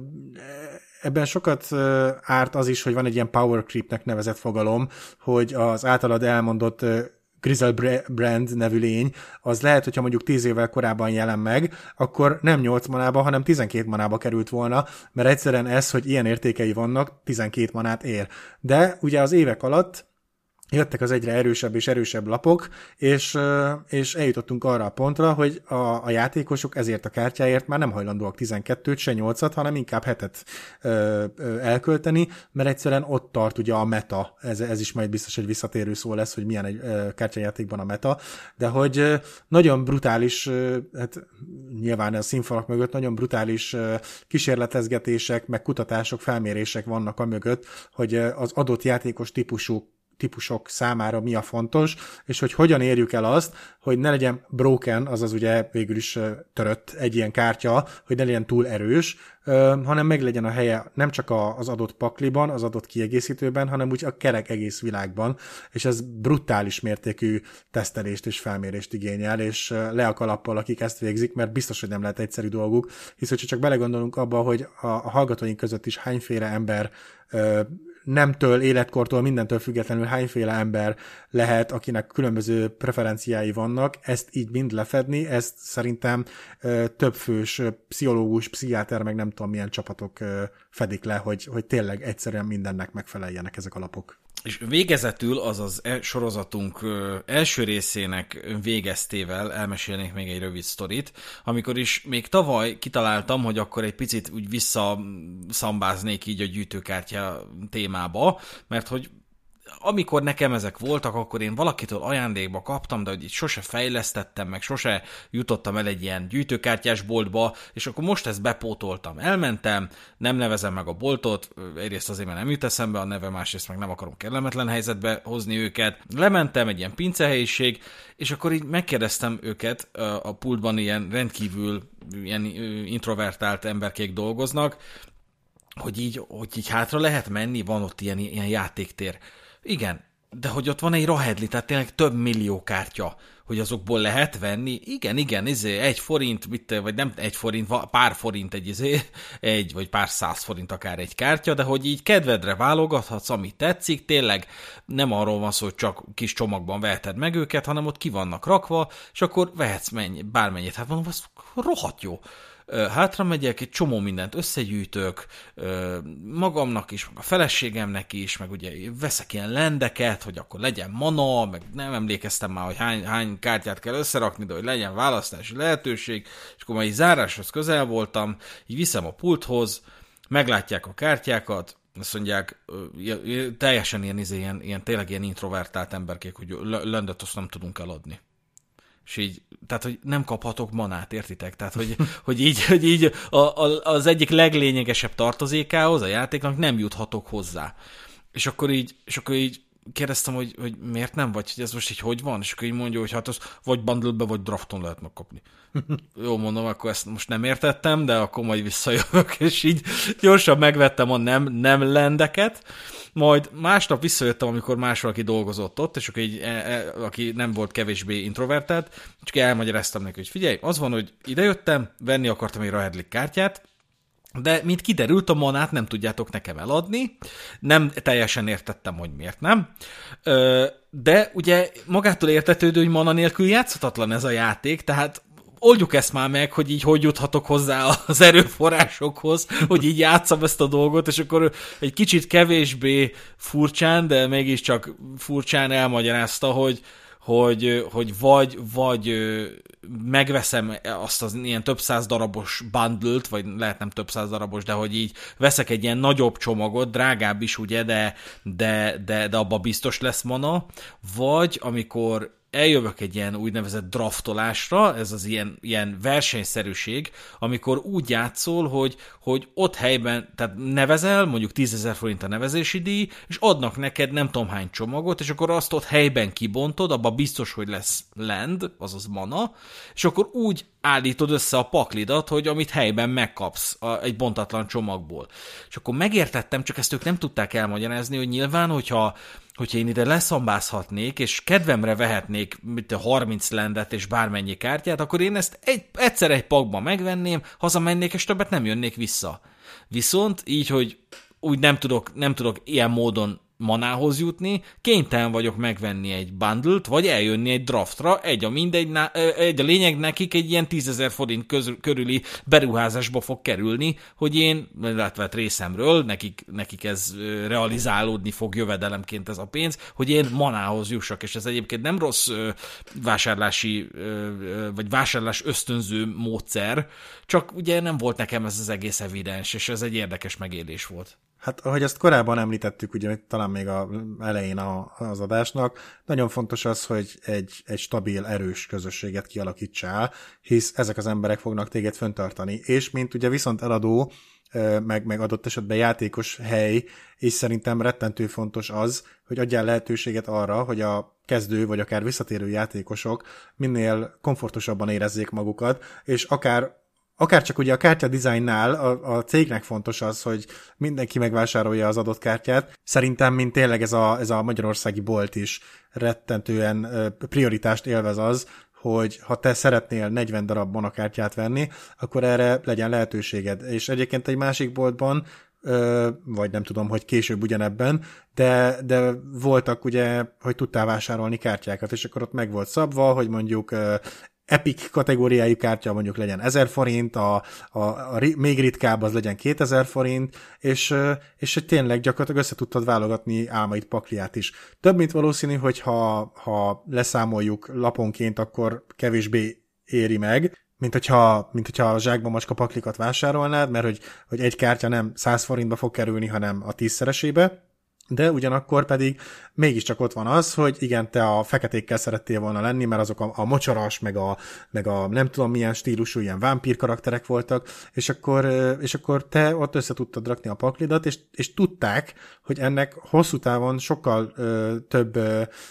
ebben sokat uh, árt az is, hogy van egy ilyen power creepnek nevezett fogalom, hogy az általad elmondott uh, Griselbrand nevű lény, az lehet, hogyha mondjuk tíz évvel korábban jelen meg, akkor nem nyolc manába, hanem tizenkét manába került volna, mert egyszerűen ez, hogy ilyen értékei vannak, tizenkét manát ér. De ugye az évek alatt jöttek az egyre erősebb és erősebb lapok, és, és eljutottunk arra a pontra, hogy a, a játékosok ezért a kártyáért már nem hajlandóak tizenkettőt, se nyolcat, hanem inkább hetet ö, ö, elkölteni, mert egyszerűen ott tart ugye a meta, ez, ez is majd biztos egy visszatérő szó lesz, hogy milyen egy ö, kártyajátékban a meta, de hogy ö, nagyon brutális, ö, hát nyilván a színfalak mögött nagyon brutális ö, kísérletezgetések, meg kutatások, felmérések vannak a mögött, hogy ö, az adott játékos típusú típusok számára mi a fontos, és hogy hogyan érjük el azt, hogy ne legyen broken, azaz ugye végül is törött egy ilyen kártya, hogy ne legyen túl erős, hanem meg legyen a helye nem csak az adott pakliban, az adott kiegészítőben, hanem úgy a kerek egész világban, és ez brutális mértékű tesztelést és felmérést igényel, és le a kalappal, akik ezt végzik, mert biztos, hogy nem lehet egyszerű dolguk, hisz hogyha csak belegondolunk abba, hogy a hallgatóink között is hányféle ember nemtől, életkortól, mindentől függetlenül hányféle ember lehet, akinek különböző preferenciái vannak, ezt így mind lefedni, ezt szerintem többfős pszichológus, pszichiáter, meg nem tudom milyen csapatok fedik le, hogy, hogy tényleg egyszerűen mindennek megfeleljenek ezek a lapok. És végezetül, azaz e sorozatunk első részének végeztével elmesélnék még egy rövid sztorit, amikor is még tavaly kitaláltam, hogy akkor egy picit úgy visszaszambáznék így a gyűjtőkártya témába, mert hogy amikor nekem ezek voltak, akkor én valakitől ajándékba kaptam, de hogy itt sose fejlesztettem, meg sose jutottam el egy ilyen gyűjtőkártyás boltba, és akkor most ezt bepótoltam. Elmentem, nem nevezem meg a boltot, egyrészt azért, mert nem jut eszembe a neve, másrészt meg nem akarom kellemetlen helyzetbe hozni őket. Lementem, egy ilyen pincehelyiség, és akkor így megkérdeztem őket, a pultban ilyen rendkívül ilyen introvertált emberkék dolgoznak, hogy így, hogy így hátra lehet menni, van ott ilyen, ilyen játéktér. Igen, de hogy ott van egy rahedli, tehát tényleg több millió kártya, hogy azokból lehet venni. Igen, igen, izé, egy forint, mit, vagy nem egy forint, pár forint egy izé, egy, vagy pár száz forint akár egy kártya, de hogy így kedvedre válogathatsz, amit tetszik, tényleg nem arról van szó, hogy csak kis csomagban veheted meg őket, hanem ott ki vannak rakva, és akkor vehetsz mennyi, bármennyit. Hát mondom, az rohadt jó. Hátra megyek, egy csomó mindent összegyűjtök, magamnak is, meg a feleségemnek is, meg ugye veszek ilyen lendeket, hogy akkor legyen mana, meg nem emlékeztem már, hogy hány, hány kártyát kell összerakni, de hogy legyen választási lehetőség, és akkor már így záráshoz közel voltam, így viszem a pulthoz, meglátják a kártyákat, azt mondják, teljesen ilyen, ilyen, ilyen tényleg ilyen introvertált emberkék, hogy lendet azt nem tudunk eladni. És így, tehát, hogy nem kaphatok manát, értitek? Tehát, hogy, hogy így, hogy így a, a, az egyik leglényegesebb tartozékához, a játéknak nem juthatok hozzá. És akkor így, és akkor így kérdeztem, hogy, hogy miért nem, vagy hogy ez most így hogy van? És akkor így mondja, hogy hát az vagy bundle-be, vagy drafton lehet megkapni. Jó, mondom, akkor ezt most nem értettem, de akkor majd visszajövök, és így gyorsan megvettem a nem, nem lendeket, majd másnap visszajöttem, amikor más valaki dolgozott ott, és akkor így, e, e, aki nem volt kevésbé introvertált, csak elmagyaráztam neki, hogy figyelj, az van, hogy idejöttem, venni akartam egy Rahedli kártyát, de mint kiderült, a manát nem tudjátok nekem eladni, nem teljesen értettem, hogy miért nem, de ugye magától értetődő, hogy mana nélkül játszhatatlan ez a játék, tehát oldjuk ezt már meg, hogy így hogy juthatok hozzá az erőforrásokhoz, hogy így játszam ezt a dolgot, és akkor egy kicsit kevésbé furcsán, de mégiscsak furcsán elmagyarázta, hogy hogy, hogy vagy, vagy megveszem azt az ilyen több száz darabos bundle-t, vagy lehet nem több száz darabos, de hogy így veszek egy ilyen nagyobb csomagot, drágább is ugye, de, de, de, de abban biztos lesz mana, vagy amikor eljövök egy ilyen úgynevezett draftolásra, ez az ilyen, ilyen versenyszerűség, amikor úgy játszol, hogy, hogy ott helyben, tehát nevezel, mondjuk tízezer forint a nevezési díj, és adnak neked nem tudom hány csomagot, és akkor azt ott helyben kibontod, abban biztos, hogy lesz land, azaz mana, és akkor úgy állítod össze a paklidat, hogy amit helyben megkapsz a, egy bontatlan csomagból. És akkor megértettem, csak ezt ők nem tudták elmagyarázni, hogy nyilván, hogyha hogyha én ide leszambázhatnék, és kedvemre vehetnék mint a harminc lendet és bármennyi kártyát, akkor én ezt egy, egyszer egy pakba megvenném, hazamennék, és többet nem jönnék vissza. Viszont így, hogy úgy nem tudok, nem tudok ilyen módon manához jutni, kénytelen vagyok megvenni egy bundle-t, vagy eljönni egy draftra, egy a mindegy, egy a lényeg nekik egy ilyen tízezer forint közül, körüli beruházásba fog kerülni, hogy én, illetve részemről, nekik, nekik ez realizálódni fog jövedelemként ez a pénz, hogy én manához jussak, és ez egyébként nem rossz vásárlási, vagy vásárlás ösztönző módszer, csak ugye nem volt nekem ez az egész evidens, és ez egy érdekes megélés volt. Hát, ahogy azt korábban említettük, ugye talán még az elején a, az adásnak, nagyon fontos az, hogy egy, egy stabil, erős közösséget kialakítsál, hisz ezek az emberek fognak téged fenntartani. És mint ugye viszont eladó, meg, meg adott esetben játékos hely, és szerintem rettentő fontos az, hogy adjál lehetőséget arra, hogy a kezdő vagy akár visszatérő játékosok minél komfortosabban érezzék magukat, és akár Akár csak ugye a kártya dizájnnál a, a cégnek fontos az, hogy mindenki megvásárolja az adott kártyát. Szerintem, mint tényleg ez a, ez a magyarországi bolt is rettentően prioritást élvez az, hogy ha te szeretnél negyven darab monokártyát venni, akkor erre legyen lehetőséged. És egyébként egy másik boltban, vagy nem tudom, hogy később ugyanebben, de, de voltak ugye, hogy tudtál vásárolni kártyákat, és akkor ott meg volt szabva, hogy mondjuk Epic kategóriájú kártya mondjuk legyen ezer forint, a, a, a még ritkább az legyen kétezer forint, és, és hogy tényleg gyakorlatilag össze tudtad válogatni álmaid pakliát is. Több mint valószínű, hogy ha, ha leszámoljuk laponként, akkor kevésbé éri meg, mint hogyha, mint hogyha a zsákba macska paklikat vásárolnád, mert hogy, hogy egy kártya nem száz forintba fog kerülni, hanem a tízszeresébe. De ugyanakkor pedig mégiscsak ott van az, hogy igen, te a feketékkel szerettél volna lenni, mert azok a, a mocsaras, meg a, meg a nem tudom milyen stílusú, ilyen vámpír karakterek voltak, és akkor, és akkor te ott össze tudtad rakni a paklidat, és, és tudták, hogy ennek hosszú távon sokkal ö, több ö,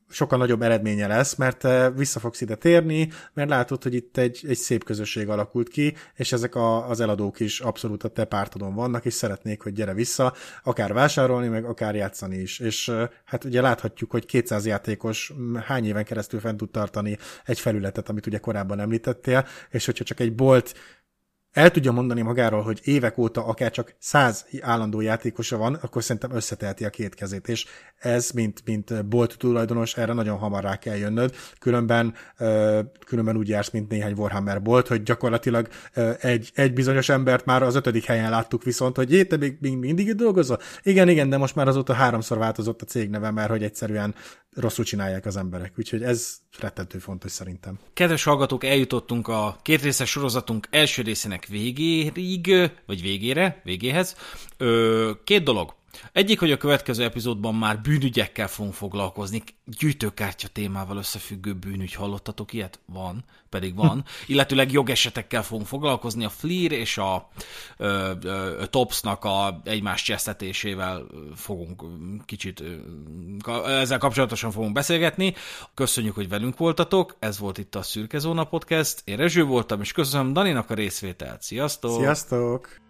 sokkal nagyobb eredménye lesz, mert vissza fogsz ide térni, mert látod, hogy itt egy, egy szép közösség alakult ki, és ezek a, az eladók is abszolút a te pártodon vannak, és szeretnék, hogy gyere vissza, akár vásárolni, meg akár játszani is. És hát ugye láthatjuk, hogy kétszáz játékos hány éven keresztül fent tud tartani egy felületet, amit ugye korábban említettél, és hogyha csak egy bolt el tudja mondani magáról, hogy évek óta akár csak száz állandó játékosa van, akkor szerintem összeteheti a két kezét, és ez, mint, mint bolt tulajdonos, erre nagyon hamar rá kell jönnöd, különben, különben úgy jársz, mint néhány Warhammer bolt, hogy gyakorlatilag egy, egy bizonyos embert már az ötödik helyen láttuk viszont, hogy jé, te még, még mindig itt dolgozol? Igen, igen, de most már azóta háromszor változott a cégneve, mert hogy egyszerűen rosszul csinálják az emberek, úgyhogy ez rettentő fontos szerintem. Kedves hallgatók, eljutottunk a két részes sorozatunk első részének végéig, vagy végére, végéhez. Ö, két dolog. Egyik, hogy a következő epizódban már bűnügyekkel fogunk foglalkozni, gyűjtőkártya témával összefüggő bűnügy, hallottatok ilyet? Van, pedig van. Illetőleg jogesetekkel fogunk foglalkozni, a Fleer és a ö, ö, Topsnak a egymás csesztetésével fogunk kicsit, ö, ezzel kapcsolatosan fogunk beszélgetni. Köszönjük, hogy velünk voltatok, ez volt itt a Szürke Zóna Podcast, én Rezső voltam, és köszönöm Daninak a részvételt. Sziasztok! Sziasztok!